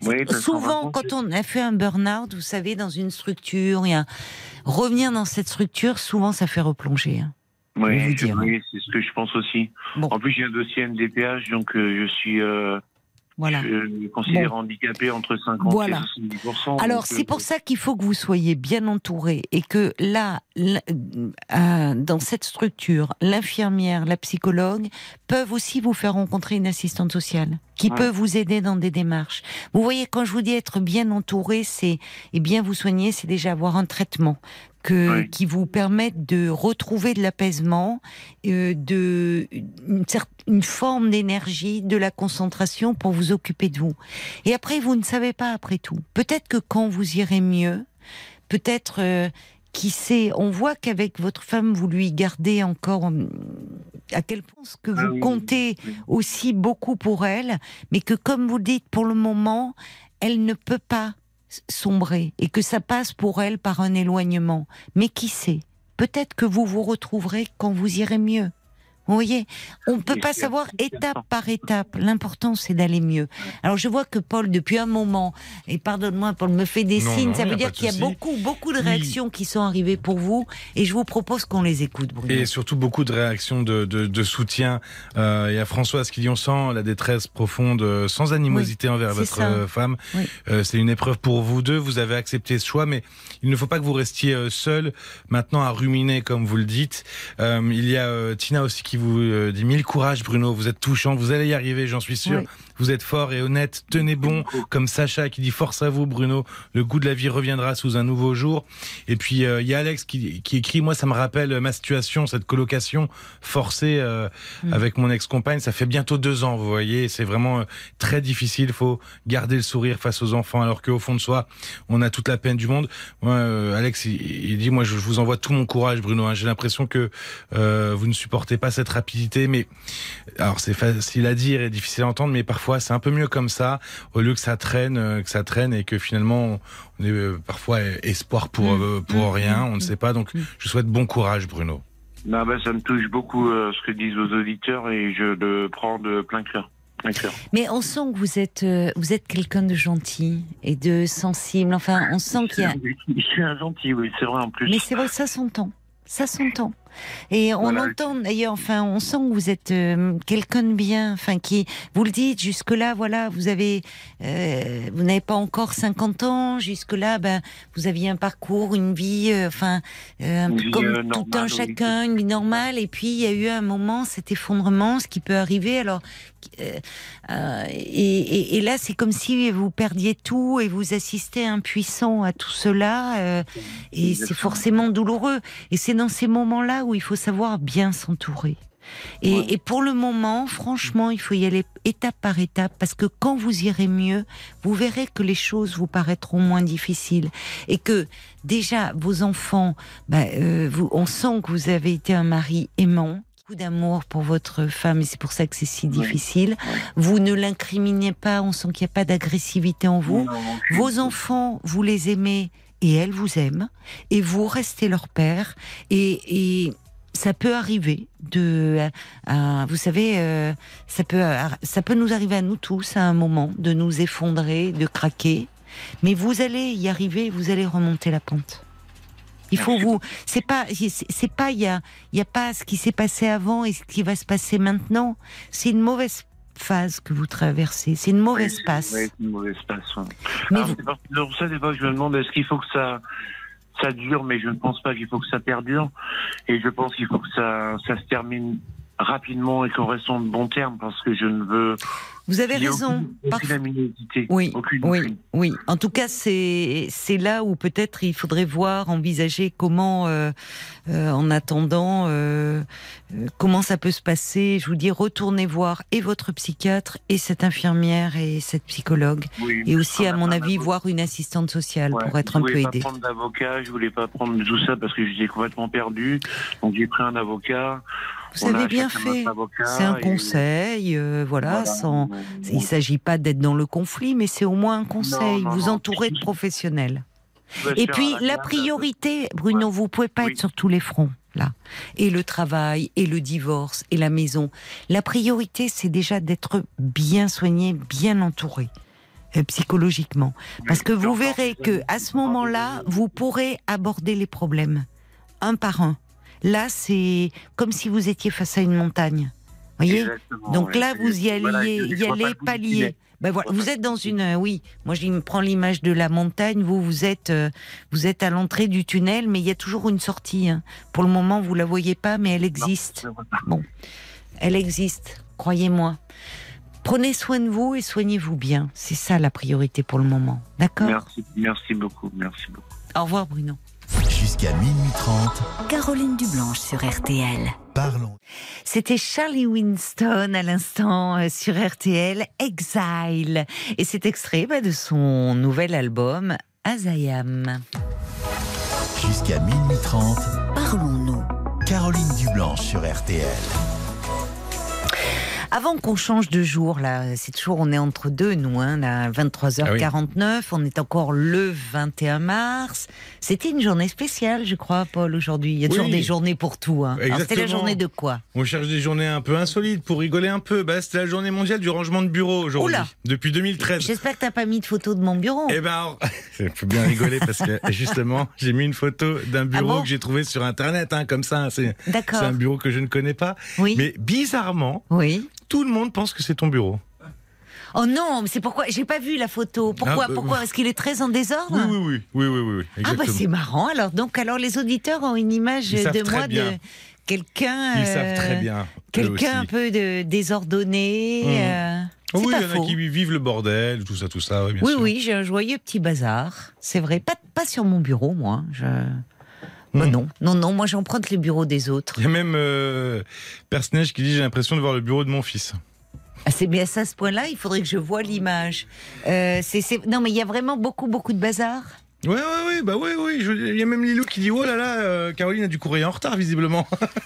Oui, parce Souvent, qu'en fin de quand on a fait un burn-out, vous savez, dans une structure, il y a... revenir dans cette structure, souvent, ça fait replonger. Hein. compte, je vais oui, vous je- dire. oui, c'est ce que je pense aussi. Bon. En plus, j'ai un dossier M D P H, donc euh, je suis euh, Voilà. je considère Bon. handicapé entre cinquante Voilà. et soixante-dix pour cent. Alors, donc, c'est euh, pour ça qu'il faut que vous soyez bien entouré et que là, l- euh, dans cette structure, l'infirmière, la psychologue peuvent aussi vous faire rencontrer une assistante sociale qui Ouais. peut vous aider dans des démarches. Vous voyez, quand je vous dis être bien entouré, c'est et bien vous soigner, c'est déjà avoir un traitement que, Oui. qui vous permette de retrouver de l'apaisement, euh, de une, cer- une forme d'énergie, de la concentration pour vous occuper de vous. Et après, vous ne savez pas après tout. Peut-être que quand vous irez mieux, peut-être, euh, qui sait, on voit qu'avec votre femme, vous lui gardez encore hum, à quel point ce que vous Ah oui, comptez oui. aussi beaucoup pour elle, mais que comme vous dites, pour le moment, elle ne peut pas s- sombrer et que ça passe pour elle par un éloignement. Mais qui sait, peut-être que vous vous retrouverez quand vous irez mieux. Vous voyez, on ne peut pas J'espère, savoir j'espère. étape par étape. L'important, c'est d'aller mieux. Alors, je vois que Paul, depuis un moment, et pardonne-moi, Paul me fait des Non, signes, non, ça y veut a dire pas de qu'il y a souci. beaucoup, beaucoup de Oui. réactions qui sont arrivées pour vous, et je vous propose qu'on les écoute, Bruno. Et surtout beaucoup de réactions de, de, de soutien. Euh, il y a Françoise qui dit on sent la détresse profonde, euh, sans animosité envers c'est votre ça. euh, femme. Oui. Euh, c'est une épreuve pour vous deux. Vous avez accepté ce choix, mais il ne faut pas que vous restiez euh, seul maintenant à ruminer, comme vous le dites. Euh, il y a euh, Tina aussi qui vous euh, dit mille courage, Bruno. Vous êtes touchant. Vous allez y arriver, j'en suis sûr. Oui. Vous êtes fort et honnête. Tenez bon, comme Sacha qui dit force à vous, Bruno. Le goût de la vie reviendra sous un nouveau jour. Et puis euh, il y a Alex qui, qui écrit moi ça me rappelle ma situation, cette colocation forcée euh, Mm. avec mon ex-compagne. Ça fait bientôt deux ans, vous voyez. C'est vraiment euh, très difficile. Il faut garder le sourire face aux enfants, alors qu'au fond de soi, on a toute la peine du monde. Moi, euh, Alex, il, il dit moi je, je vous envoie tout mon courage, Bruno. Hein. J'ai l'impression que euh, vous ne supportez pas cette rapidité, mais alors c'est facile à dire et difficile à entendre, mais parfois c'est un peu mieux comme ça, au lieu que ça traîne, euh, que ça traîne et que finalement on est euh, parfois espoir pour Mmh. euh, pour Mmh. rien, on ne Mmh. sait pas. Donc Mmh. je souhaite bon courage, Bruno. bah, bah, ça me touche beaucoup euh, ce que disent vos auditeurs et je le prends de plein cœur. Plein cœur. Mais on sent que vous êtes, euh, vous êtes quelqu'un de gentil et de sensible. Enfin, on sent qu'il y a. Je suis un gentil, oui, c'est vrai en plus. Mais c'est vrai, ça s'entend. Ça s'entend. Et on Voilà. entend d'ailleurs, enfin, on sent que vous êtes euh, quelqu'un de bien, enfin, qui, vous le dites, jusque-là, voilà, vous avez, euh, vous n'avez pas encore cinquante ans, jusque-là, ben, vous aviez un parcours, une vie, euh, enfin, euh, un Une peu vie, comme euh, tout normale, un oui. chacun, une vie normale, et puis il y a eu un moment, cet effondrement, ce qui peut arriver, alors, euh, euh, et, et, et là, c'est comme si vous perdiez tout et vous assistez impuissant à tout cela, euh, et c'est forcément douloureux. Et c'est dans ces moments-là où il faut savoir bien s'entourer. Et, Ouais. et pour le moment, franchement, il faut y aller étape par étape, parce que quand vous irez mieux, vous verrez que les choses vous paraîtront moins difficiles. Et que déjà, vos enfants, bah, euh, vous, on sent que vous avez été un mari aimant, beaucoup d'amour pour votre femme, et c'est pour ça que c'est si difficile. Vous ne l'incriminez pas, on sent qu'il n'y a pas d'agressivité en vous. Non, je- Vos enfants, vous les aimez et elles vous aiment, et vous restez leur père, et, et ça peut arriver de, euh, euh, vous savez, euh, ça peut, euh, ça peut nous arriver à nous tous à un moment de nous effondrer, de craquer, mais vous allez y arriver, vous allez remonter la pente. Il faut vous, c'est pas, c'est c'est pas, il y a, il y a pas ce qui s'est passé avant et ce qui va se passer maintenant. C'est une mauvaise phase que vous traversez, c'est une mauvaise Oui, passe. oui, c'est une mauvaise passe. Ouais. Mais Alors, vous- c'est parti pour ça, des fois, je me demande est-ce qu'il faut que ça, ça dure, mais je ne pense pas qu'il faut que ça perdure. Et je pense qu'il faut que ça, ça se termine rapidement et qu'on reste en bon terme, parce que je ne veux. Vous avez il y a raison. Aucune, aucune Parfois- aminosité. Oui, Aucune, oui, aucune. oui. En tout cas, c'est c'est là où peut-être il faudrait voir, envisager comment, euh, euh, en attendant, euh, euh, comment ça peut se passer. Je vous dis, retournez voir et votre psychiatre et cette infirmière et cette psychologue, Oui. et aussi, à On a mon un avis, avocat. voir une assistante sociale Ouais. pour être Je un peu voulais pas aidée. prendre d'avocat, je voulais pas prendre tout ça parce que j'étais complètement perdu. Donc j'ai pris un avocat. Vous On avez a bien chacun fait. notre avocat C'est un et- conseil, euh, voilà, Voilà. sans. Il ne s'agit pas d'être dans le conflit, mais c'est au moins un conseil. non, vous non. entourez de professionnels. On va se Et faire puis à la garde. priorité, Bruno, vous pouvez pas Oui. être sur tous les fronts là. Et le travail, et le divorce, et la maison. La priorité, c'est déjà d'être bien soigné, bien entouré. euh, psychologiquement. Parce que vous verrez que à ce moment-là, vous pourrez aborder les problèmes un par un. Là, c'est comme si vous étiez face à une montagne. Voyez. Exactement, Donc ouais. là, vous y allez, Voilà, je- je y vois allez pas le palier. bout. Ben voilà, vous êtes dans une, euh, oui. Moi, je me prends l'image de la montagne. Vous, vous êtes, euh, vous êtes à l'entrée du tunnel, mais il y a toujours une sortie. Hein. Pour le moment, vous la voyez pas, mais elle existe. Bon, elle existe. Croyez-moi. Prenez soin de vous et soignez-vous bien. C'est ça la priorité pour le moment. D'accord ? Merci, merci beaucoup, merci beaucoup. Au revoir, Bruno. Jusqu'à minuit trente, Caroline Dublanche sur R T L. parlons. C'était Charlie Winston à l'instant euh, sur R T L, Exile. Et c'est extrait bah, de son nouvel album, As I Am. Jusqu'à minuit trente, Parlons-nous. Caroline Dublanche sur R T L. Avant qu'on change de jour, là, c'est toujours, on est entre deux, nous, hein, là, vingt-trois heures quarante-neuf, on est encore le vingt et un mars. C'était une journée spéciale, je crois, Paul, aujourd'hui. Il y a toujours Oui. des journées pour tout. Hein. Alors, c'était la Exactement. journée de quoi ? On cherche des journées un peu insolites pour rigoler un peu. Bah, c'était la journée mondiale du rangement de bureau aujourd'hui, Oula. depuis deux mille treize. J'espère que t'as pas mis de photo de mon bureau. Eh ben, alors, je peux bien rigoler parce que justement, j'ai mis une photo d'un bureau Ah bon que j'ai trouvé sur Internet, hein, comme ça. C'est, D'accord. c'est un bureau que je ne connais pas. Oui. Mais bizarrement, Oui. tout le monde pense que c'est ton bureau. Oh non, mais c'est pourquoi j'ai pas vu la photo. Pourquoi Ah, bah, Pourquoi Est-ce qu'il est très en désordre Oui, oui, oui, oui, oui, oui, oui, Ah bah exactement. c'est marrant. Alors donc alors les auditeurs ont une image Ils savent de très moi bien. de quelqu'un. Ils euh, savent très bien. eux Quelqu'un un aussi. peu de désordonné. Mmh. euh, c'est Oui, pas il y en a faux. qui vivent le bordel, tout ça, tout ça. Oui, bien Oui, sûr. oui, j'ai un joyeux petit bazar. C'est vrai. Pas, pas sur mon bureau, moi. Je... Bah Mmh. non, non, non. Moi, j'emprunte les bureaux des autres. Il y a même euh, personnage qui dit j'ai l'impression de voir le bureau de mon fils. Ah, c'est bien ça, à ce point-là. Il faudrait que je voie l'image. Euh, c'est, c'est... Non, mais il y a vraiment beaucoup, beaucoup de bazar. Ouais, ouais, ouais, bah ouais, oui. Je- Il y a même Lilou qui dit oh là là, euh, Caroline a du courrier en retard visiblement.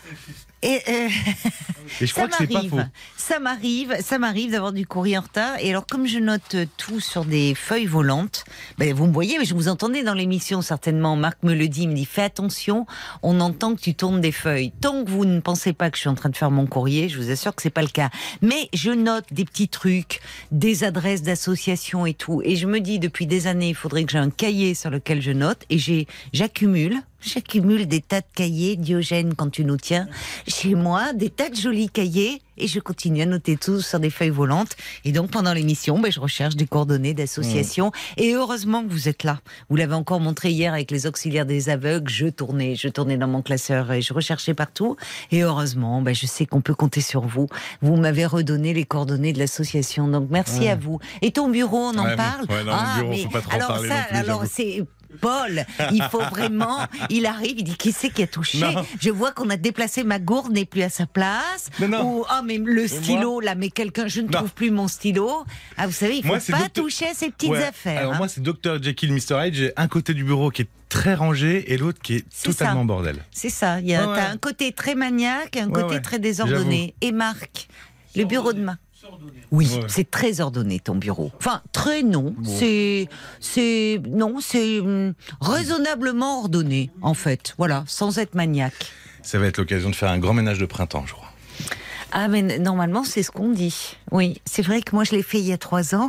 Et euh, Et je crois ça que c'est pas m'arrive, faux. ça m'arrive, ça m'arrive d'avoir du courrier en retard. Et alors, comme je note tout sur des feuilles volantes, ben vous me voyez, mais je vous entendais dans l'émission certainement. Marc me le dit, il me dit fais attention, on entend que tu tournes des feuilles. Tant que vous ne pensez pas que je suis en train de faire mon courrier, je vous assure que c'est pas le cas. Mais je note des petits trucs, des adresses d'associations et tout. Et je me dis depuis des années, il faudrait que j'ai un cahier sur lequel je note. Et j'ai, j'accumule. J'accumule des tas de cahiers, Diogène, quand tu nous tiens, chez moi, des tas de jolis cahiers, et je continue à noter tout sur des feuilles volantes. Et donc, pendant l'émission, ben, je recherche des coordonnées d'associations. Mmh. Et heureusement que vous êtes là. Vous l'avez encore montré hier avec les auxiliaires des aveugles. Je tournais, je tournais dans mon classeur et je recherchais partout. Et heureusement, ben, je sais qu'on peut compter sur vous. Vous m'avez redonné les coordonnées de l'association. Donc, merci Ouais. à vous. Et ton bureau, on en Ouais, parle? ouais, non, mon bureau, faut pas trop en alors parler ça, non plus, alors j'avoue. c'est... Paul, il faut vraiment. Il arrive, il dit qui c'est qui a touché. Non. Je vois qu'on a déplacé, ma gourde n'est plus à sa place. Mais non. Ou oh mais le stylo là, mais quelqu'un, je ne Non. trouve plus mon stylo. Ah vous savez, il faut Moi, c'est pas docteur- toucher à ces petites Ouais. affaires. Alors hein. moi, c'est docteur Jekyll, mister Hyde. J'ai un côté du bureau qui est très rangé et l'autre qui est C'est totalement ça. bordel. C'est ça. Il y a Ouais, ouais. t'as un côté très maniaque, et un Ouais, côté ouais. très désordonné. Et Marc, le bureau de Marc. Oui, Ouais. c'est très ordonné ton bureau. Enfin, très non. C'est, c'est non, c'est hum, raisonnablement ordonné en fait. Voilà, sans être maniaque. Ça va être l'occasion de faire un grand ménage de printemps, je crois. Ah, mais n- normalement, c'est ce qu'on dit. Oui, c'est vrai que moi, je l'ai fait il y a trois ans.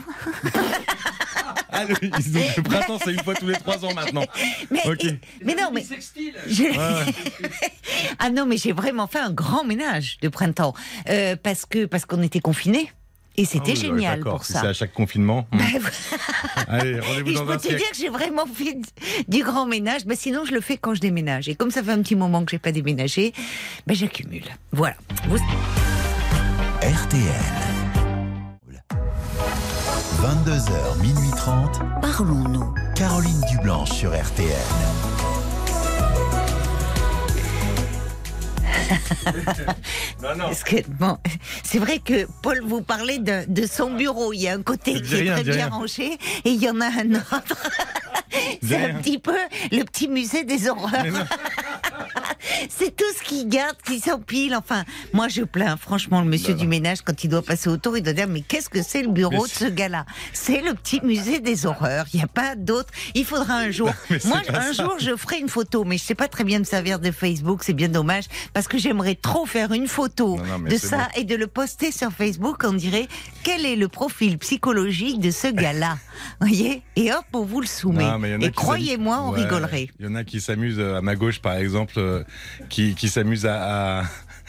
Ah, le, le printemps, c'est une fois tous les trois ans maintenant. Mais, Ok. et- mais non, mais. j'ai- ah non, mais j'ai vraiment fait un grand ménage de printemps. Euh, parce que, parce qu'on était confinés. Et c'était Ah oui, génial d'accord, pour si ça. c'est à chaque confinement. hum. Ben, Allez, rendez-vous Et je dans peux un te siècle. dire que j'ai vraiment fait du- du grand ménage. Ben, sinon, je le fais quand je déménage. Et comme ça fait un petit moment que j'ai pas déménagé, ben, j'accumule. Voilà. Vous- R T L. vingt-deux heures, minuit trente, Parlons-nous. Caroline Dublanche sur R T L. Non, non. Parce que, bon, c'est vrai que Paul vous parlait de, de son bureau. Il y a un côté Dis qui est rien, très dis bien rien. rangé et il y en a un autre. Dis C'est rien. un petit peu le petit musée des horreurs. Mais non. C'est tout ce qu'il garde, qui s'empile. Enfin, moi je plains franchement le monsieur Bah, du ménage quand il doit passer autour, il doit dire mais qu'est-ce que c'est le bureau Mais de ce gars-là? C'est le petit musée des horreurs. Il n'y a pas d'autre. Il faudra un jour. mais c'est Moi, pas un ça. jour, je ferai une photo, mais je sais pas très bien me servir de Facebook. C'est bien dommage parce que j'aimerais trop faire une photo Non, non, mais de c'est ça bon. et de le poster sur Facebook. On dirait quel est le profil psychologique de ce gars-là, voyez? Et hop, on vous le soumet. Non, mais il y en a Et qui croyez-moi, s'amusent- on Ouais, rigolerait. Il y en a qui s'amusent euh, à ma gauche, par exemple, euh, qui, qui s'amusent à, à,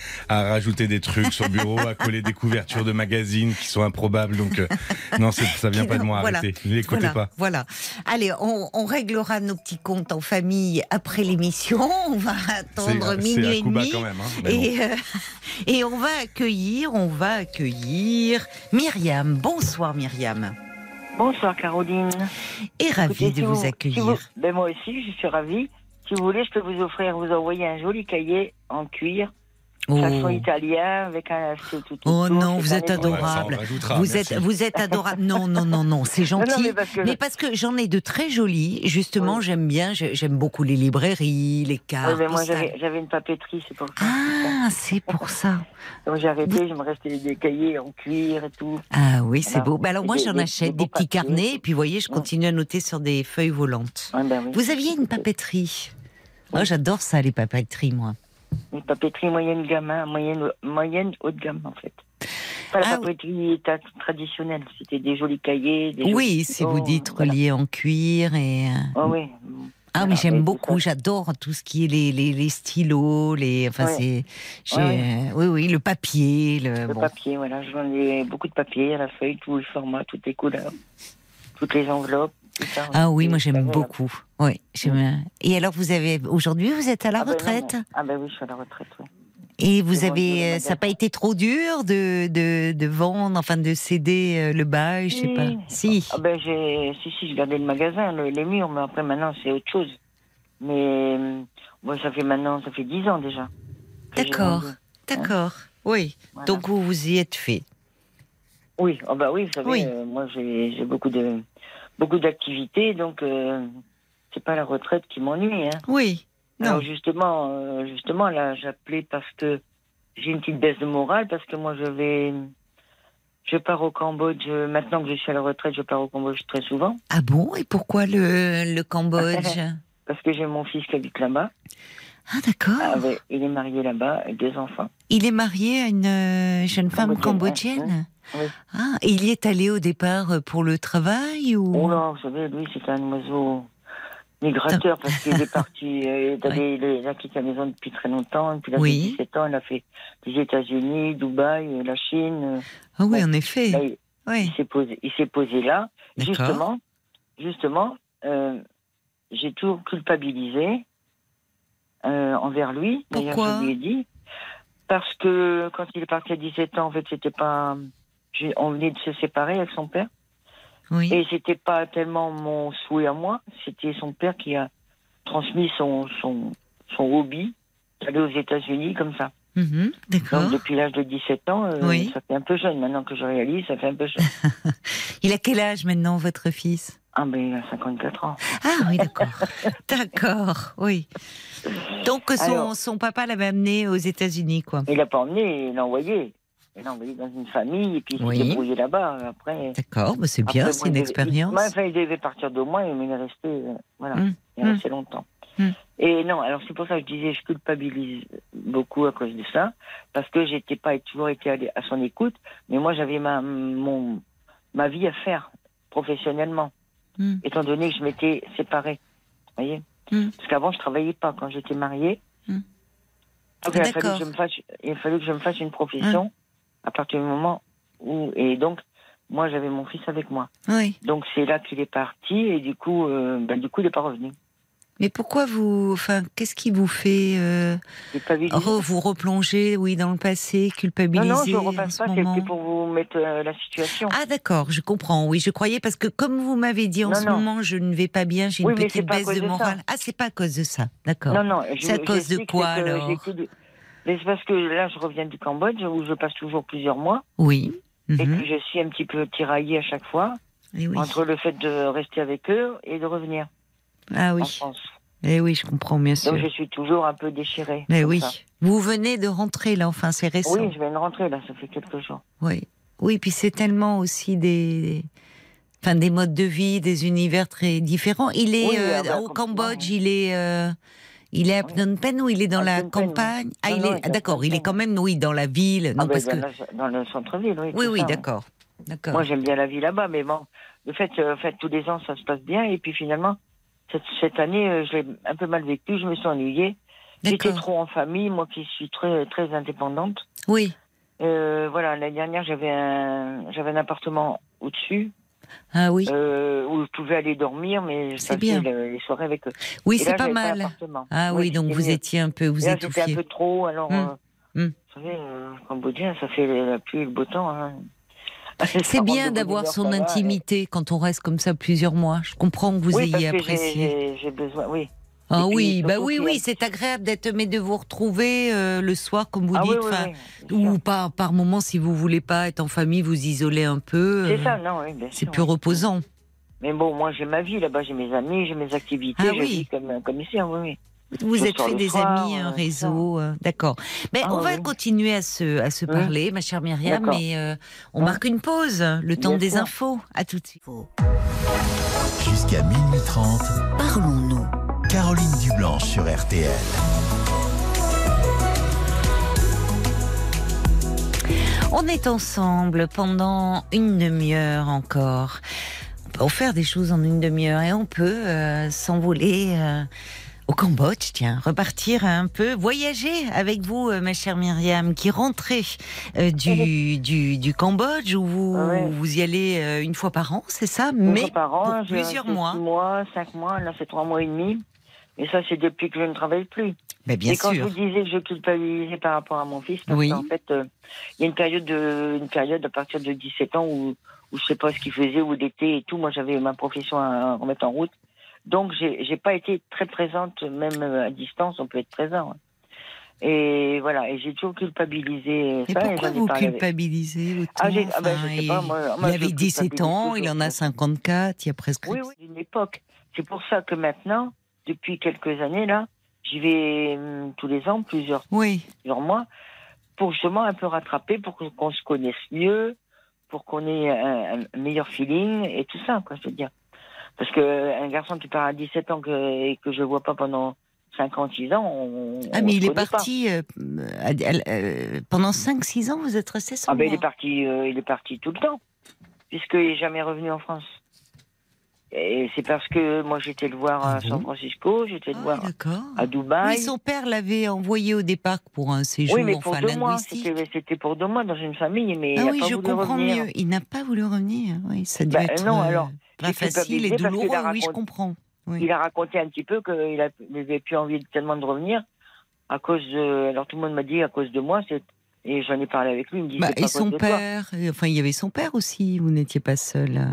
à rajouter des trucs sur le bureau, à coller des couvertures de magazines qui sont improbables. Donc, euh, non, c'est- ça vient pas de moi. Voilà. Arrêtez, ne l'écoutez Voilà, pas. voilà. Allez, on, on réglera nos petits comptes en famille après l'émission. On va attendre C'est- c'est minuit à et Cuba demi. quand même, hein, mais bon. et, euh, et on va accueillir, on va accueillir Myriam. Bonsoir Myriam. Bonsoir Caroline. Et ravie Écoutez, de si vous, si accueillir. vous- ben moi aussi, je suis ravie. Si vous voulez, je peux vous offrir, vous envoyer un joli cahier en cuir, Oh. façon italien, avec un lacet tout Oh autour. non, C'est vous un êtes étonnant. adorable. Ouais, ça, on rajoutera, Vous merci. êtes, vous êtes adorable. Non, non, non, non, c'est Non, non, gentil. mais parce que- Mais parce que j'en ai de très jolis. Justement, Oui. j'aime bien. j'ai- J'aime beaucoup les librairies, les Ouais, cartes. ben moi, postales. j'avais j'avais une papeterie, c'est pour ça. Ah, c'est pour ça. Donc j'ai arrêté, je me restais des cahiers en cuir et tout. Ah oui, c'est Voilà. beau. Bah alors moi, Des- j'en des- achète des des beaux petits papiers. carnets. Et puis, vous voyez, je Mm. continue à noter sur des feuilles volantes. Ah, ben oui. Vous aviez une papeterie. Oh, j'adore ça, les papeteries, moi. Une papeterie moyenne gamme, hein, moyenne, moyenne haut de gamme en fait. Pas la Ah, papeterie ta- traditionnelle, c'était des jolis cahiers. Des Oui, jolis si vous stylos, dites voilà. relié en cuir et... euh, Ah oui. Ah, mais Voilà, et j'aime tout beaucoup, ça. j'adore tout ce qui est les, les, les stylos, les... Enfin, Ouais. c'est... j'ai- Ouais. Oui, oui, le papier, le... Le bon. papier, voilà, j'en ai beaucoup de papier à la feuille, tous les formats, toutes les couleurs, toutes les enveloppes. tout ça. Ah oui, Et moi c'est j'aime agréable. beaucoup. Oui, j'aime... Et alors, vous avez... Aujourd'hui, vous êtes à la Ah ben non, retraite non. Ah ben oui, je suis à la retraite, oui. et vous C'est bon, je avez... vais euh, le Ça n'a pas été trop dur de, de, de vendre, enfin de céder euh, le bail, je sais Si. pas. Si. Ah ben j'ai, si, si, je gardais le magasin, le- les murs, mais après maintenant c'est autre chose. Mais euh, moi ça fait maintenant, ça fait dix ans déjà. que j'ai D'accord, vendu. d'accord. Oui, Voilà. donc vous vous y êtes fait. Oui, ah bah oui, vous savez, Oui. euh, moi j'ai, j'ai beaucoup de beaucoup d'activités, donc euh, c'est pas la retraite qui m'ennuie. Hein. Oui, non. Alors justement, euh, justement là, j'appelais parce que j'ai une petite baisse de morale parce que moi je vais, je pars au Cambodge. Maintenant que je suis à la retraite, je pars au Cambodge très souvent Ah bon, et pourquoi le, le Cambodge? parce que j'ai mon fils qui habite là-bas. Ah d'accord. Ah, ouais, il est marié là-bas avec deux enfants. Il est marié à une euh, jeune femme Cambodgienne, cambodgienne. Oui. Ah, et il y est allé au départ euh, pour le travail ou? Oh là, vous savez, lui c'est un oiseau migrateur parce qu'il est parti, euh, il avait- il a quitté la maison depuis très longtemps. Et puis il a Oui. fait dix-sept ans, il a fait les États-Unis, Dubaï, euh, la Chine. euh, Ah oui, Ouais. en effet. Là, il, Oui. il s'est posé, il s'est posé là. D'accord. Justement, justement, euh, j'ai toujours culpabilisé euh, envers lui. D'ailleurs, Pourquoi je lui ai dit parce que quand il est parti à dix-sept ans, en fait, c'était pas. j'ai- On venait de se séparer avec son père. Oui. Et c'était pas tellement mon souhait à moi, c'était son père qui a transmis son, son, son hobby d'aller aux États-Unis comme ça. Mhm, d'accord. Donc depuis l'âge de dix-sept ans, euh, Oui. ça fait un peu jeune. Maintenant que je réalise, ça fait un peu jeune. Il a quel âge maintenant, votre fils? Ah ben il a cinquante-quatre ans. Ah oui, d'accord. D'accord, oui. Donc son, Alors- son papa l'avait amené aux États-Unis, quoi. Il l'a pas emmené, il l'a envoyé. Il l'a envoyé dans une famille et puis il s'est Oui. débrouillé là-bas. Après, D'accord, bah c'est bien, après, c'est bon, une il devait- expérience. il- enfin, il devait partir de moi, mais il est resté, euh, voilà, Hum, il est hum. resté longtemps. Hum. Et non, alors c'est pour ça que je disais, je culpabilise beaucoup à cause de ça, parce que j'étais pas toujours été allé à son écoute, mais moi j'avais ma mon ma vie à faire professionnellement, Hum. étant donné que je m'étais séparée, vous voyez. Hum. Parce qu'avant je travaillais pas quand j'étais mariée. Hum. Donc il a, fallu D'accord. que je me fasse, il a fallu que je me fasse une profession à partir du moment où et donc moi j'avais mon fils avec moi. Oui. Donc c'est là qu'il est parti et du coup euh, ben, du coup il n'est pas revenu. Mais pourquoi vous, enfin, qu'est-ce qui vous fait euh, J'ai pas vu. re- vous replonger, oui, dans le passé, Non, culpabiliser non, je ne en repasse ce pas, moment? c'était pour vous mettre euh, la situation. Ah d'accord, je comprends. Oui, je croyais parce que comme vous m'avez dit en Non, ce non. moment, je ne vais pas bien, j'ai Oui, une mais c'est petite pas à baisse cause de de ça. morale. Ah, c'est pas à cause de ça. D'accord. Non, non. je- C'est à cause de j'explique, quoi, c'est que alors j'ai plus de- Mais c'est parce que là, je reviens du Cambodge où je passe toujours plusieurs mois Oui. et Mhm. que je suis un petit peu tiraillée à chaque fois Eh oui. entre le fait de rester avec eux et de revenir Ah en oui. France. Eh oui, je comprends, bien sûr. Donc je suis toujours un peu déchirée. Mais comme oui. ça. Vous venez de rentrer, là, enfin, c'est récent. Oui, je viens de rentrer, là, ça fait quelques jours. Oui. Oui, puis c'est tellement aussi des... Enfin, des modes de vie, des univers très différents. Il est Oui, euh, ah bah, au complètement, Cambodge, oui. il est... euh, Il est à Oui. Phnom Penh ou il est dans À la Phnom Penh, oui. campagne? Ah, Non, il non, est... il est ah, à d'accord, Phnom il est Penh. quand même, oui, dans la ville. Ah Non, ben, parce dans, que... le, dans le centre-ville, oui. Oui, tout oui, ça, hein. d'accord. D'accord. Moi, j'aime bien la vie là-bas, mais bon, le fait, euh, en fait, tous les ans, ça se passe bien, et puis finalement, cette, cette année, euh, je l'ai un peu mal vécu, je me suis ennuyée. J'étais D'accord. trop en famille, moi qui suis très, très indépendante. Oui. Euh, voilà, l'année dernière, j'avais un, j'avais un appartement au-dessus, Ah oui. euh, où je pouvais aller dormir, mais je C'est passais bien. le- les soirées avec eux. Oui, Et c'est là, pas j'avais mal. l'appartement. Ah oui, donc c'était vous mieux. étiez un peu, vous Et là, c'était un étouffiez. peu trop, alors, Hum, euh, hum. vous savez, euh, Cambodgien, ça fait la pluie et le beau temps, hein. C'est Ça bien rentre de d'avoir bonne son humeur, ça va, et- intimité quand on reste comme ça plusieurs mois. Je comprends que vous Oui, parce ayez que j'ai- apprécié. j'ai j'ai besoin, oui. Ah Et puis, oui, bah surtout oui, qu'il y a- oui, c'est agréable d'être, mais de vous retrouver euh, le soir, comme vous Ah oui, dites, oui, enfin, oui, bien ou sûr. par par moment, si vous voulez pas être en famille, vous isoler un peu. C'est euh, ça, non, oui, bien C'est sûr. plus oui. reposant. Mais bon, moi, j'ai ma vie là-bas, j'ai mes amis, j'ai mes activités, Ah je oui. vis comme, comme ici, hein, oui, oui. Vous Je êtes sors fait le des soir, amis, un euh, réseau, euh, d'accord. Mais Ah on va oui. continuer à se à se Hum. parler, ma chère Myriam, D'accord. mais euh, on Hum. marque une pause, le temps Bien des sûr. infos. À tout de suite. Jusqu'à minuit trente, Parlons-nous. Caroline Dublanche sur R T L. On est ensemble pendant une demi-heure encore. On peut faire des choses en une demi-heure et on peut euh, s'envoler euh, au Cambodge, tiens, repartir un peu, voyager avec vous, euh, ma chère Myriam, qui rentrez euh, du, du, du Cambodge, où vous, Ouais. vous y allez euh, une fois par an, c'est ça? Une Mais fois par an, pour j'ai plusieurs fait mois. six mois, cinq mois, là, c'est trois mois et demi. Et ça, c'est depuis que je ne travaille plus. Mais bien et quand sûr. je vous disais que je culpabilisais par rapport à mon fils, parce Oui. qu'en fait, euh, il y a une période, de, une période à partir de dix-sept ans où, où je sais pas ce qu'il faisait, où il était et tout. Moi, j'avais ma profession à remettre en route. Donc, j'ai, j'ai pas été très présente, même à distance, on peut être présent. Et voilà, et j'ai toujours culpabilisé Et ça. et pourquoi j'en ai vous parlé avec- culpabilisez autant? Ah, j'ai- ah ben, Enfin, je sais pas, il- moi- moi, il je avait dix-sept ans, culpabilise il en a toujours. cinquante-quatre, il y a presque... Oui, oui, d'une époque. C'est pour ça que maintenant, depuis quelques années, là, j'y vais hum, tous les ans, plusieurs, Oui. plusieurs mois, pour justement un peu rattraper, pour que- qu'on se connaisse mieux, pour qu'on ait un, un meilleur feeling et tout ça, quoi, je veux dire. Parce que un garçon qui part à dix-sept ans que, et que je vois pas pendant cinquante, six ans, on, Ah, on mais se il est connaît pas. parti euh, à- à- euh, pendant cinq six ans, vous êtes resté sans Ah ben, il moi. est parti, euh, il est parti tout le temps, puisqu'il est jamais revenu en France. Et c'est parce que moi j'étais le voir Ah à San bon Francisco, j'étais le Ah, voir d'accord. à Dubaï. Oui, son père l'avait envoyé au départ pour un séjour Oui, mais pour enfin, deux mois. linguistique. C'était, c'était pour deux mois dans une famille, mais Ah il n'a oui, pas je voulu comprends revenir. mieux. Il n'a pas voulu revenir. Oui, ça a dû Bah, être non, euh, alors, pas j'ai facile et culpabilisé parce qu'il douloureux. a Oui, je raconté- comprends. Oui. Il a raconté un petit peu qu'il a- il n'avait plus envie tellement de revenir à cause de. Alors tout le monde m'a dit à cause de moi, c'est. Et j'en ai parlé avec lui, il me dit Bah, c'est pas et à cause son de toi. père, et- enfin, il y avait son père aussi. Vous n'étiez pas seul. euh.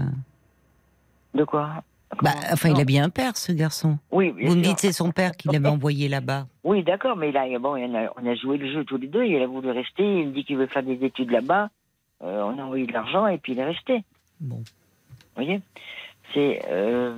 De quoi? Bah, Comment enfin, il Non. a bien un père, ce garçon. Oui, bien Vous me sûr. dites c'est son père qui l'avait envoyé là-bas. Oui, d'accord, mais là, bon, on a, on a joué le jeu tous les deux. Il a voulu rester. Il me dit qu'il veut faire des études là-bas. Euh, on a envoyé de l'argent et puis il est resté. Bon. Vous voyez, c'est. euh,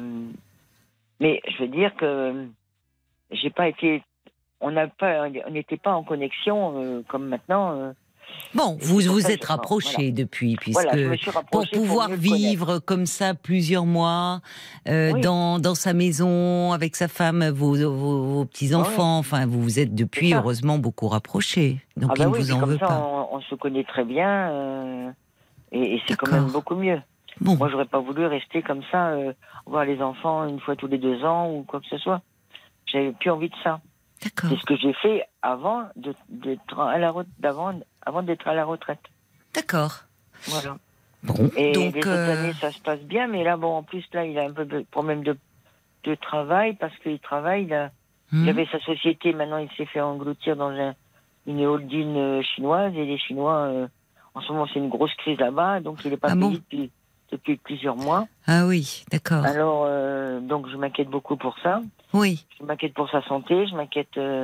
Mais je veux dire que j'ai pas été. On n'a pas. On n'était pas en connexion euh, comme maintenant. euh. Bon, Et vous c'est pour vous ça que êtes je- rapprochés voilà. depuis, puisque Voilà, je me suis pour rapprochée pour pouvoir mieux le connaître. vivre comme ça plusieurs mois euh, Oui. dans dans sa maison avec sa femme, vos vos, vos petits enfants. Enfin, vous vous êtes depuis C'est ça. heureusement beaucoup rapprochés. Donc Ah il bah ne oui, vous puis en comme veut ça, pas. on, on se connaît très bien. euh, Et, et c'est quand D'accord. même beaucoup mieux. Bon, Moi, j'aurais pas voulu rester comme ça, euh, voir les enfants une fois tous les deux ans ou quoi que ce soit. J'avais plus envie de ça. d'accord, C'est ce que j'ai fait avant de, d'être à la re- d'avant, avant d'être à la retraite. d'accord. Voilà. Bon, Et donc les autres euh, années, ça se passe bien, mais là, bon, en plus, là, il a un peu de problème de, de travail parce qu'il travaille. Il, a, hmm, il avait sa société, maintenant, il s'est fait engloutir dans un, une holding euh, chinoise et les Chinois, euh, en ce moment, c'est une grosse crise là-bas, donc il n'est pas Ah payé bon depuis, depuis plusieurs mois. ah oui, d'accord. Alors, euh, donc, je m'inquiète beaucoup pour ça. Oui, Je m'inquiète pour sa santé, je m'inquiète euh,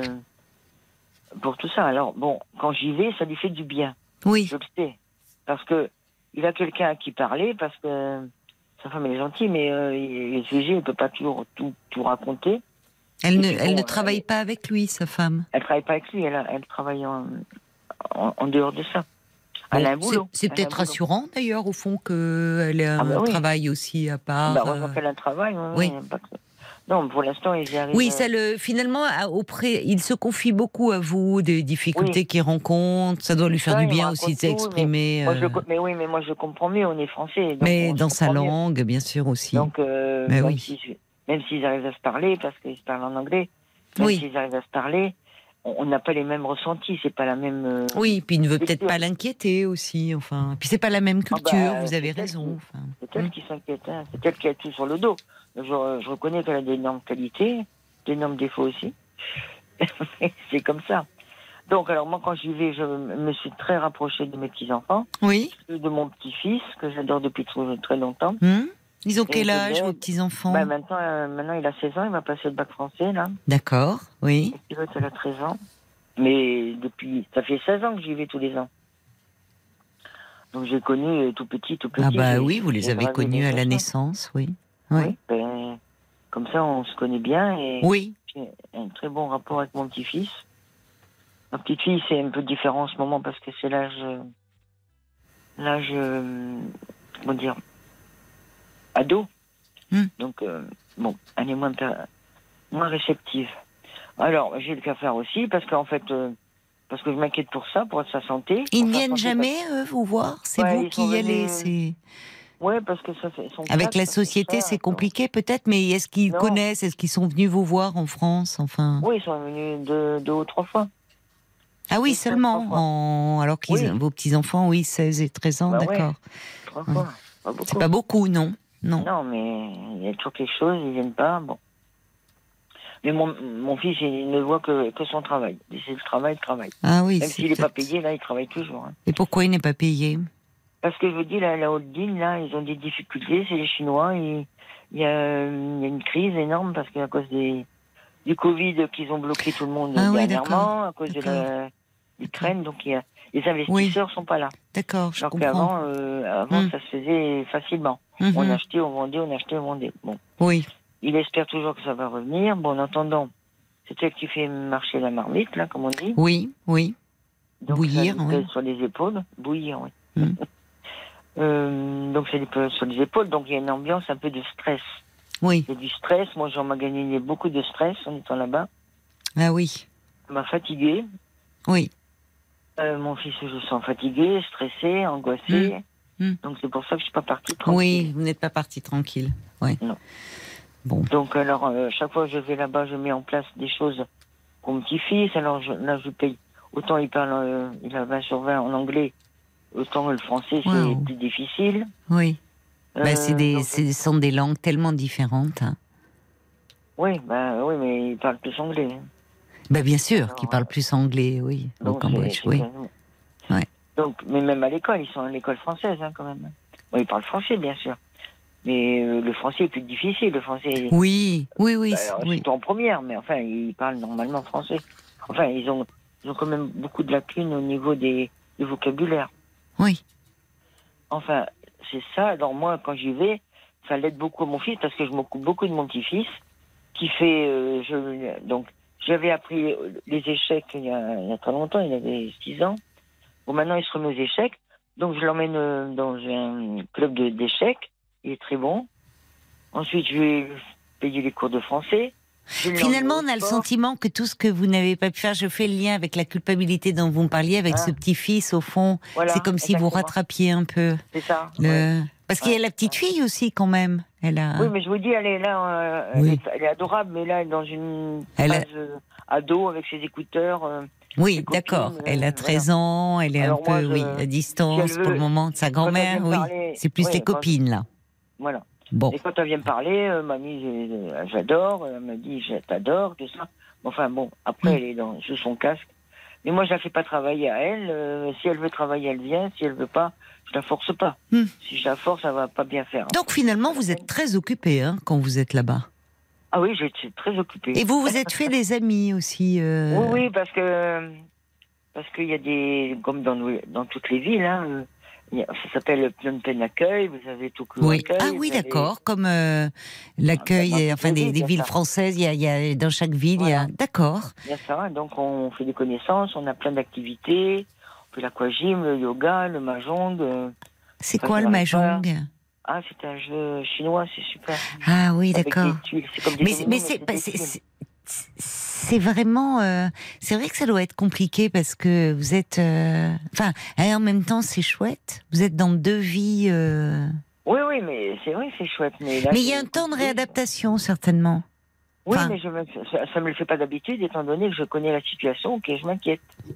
pour tout ça. Alors, bon, quand j'y vais, ça lui fait du bien. oui, Je le sais. Parce que il a quelqu'un à qui parler, parce que sa femme elle est gentille, mais euh, il est sujet, il ne peut pas toujours tout, tout raconter. Elle ne, puis, elle bon, ne travaille elle- pas avec lui, sa femme. Elle travaille pas avec lui, elle, a- elle travaille en, en, en dehors de ça. Elle Bon, a un boulot. c'est c'est Elle a un peut-être boulot. rassurant d'ailleurs au fond qu'elle ait un Ah bah oui. travail aussi à part. Bah, heureusement euh, qu'elle a un travail. Oui. oui. oui, pas que- Non, pour l'instant, ils y arrivent. Oui, euh, ça le finalement à- auprès, il se confie beaucoup à vous des difficultés Oui. qu'il rencontre. Ça doit lui faire Ça, du il me bien raconte aussi de tout, mais s'exprimer. Moi, je, euh, co- mais oui, mais moi je comprends mieux, on est français. Donc mais on se dans sa comprend mieux. langue, bien sûr aussi. Donc, euh, Mais même oui. si je- même s'ils arrivent à se parler, parce qu'ils se parlent en anglais, même Oui. s'ils arrivent à se parler, on on n'a pas les mêmes ressentis, c'est pas la même. euh, Oui, puis il ne veut peut-être culture. pas l'inquiéter aussi. Enfin, puis c'est pas la même Ah bah, culture. vous c'est avez elle raison. qui- Enfin, C'est elle hum. qui s'inquiète, hein. C'est elle qui a tout sur le dos. Je, je reconnais qu'elle a d'énormes qualités, d'énormes défauts aussi. C'est comme ça. Donc, alors moi, quand j'y vais, je me suis très rapprochée de mes petits-enfants, Oui. de mon petit-fils, que j'adore depuis très, très longtemps. Hum. Ils ont Et quel je âge, l'aide. vos petits-enfants? Bah, maintenant, euh, maintenant, il a seize ans, il va passer le bac français, là. D'accord, oui. Et l'autre, elle a treize ans. Mais depuis, ça fait seize ans que j'y vais tous les ans. Donc, j'ai connu euh, tout petit, tout petit. Ah bah J'ai- oui, vous les j'ai avez gravé connus des à la choses. naissance, oui. Oui. Oui. Ben, comme ça, on se connaît bien et Oui. j'ai un très bon rapport avec mon petit-fils. Ma petite fille, c'est un peu différent en ce moment parce que c'est l'âge, euh, l'âge, euh, comment dire, ado. Hmm. Donc, euh, bon, elle est moins, per- moins réceptive. Alors, j'ai le qu'à faire aussi parce qu'en fait, euh, parce que je m'inquiète pour ça, pour sa santé. Ils pour ne sa viennent santé, jamais euh, vous voir? C'est Ouais, vous ils qui sont y allez? venus- C'est... Ouais, parce que ça fait. son Avec quatre, la ça fait société, cher, c'est quoi. compliqué peut-être, mais est-ce qu'ils Non. connaissent? Est-ce qu'ils sont venus vous voir en France? Enfin. Oui, ils sont venus deux, deux ou trois fois. Ah oui, deux, trois seulement. fois. En... Alors que Oui. vos petits-enfants, oui, seize et treize ans, Bah ouais. d'accord. Trois Ouais. fois. Pas beaucoup. C'est pas beaucoup, non? Non. Non, mais il y a toujours quelque chose, ils viennent pas, bon. Mais mon, mon fils, il ne voit que, que son travail. C'est le travail, le travail. Ah oui, Même c'est s'il n'est pas peut-être- payé, là, il travaille toujours. hein. Et pourquoi il n'est pas payé? Parce que je vous dis, là, la holding, là, ils ont des difficultés, c'est les Chinois, et il y a, il y a une crise énorme parce qu'à cause des, du Covid qu'ils ont bloqué tout le monde Ah oui, dernièrement, à cause de d'accord. la- l'Ukraine, donc il y a, les investisseurs sont pas là. D'accord, je Alors comprends. qu'avant, euh, avant, Hmm. ça se faisait facilement. Mhm. On achetait, on vendait, on achetait, on vendait. Bon. Oui. Il espère toujours que ça va revenir. Bon, en attendant, c'est elle qui fait marcher la marmite, là, comme on dit. Oui, oui. Donc, Bouillir, ça lui oui. pèse sur les épaules. Bouillir, oui. Mm. Euh, donc, ça lui pèse sur les épaules. Donc, il y a une ambiance un peu de stress. Oui. Il y a du stress. Moi, j'en magasiné beaucoup de stress en étant là-bas. Ah oui. Ça m'a fatigué. Oui. Euh, mon fils, je le sens fatigué, stressé, angoissé. Mm. Mm. Donc, c'est pour ça que je suis pas partie tranquille. Oui, vous n'êtes pas parti tranquille. Oui. Non. Bon. Donc, alors, euh, chaque fois que je vais là-bas, je mets en place des choses pour mon petit-fils. Alors, je, là, je paye. Autant il parle, euh, il a vingt sur vingt en anglais, autant le français, c'est Wow. plus difficile. Oui. Bah, c'est Euh, des, donc, ce sont des langues tellement différentes. hein. Oui, bah, oui, mais il parle plus anglais. hein. Bah, bien sûr, Alors, qui parlent plus anglais, oui, au Donc, Cambodge, c'est- oui. c'est- Ouais. Donc, mais même à l'école, ils sont à l'école française, hein, quand même. Bon, ils parlent français, bien sûr. Mais euh, le français est plus difficile. Le français, Oui, oui, oui, bah, c'est- alors, oui. surtout en première, mais enfin, ils parlent normalement français. Enfin, ils ont, ils ont quand même beaucoup de lacunes au niveau des, du vocabulaire. Oui. Enfin, c'est ça. Alors moi, quand j'y vais, ça l'aide beaucoup à mon fils parce que je m'occupe beaucoup de mon petit-fils qui fait. euh, je, donc, j'avais appris les échecs il y, a, il y a très longtemps. Il avait six ans. Bon, maintenant, il se remet aux échecs. Donc, je l'emmène euh, dans un club de- d'échecs. Il est très bon. Ensuite, je vais payer les cours de français. Je l'emmène Finalement, au on a le sport. sentiment que tout ce que vous n'avez pas pu faire, je fais le lien avec la culpabilité dont vous me parliez, avec Ah. ce petit-fils, au fond. Voilà, c'est comme si vous exactement. rattrapiez un peu. C'est ça. Le... ouais. Parce qu'il y a la petite fille aussi, quand même. Elle a... Oui, mais je vous dis, elle est là, euh, elle, Oui. est, elle est adorable, mais là, elle est dans une Elle a- phase euh, ado avec ses écouteurs. euh, Oui, ses copines, d'accord. euh, Elle a treize ans, elle est Alors un peu, moi, je- oui, à distance si elle pour veut- le moment de sa quand elle grand-mère, vient me oui. parler- C'est plus oui, les quand- copines, là. Voilà. Bon. Et quand elle vient me parler, euh, mamie, j'ai- j'adore, elle me dit, je t'adore, tout ça. Enfin bon, après, Mm. elle est dans, sous son casque. Mais moi, je la fais pas travailler à elle. euh, si elle veut travailler, elle vient. Si elle veut pas, je la force pas. Mm. Si je la force, elle va pas bien faire. Donc finalement, vous êtes très occupé hein, quand vous êtes là-bas. Ah oui, je suis très occupée. Et vous vous êtes fait des amis aussi. euh, Oui, oui, parce que parce qu'il y a des comme dans nos- dans toutes les villes, hein, euh, Ça s'appelle le Phnom Penh Accueil, vous avez tout que Oui. accueil, Ah oui, vous avez- d'accord. Comme euh, l'accueil, Ah, ben, euh, enfin dans des, toutes les des villes, villes il y a ça. françaises, il y a, il y a dans chaque ville, il y a. Voilà. D'accord. Il y a ça, donc on fait des connaissances, on a plein d'activités, on fait l'aquagym, le yoga, le mahjong. euh, C'est Enfin, quoi je le n'arrive pas. mahjong? Ah, c'est un jeu chinois, c'est super. Ah oui, Avec d'accord. des tuiles, c'est comme des Mais c'est, dominos, mais mais c'est, c'est pas- des c'est, tuiles. c'est- c'est vraiment. euh, c'est vrai que ça doit être compliqué parce que vous êtes. euh, Enfin, et en même temps, c'est chouette. Vous êtes dans deux vies. euh, Oui, oui, mais c'est vrai, c'est chouette. Mais là, Mais il y a je- un temps de oui. réadaptation, certainement. Oui, Enfin- mais je me, ça ne me le fait pas d'habitude, étant donné que je connais la situation, que je m'inquiète. Vous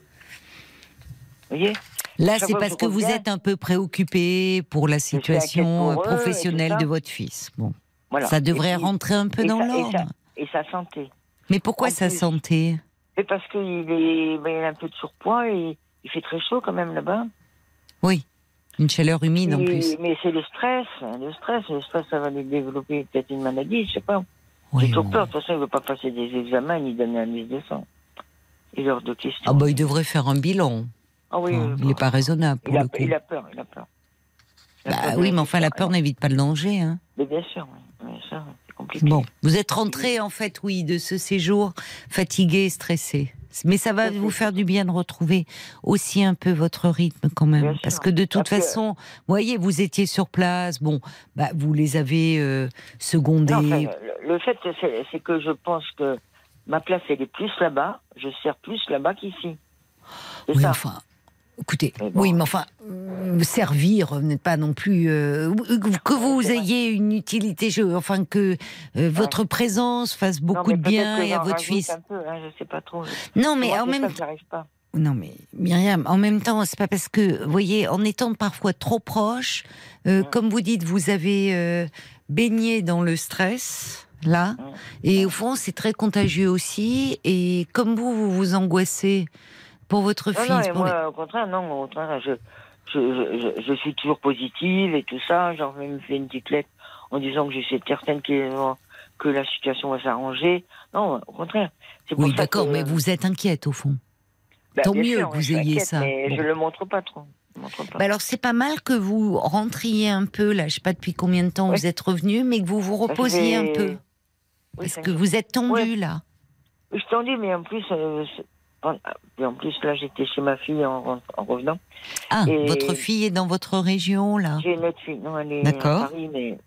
voyez? Là, Chaque c'est fois parce je que vous reviens, êtes un peu préoccupé pour la suis inquiète situation pour euh, eux, et tout professionnelle ça. de votre fils. Bon, Voilà. ça devrait Et puis- rentrer un peu et dans sa- et sa- l'ordre. Et sa santé. Mais pourquoi en sa plus. santé? Mais parce qu'il est, ben, il a un peu de surpoids et il fait très chaud quand même là-bas. Oui, une chaleur humide en Et- plus. Mais c'est le stress, hein, le stress, le stress, ça va lui développer peut-être une maladie, je sais pas. Oui, J'ai toujours bon. peur, de toute façon, il ne veut pas passer des examens ni donner un liste de sang. Il est hors de question. Ah bah il devrait faire un bilan. Ah oui, Enfin, euh, il n'est pas raisonnable pour il, a, le coup. il a peur, il a peur. Il a Bah peur de oui, mais enfin la l'infection. peur n'évite pas le danger. Hein. Mais bien sûr, oui. Mais ça, c'est compliqué. Bon, vous êtes rentré en fait, oui, de ce séjour fatigué et stressé. Mais ça va Tout à vous fait. faire du bien de retrouver aussi un peu votre rythme quand même. Bien sûr. Parce que de toute Parce que- façon, vous voyez, vous étiez sur place, bon, bah, vous les avez euh, secondés. Non, enfin, le, le fait, c'est, c'est que je pense que ma place, elle est plus là-bas. Je sers plus là-bas qu'ici. C'est oui, ça. enfin, écoutez, Mais bon. oui, mais enfin, euh, servir, vous n'êtes pas non plus... euh, que vous c'est vrai. ayez une utilité, je- enfin que euh, votre présence fasse Non, beaucoup mais de peut-être bien que et à j'en votre rajoute fils. un peu, hein, je sais pas trop. Non, mais Moi, en c'est même ça temps... que j'arrive pas. Non, mais Myriam, en même temps, c'est pas parce que, vous voyez, en étant parfois trop proche, euh, Mm. comme vous dites, vous avez euh, baigné dans le stress, là, Mm. et au fond, c'est très contagieux aussi, et comme vous, vous vous angoissez pour votre Non, fils. non, et pour moi, au contraire, non, au contraire, je, je, je, je, je suis toujours positive et tout ça. J'en ai même fait une petite lettre en disant que je suis certaine que, que la situation va s'arranger. Non, au contraire. C'est les- pour Oui, ça d'accord, que- mais vous êtes inquiète, au fond. Bah, tant bien mieux sûr, que vous je suis ayez inquiète, ça. Mais Bon. je le montre pas trop. Je le montre pas. Bah alors, c'est pas mal que vous rentriez un peu, là, je sais pas depuis combien de temps Oui. vous êtes revenu, mais que vous vous Bah, je reposiez un vais- peu. Oui, Parce ça- que vous êtes tendu, Ouais. là. Je t'en dis, mais en plus, euh, c'est- en, et en plus là, j'étais chez ma fille en, en revenant. Ah, Et- votre fille est dans votre région, là. J'ai une autre fille, non, elle est D'accord. à Paris, mais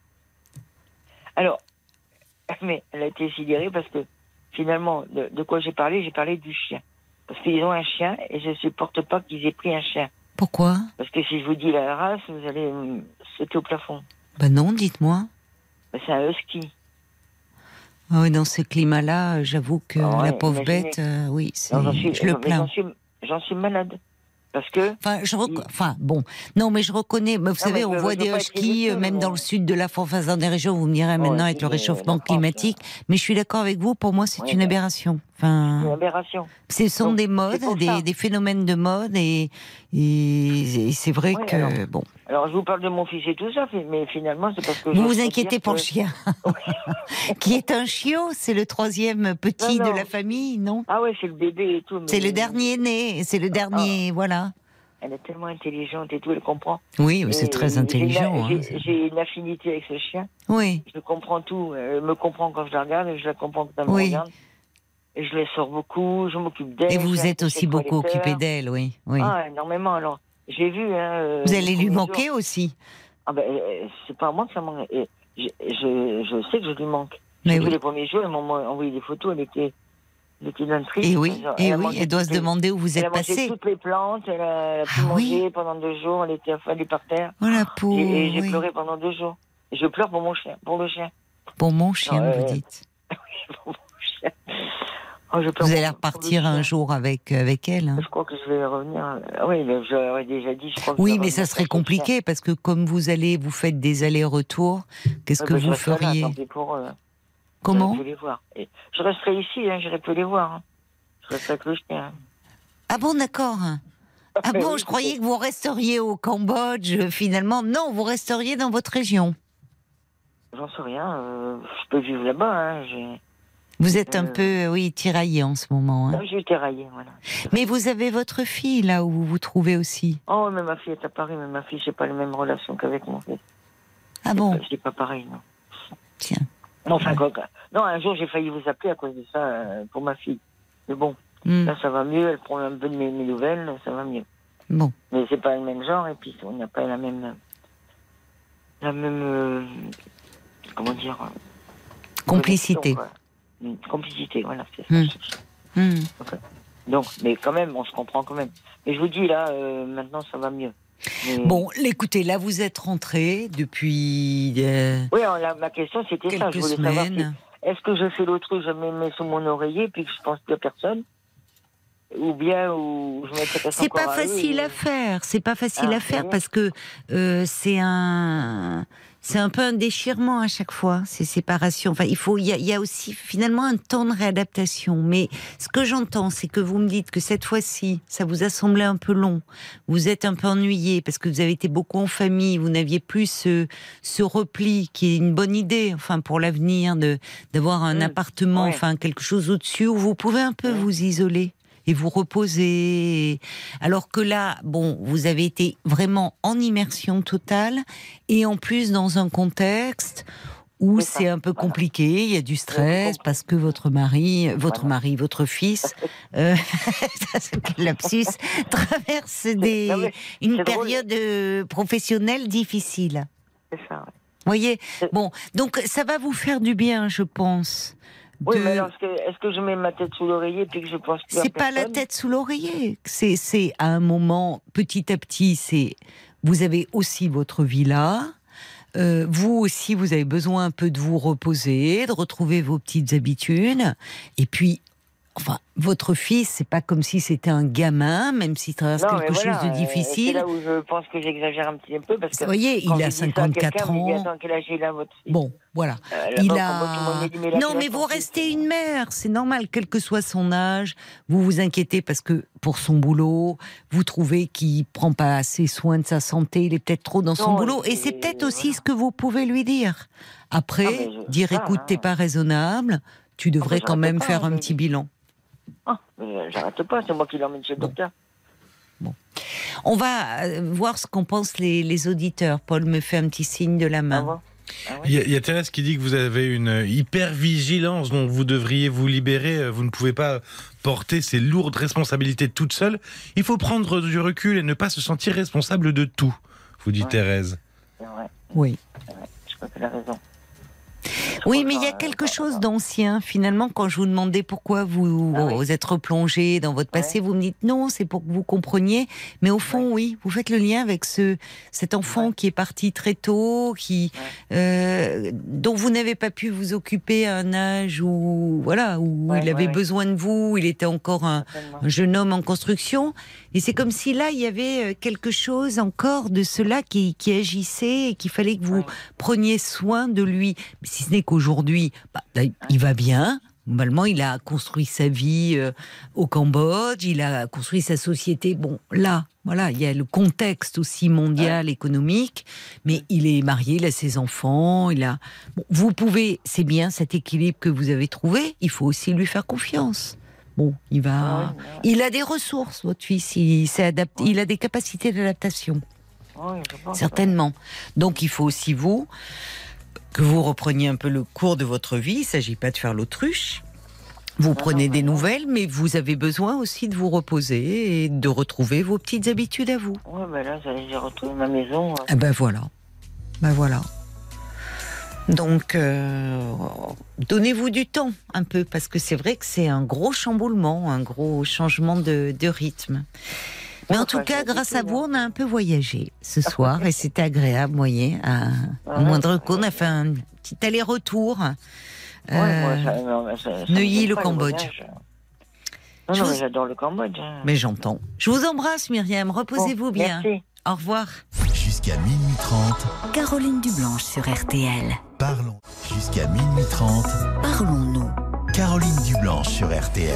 alors, mais elle a été sidérée parce que finalement, de, de quoi j'ai parlé, j'ai parlé du chien, parce qu'ils ont un chien et je supporte pas qu'ils aient pris un chien, Pourquoi? parce que si je vous dis la race, vous allez euh, sauter au plafond. Ben non, dites-moi. Ben, c'est un husky. Ah oui, dans ce climat-là, euh, j'avoue que Ah ouais, la pauvre imaginez. bête, euh, oui, c'est, Non, j'en suis, je le mais plains. J'en suis, j'en suis malade, parce que Enfin, je rec- Il- enfin, bon, non, mais je reconnais. Mais vous savez, mais on je- voit je veux des pas être huskies, ridicule, euh, même mais- dans le sud de la France, enfin, dans des régions. Vous me direz maintenant Ouais, avec le mais réchauffement la France, climatique. Mais je suis d'accord avec vous. Pour moi, c'est Ouais, une mais- aberration. c'est une Enfin, aberration. ce sont Donc, des c'est modes, pour des, ça. des phénomènes de mode, et, et, et c'est vrai Ouais, que alors, bon. Alors, je vous parle de mon fils et tout ça, mais finalement, c'est parce que... Vous je vous sais inquiétez dire pour que- le chien, qui est un chiot. C'est le troisième petit Non, de non. la famille, non? Ah ouais, c'est le bébé et tout. mais- C'est le dernier né, c'est le Ah. dernier, voilà. Elle est tellement intelligente et tout, elle comprend. Oui, mais c'est Et très j'ai intelligent. une- hein. J'ai j'ai une affinité avec ce chien. Oui, Je comprends tout. Elle me comprend quand je la regarde et je la comprends quand elle me Oui. regarde. Et je les sors beaucoup, je m'occupe d'elle. et vous je êtes la aussi fais beaucoup toiletteur. occupé d'elle, oui. oui. Ah, énormément. Alors, j'ai vu. Hein, euh, Vous le allez lui premier manquer jour. aussi. Ah ben, euh, c'est pas à moi que ça manque. Et Je, je, je sais que je lui manque. Mais J'ai vu oui. les premiers jours, elle m'a envoyé des photos, elle était, elle était d'un triste. Et oui, Elle et a oui, mangé elle doit toutes se les- demander où vous Elle êtes a mangé passé. toutes les plantes, elle a, elle a pu Ah oui. manger pendant deux jours, elle était affalée par terre. Oh la Et, pauvre, et j'ai oui. pleuré pendant deux jours. Et je pleure pour mon chien, pour le chien. Pour mon chien, Non, vous euh, dites. Pour mon chien. Oh, je pleure Vous pour- allez pour le repartir un chien. jour avec, avec elle. hein. Je crois que je vais revenir. Ah oui, mais je l'aurais déjà dit. Je crois que Oui, je vais mais ça revenir serait chercher le chien. compliqué parce que comme vous allez, vous faites des allers-retours, qu'est-ce Ouais, que bah, je vous resterai là, feriez? tant pis pour eux. Comment? J'aurais pu les voir. Et je resterai ici, hein, j'irai plus les voir. Hein. Je resterai avec le chien. Ah bon, d'accord. Ah bon, je croyais que vous resteriez au Cambodge, euh, finalement. Non, vous resteriez dans votre région. J'en sais rien. euh, je peux vivre là-bas. Hein, j'ai- Vous êtes un Euh, peu, oui, tiraillé en ce moment. Hein. Je suis tiraillée, voilà. Mais vous avez votre fille, là où vous vous trouvez aussi. Oh, mais ma fille est à Paris, mais ma fille, j'ai pas les mêmes relations qu'avec mon fils. Ah bon? Je dis pas pareil, non. Tiens. Enfin, Ouais. quoi, quoi. Non, un jour, j'ai failli vous appeler à cause de ça, euh, pour ma fille. Mais bon, Hmm. là, ça va mieux, elle prend un peu de mes, mes nouvelles, ça va mieux. Bon. Mais c'est pas le même genre, et puis on n'a pas la même... La même... euh, comment dire... euh, Complicité. connexion, quoi. Une complicité, voilà, c'est ça. Hmm. je cherche. Hmm. Donc, euh, donc, mais quand même, on se comprend quand même. Mais je vous dis, là, euh, maintenant, ça va mieux. Mais- Bon, écoutez, là, vous êtes rentré depuis euh, Oui, alors, là, ma question, c'était ça. Je quelques voulais savoir, semaines. si- est-ce que je fais l'autruche, je me mets sous mon oreiller, puis que je pense plus à personne? Ou bien, ou je m'intéresse C'est encore pas à eux, facile et- à faire. C'est pas facile Ah, à faire oui. parce que euh, c'est un, c'est un peu un déchirement à chaque fois, ces séparations. Enfin, il faut, il y a, il y a aussi finalement un temps de réadaptation. Mais ce que j'entends, c'est que vous me dites que cette fois-ci, ça vous a semblé un peu long. Vous êtes un peu ennuyé parce que vous avez été beaucoup en famille. Vous n'aviez plus ce, ce repli qui est une bonne idée, enfin pour l'avenir, de d'avoir un Mmh. appartement, Ouais. enfin quelque chose au-dessus où vous pouvez un peu Ouais. vous isoler et vous reposer. Alors que là, bon, vous avez été vraiment en immersion totale et en plus dans un contexte où C'est ça, c'est un peu voilà. compliqué, il y a du stress compris. parce que votre mari, votre Voilà. mari, votre fils, euh, quel lapsus, traverse des, Non, mais une c'est drôle. période euh, professionnelle difficile. C'est ça, ouais. Voyez, C'est- bon, donc ça va vous faire du bien, je pense. Oui, de- mais alors, est-ce que, est-ce que je mets ma tête sous l'oreiller, puis que je pense plus à C'est pas la personne? tête sous l'oreiller. C'est, c'est à un moment, petit à petit, c'est vous avez aussi votre vie là. Euh, vous aussi, vous avez besoin un peu de vous reposer, de retrouver vos petites habitudes. Et puis, enfin, votre fils, c'est pas comme si c'était un gamin, même s'il traverse Non, mais quelque voilà, chose de euh, C'est difficile. là où je pense que j'exagère un petit peu, parce que... Vous voyez, quand il je a dis ça à cinquante-quatre quelqu'un, on me dit, ans. attends, quel âge il a, votre fils? Bon, voilà. Euh, Il là-bas, quand tout le monde a. me dit, mais là, Non, quel mais âge vous ton fils? restez une mère, c'est normal, quel que soit son âge. Vous vous inquiétez parce que pour son boulot, vous trouvez qu'il prend pas assez soin de sa santé, il est peut-être trop dans son Non, boulot. il- Et c'est peut-être aussi voilà. ce que vous pouvez lui dire. Après, Ah, mais je- dire ça, écoute, hein. t'es pas raisonnable, tu devrais mais quand j'arrête même pas, faire hein, un mais- petit bilan. Ah, mais j'arrête pas, c'est moi qui l'emmène chez le Bon. docteur. On va euh, voir ce qu'en pensent les, les auditeurs. Paul me fait un petit signe de la Ah main. bon? Ah ouais? Il y, a, il y a Thérèse qui dit que vous avez une hyper-vigilance dont vous devriez vous libérer. Vous ne pouvez pas porter ces lourdes responsabilités toute seule. Il faut prendre du recul et ne pas se sentir responsable de tout, vous dit Ouais. Thérèse. C'est vrai, Oui. c'est vrai. Je crois qu'elle a raison. Oui, crois mais il y a que- quelque chose d'ancien. Finalement, quand je vous demandais pourquoi vous, Ah oui. vous êtes replongé dans votre passé, Ouais. vous me dites non, c'est pour que vous compreniez. Mais au fond, oui, vous faites le lien avec ce, cet enfant Ouais. qui est parti très tôt, qui, euh, dont vous n'avez pas pu vous occuper à un âge où, voilà, où Ouais, il avait ouais, ouais. besoin de vous, il était encore un, Certainement. un jeune homme en construction. Et c'est comme si là, il y avait euh, quelque chose encore de cela qui, qui agissait et qu'il fallait que vous Ouais. preniez soin de lui. Mais si ce n'est qu'aujourd'hui, bah, là, il va bien. Normalement, il a construit sa vie euh, au Cambodge, il a construit sa société. Bon, là, voilà, il y a le contexte aussi mondial, économique, mais il est marié, il a ses enfants, il a... Bon, vous pouvez, c'est bien cet équilibre que vous avez trouvé, il faut aussi lui faire confiance. Bon, il va... Ah ouais, ouais. Il a des ressources, votre fils, il s'est adapté, il a des capacités d'adaptation. Oui, je pense. Certainement. Donc il faut aussi vous que vous repreniez un peu le cours de votre vie. Il ne s'agit pas de faire l'autruche. Vous prenez non, des non. nouvelles, mais vous avez besoin aussi de vous reposer et de retrouver vos petites habitudes à vous. Oui, ben là, j'ai retrouvé ma maison. Ah ben voilà. Ben voilà. Donc, euh, donnez-vous du temps un peu, parce que c'est vrai que c'est un gros chamboulement, un gros changement de, de rythme. Mais en Ouais, tout enfin, cas, j'ai grâce à habitué, vous, on a un peu voyagé ce soir et c'était agréable, vous voyez. À, à Ouais, moindre ouais, coup, on a fait un petit aller-retour. Ouais, Euh, moi, ça, non, mais ça- ça me Neuilly, gêne le pas, Cambodge. voyage. Non, Je non, vous- mais j'adore le Cambodge. hein. Mais j'entends. Je vous embrasse, Myriam. Reposez-vous Bon, bien. Merci. Au revoir. Jusqu'à minuit trente, Caroline Dublanche sur R T L. parlons. Jusqu'à minuit trente, Parlons-nous. Caroline Dublanche sur R T L.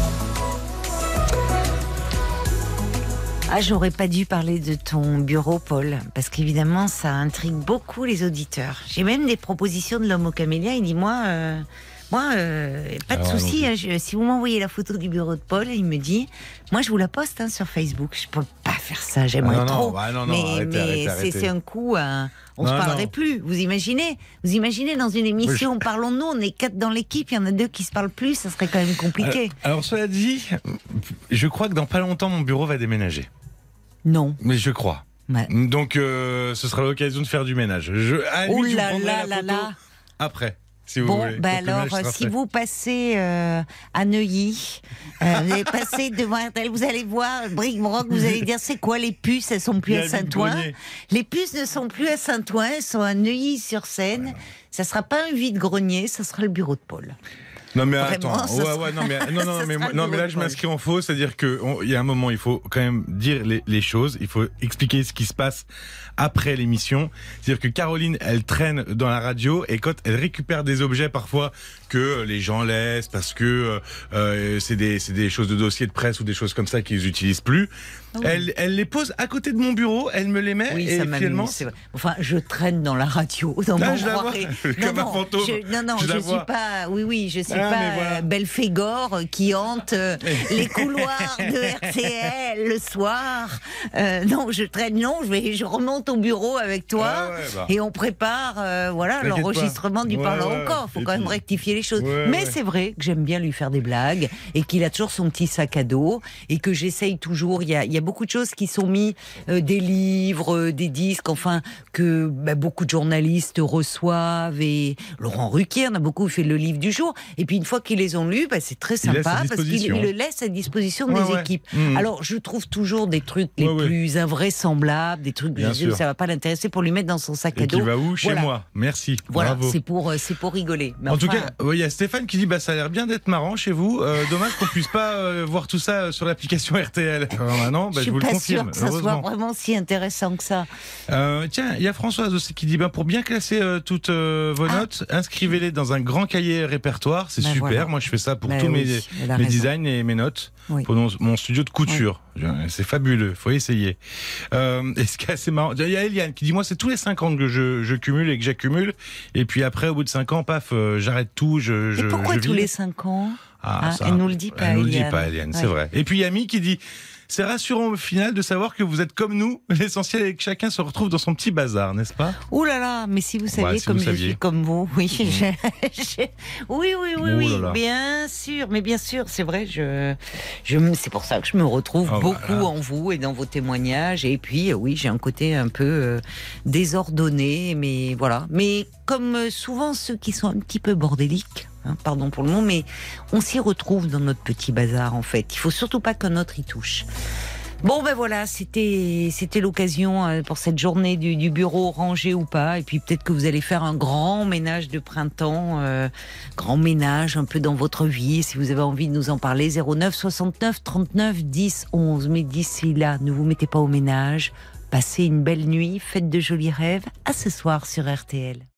Ah, j'aurais pas dû parler de ton bureau, Paul, parce qu'évidemment, ça intrigue beaucoup les auditeurs. J'ai même des propositions de l'homme au camélia. Il dit, moi, euh, Moi, euh, pas de Alors, souci. allons-y. Hein, je- si vous m'envoyez la photo du bureau de Paul, il me dit, moi je vous la poste hein, sur Facebook. Je peux pas faire ça, j'aimerais Ah non, non, trop. bah non, non, mais arrêtez, mais arrêtez, c'est- arrêtez. c'est un coup, hein, on Non, se parlerait non. plus. Vous imaginez Vous imaginez dans une émission, parlons-nous, on est quatre dans l'équipe, il y en a deux qui se parlent plus, ça serait quand même compliqué. Alors, alors, cela dit, je crois que dans pas longtemps, mon bureau va déménager. Non. Mais je crois. Ouais. Donc, euh, ce sera l'occasion de faire du ménage. Je, à la Oh limite, je vous là prendrai là la là photo là. après, si vous Bon, voulez. ben Pour que le alors, ménage sera si fait. vous passez euh, à Neuilly, euh, vous allez passer devant R T L, vous allez voir Bric-Broc, vous allez dire c'est quoi les puces, elles sont plus Il y à a Saint-Ouen. vide-grenier. Les puces ne sont plus à Saint-Ouen, elles sont à Neuilly-sur-Seine. Ça sera pas un vide-grenier, ça sera le bureau de Paul. Non mais Vraiment, attends, ça ouais, sera- ouais, non mais, non, non, ça mais, sera moi- le non, mais bureau là de je Paul. m'inscris en faux, c'est-à-dire que on- il y a un moment, il faut quand même dire les, les choses, il faut expliquer ce qui se passe après l'émission. C'est-à-dire que Caroline, elle traîne dans la radio et quand elle récupère des objets parfois que les gens laissent parce que euh, c'est des c'est des choses de dossier de presse ou des choses comme ça qu'ils utilisent plus, Ah oui. elle elle les pose à côté de mon bureau, elle me les met Oui, et ça m'amuse. finalement c'est vrai. Enfin, je traîne dans la radio, dans Là, mon je la vois, croirait. comme un fantôme. Je, non, non, Je je, la suis vois. pas. Oui, oui, je suis Ah, pas mais voilà. euh, Belphégor euh, qui hante euh, les couloirs de R T L le soir. Euh, non, je traîne. Non, je vais, je remonte au bureau avec toi Ah ouais, bah. et on prépare, euh, voilà, T'inquiète l'enregistrement du pas. parlant Ouais, au corps. Faut et quand même puis- rectifier les choses. Ouais, mais ouais. c'est vrai que j'aime bien lui faire des blagues et qu'il a toujours son petit sac à dos et que j'essaye toujours. Il y a, il y a beaucoup de choses qui sont mises, euh, des livres, euh, des disques, enfin que bah, beaucoup de journalistes reçoivent et Laurent Ruquier en a beaucoup fait le livre du jour. Et puis une fois qu'ils les ont lus, bah, c'est très Il laisse à sympa parce qu'il disposition. il le laisse à disposition Ouais, des ouais. équipes. Mmh. Alors je trouve toujours des trucs les Ouais, ouais. plus invraisemblables, des trucs Bien je sais où sûr. ça va pas l'intéresser pour lui mettre dans son sac à Et qui dos. va où? Chez Voilà. moi. Merci. Voilà, Bravo. c'est pour euh, c'est pour rigoler. Mais En tout enfin, cas, ouais, il y a Stéphane qui dit bah ça a l'air bien d'être marrant chez vous. Euh, dommage qu'on puisse pas euh, voir tout ça sur l'application R T L. Alors maintenant, bah, je je suis vous le pas confirme. sûre que ça soit heureusement. vraiment si intéressant que ça. Euh, tiens, il y a Françoise aussi qui dit bah pour bien classer euh, toutes euh, vos Ah. notes, inscrivez-les dans un grand cahier répertoire. C'est Ben super. voilà. Moi, je fais ça pour Ben tous oui, mes, elle a mes raison. designs et mes notes Oui. pour mon, mon studio de couture. Je- C'est fabuleux. Faut essayer. Euh, et ce qui est assez marrant, il y a Eliane qui dit moi c'est tous les cinq ans que je, je cumule et que j'accumule. Et puis après, au bout de cinq ans, paf, euh, j'arrête tout. Je, je, Et pourquoi je tous vide. les cinq ans Ah, Ah, ça, elle nous le dit pas, Elle nous le dit Eliane. pas, Eliane, c'est Ouais. vrai. Et puis Yami qui dit c'est rassurant au final de savoir que vous êtes comme nous. L'essentiel est que chacun se retrouve dans son petit bazar, n'est-ce pas? Ouh là là, mais si vous saviez Ouais, si comme vous je saviez. suis comme vous, oui, je- je- oui, oui, oui, Ouh oui, là là. bien sûr, mais bien sûr, c'est vrai, je, je, me- c'est pour ça que je me retrouve Oh, beaucoup voilà. en vous et dans vos témoignages, et puis euh, oui, j'ai un côté un peu euh, désordonné, mais voilà, mais comme euh, souvent ceux qui sont un petit peu bordéliques. hein, pardon pour le mot, mais on s'y retrouve dans notre petit bazar en fait. Il faut surtout pas qu'un autre y touche. Bon ben voilà, c'était c'était l'occasion euh, pour cette journée du, du bureau rangé ou pas, et puis peut-être que vous allez faire un grand ménage de printemps, euh, grand ménage un peu dans votre vie. Si vous avez envie de nous en parler, zéro neuf soixante-neuf trente-neuf dix onze. Mais d'ici là, ne vous mettez pas au ménage. Passez une belle nuit, faites de jolis rêves. À ce soir sur R T L.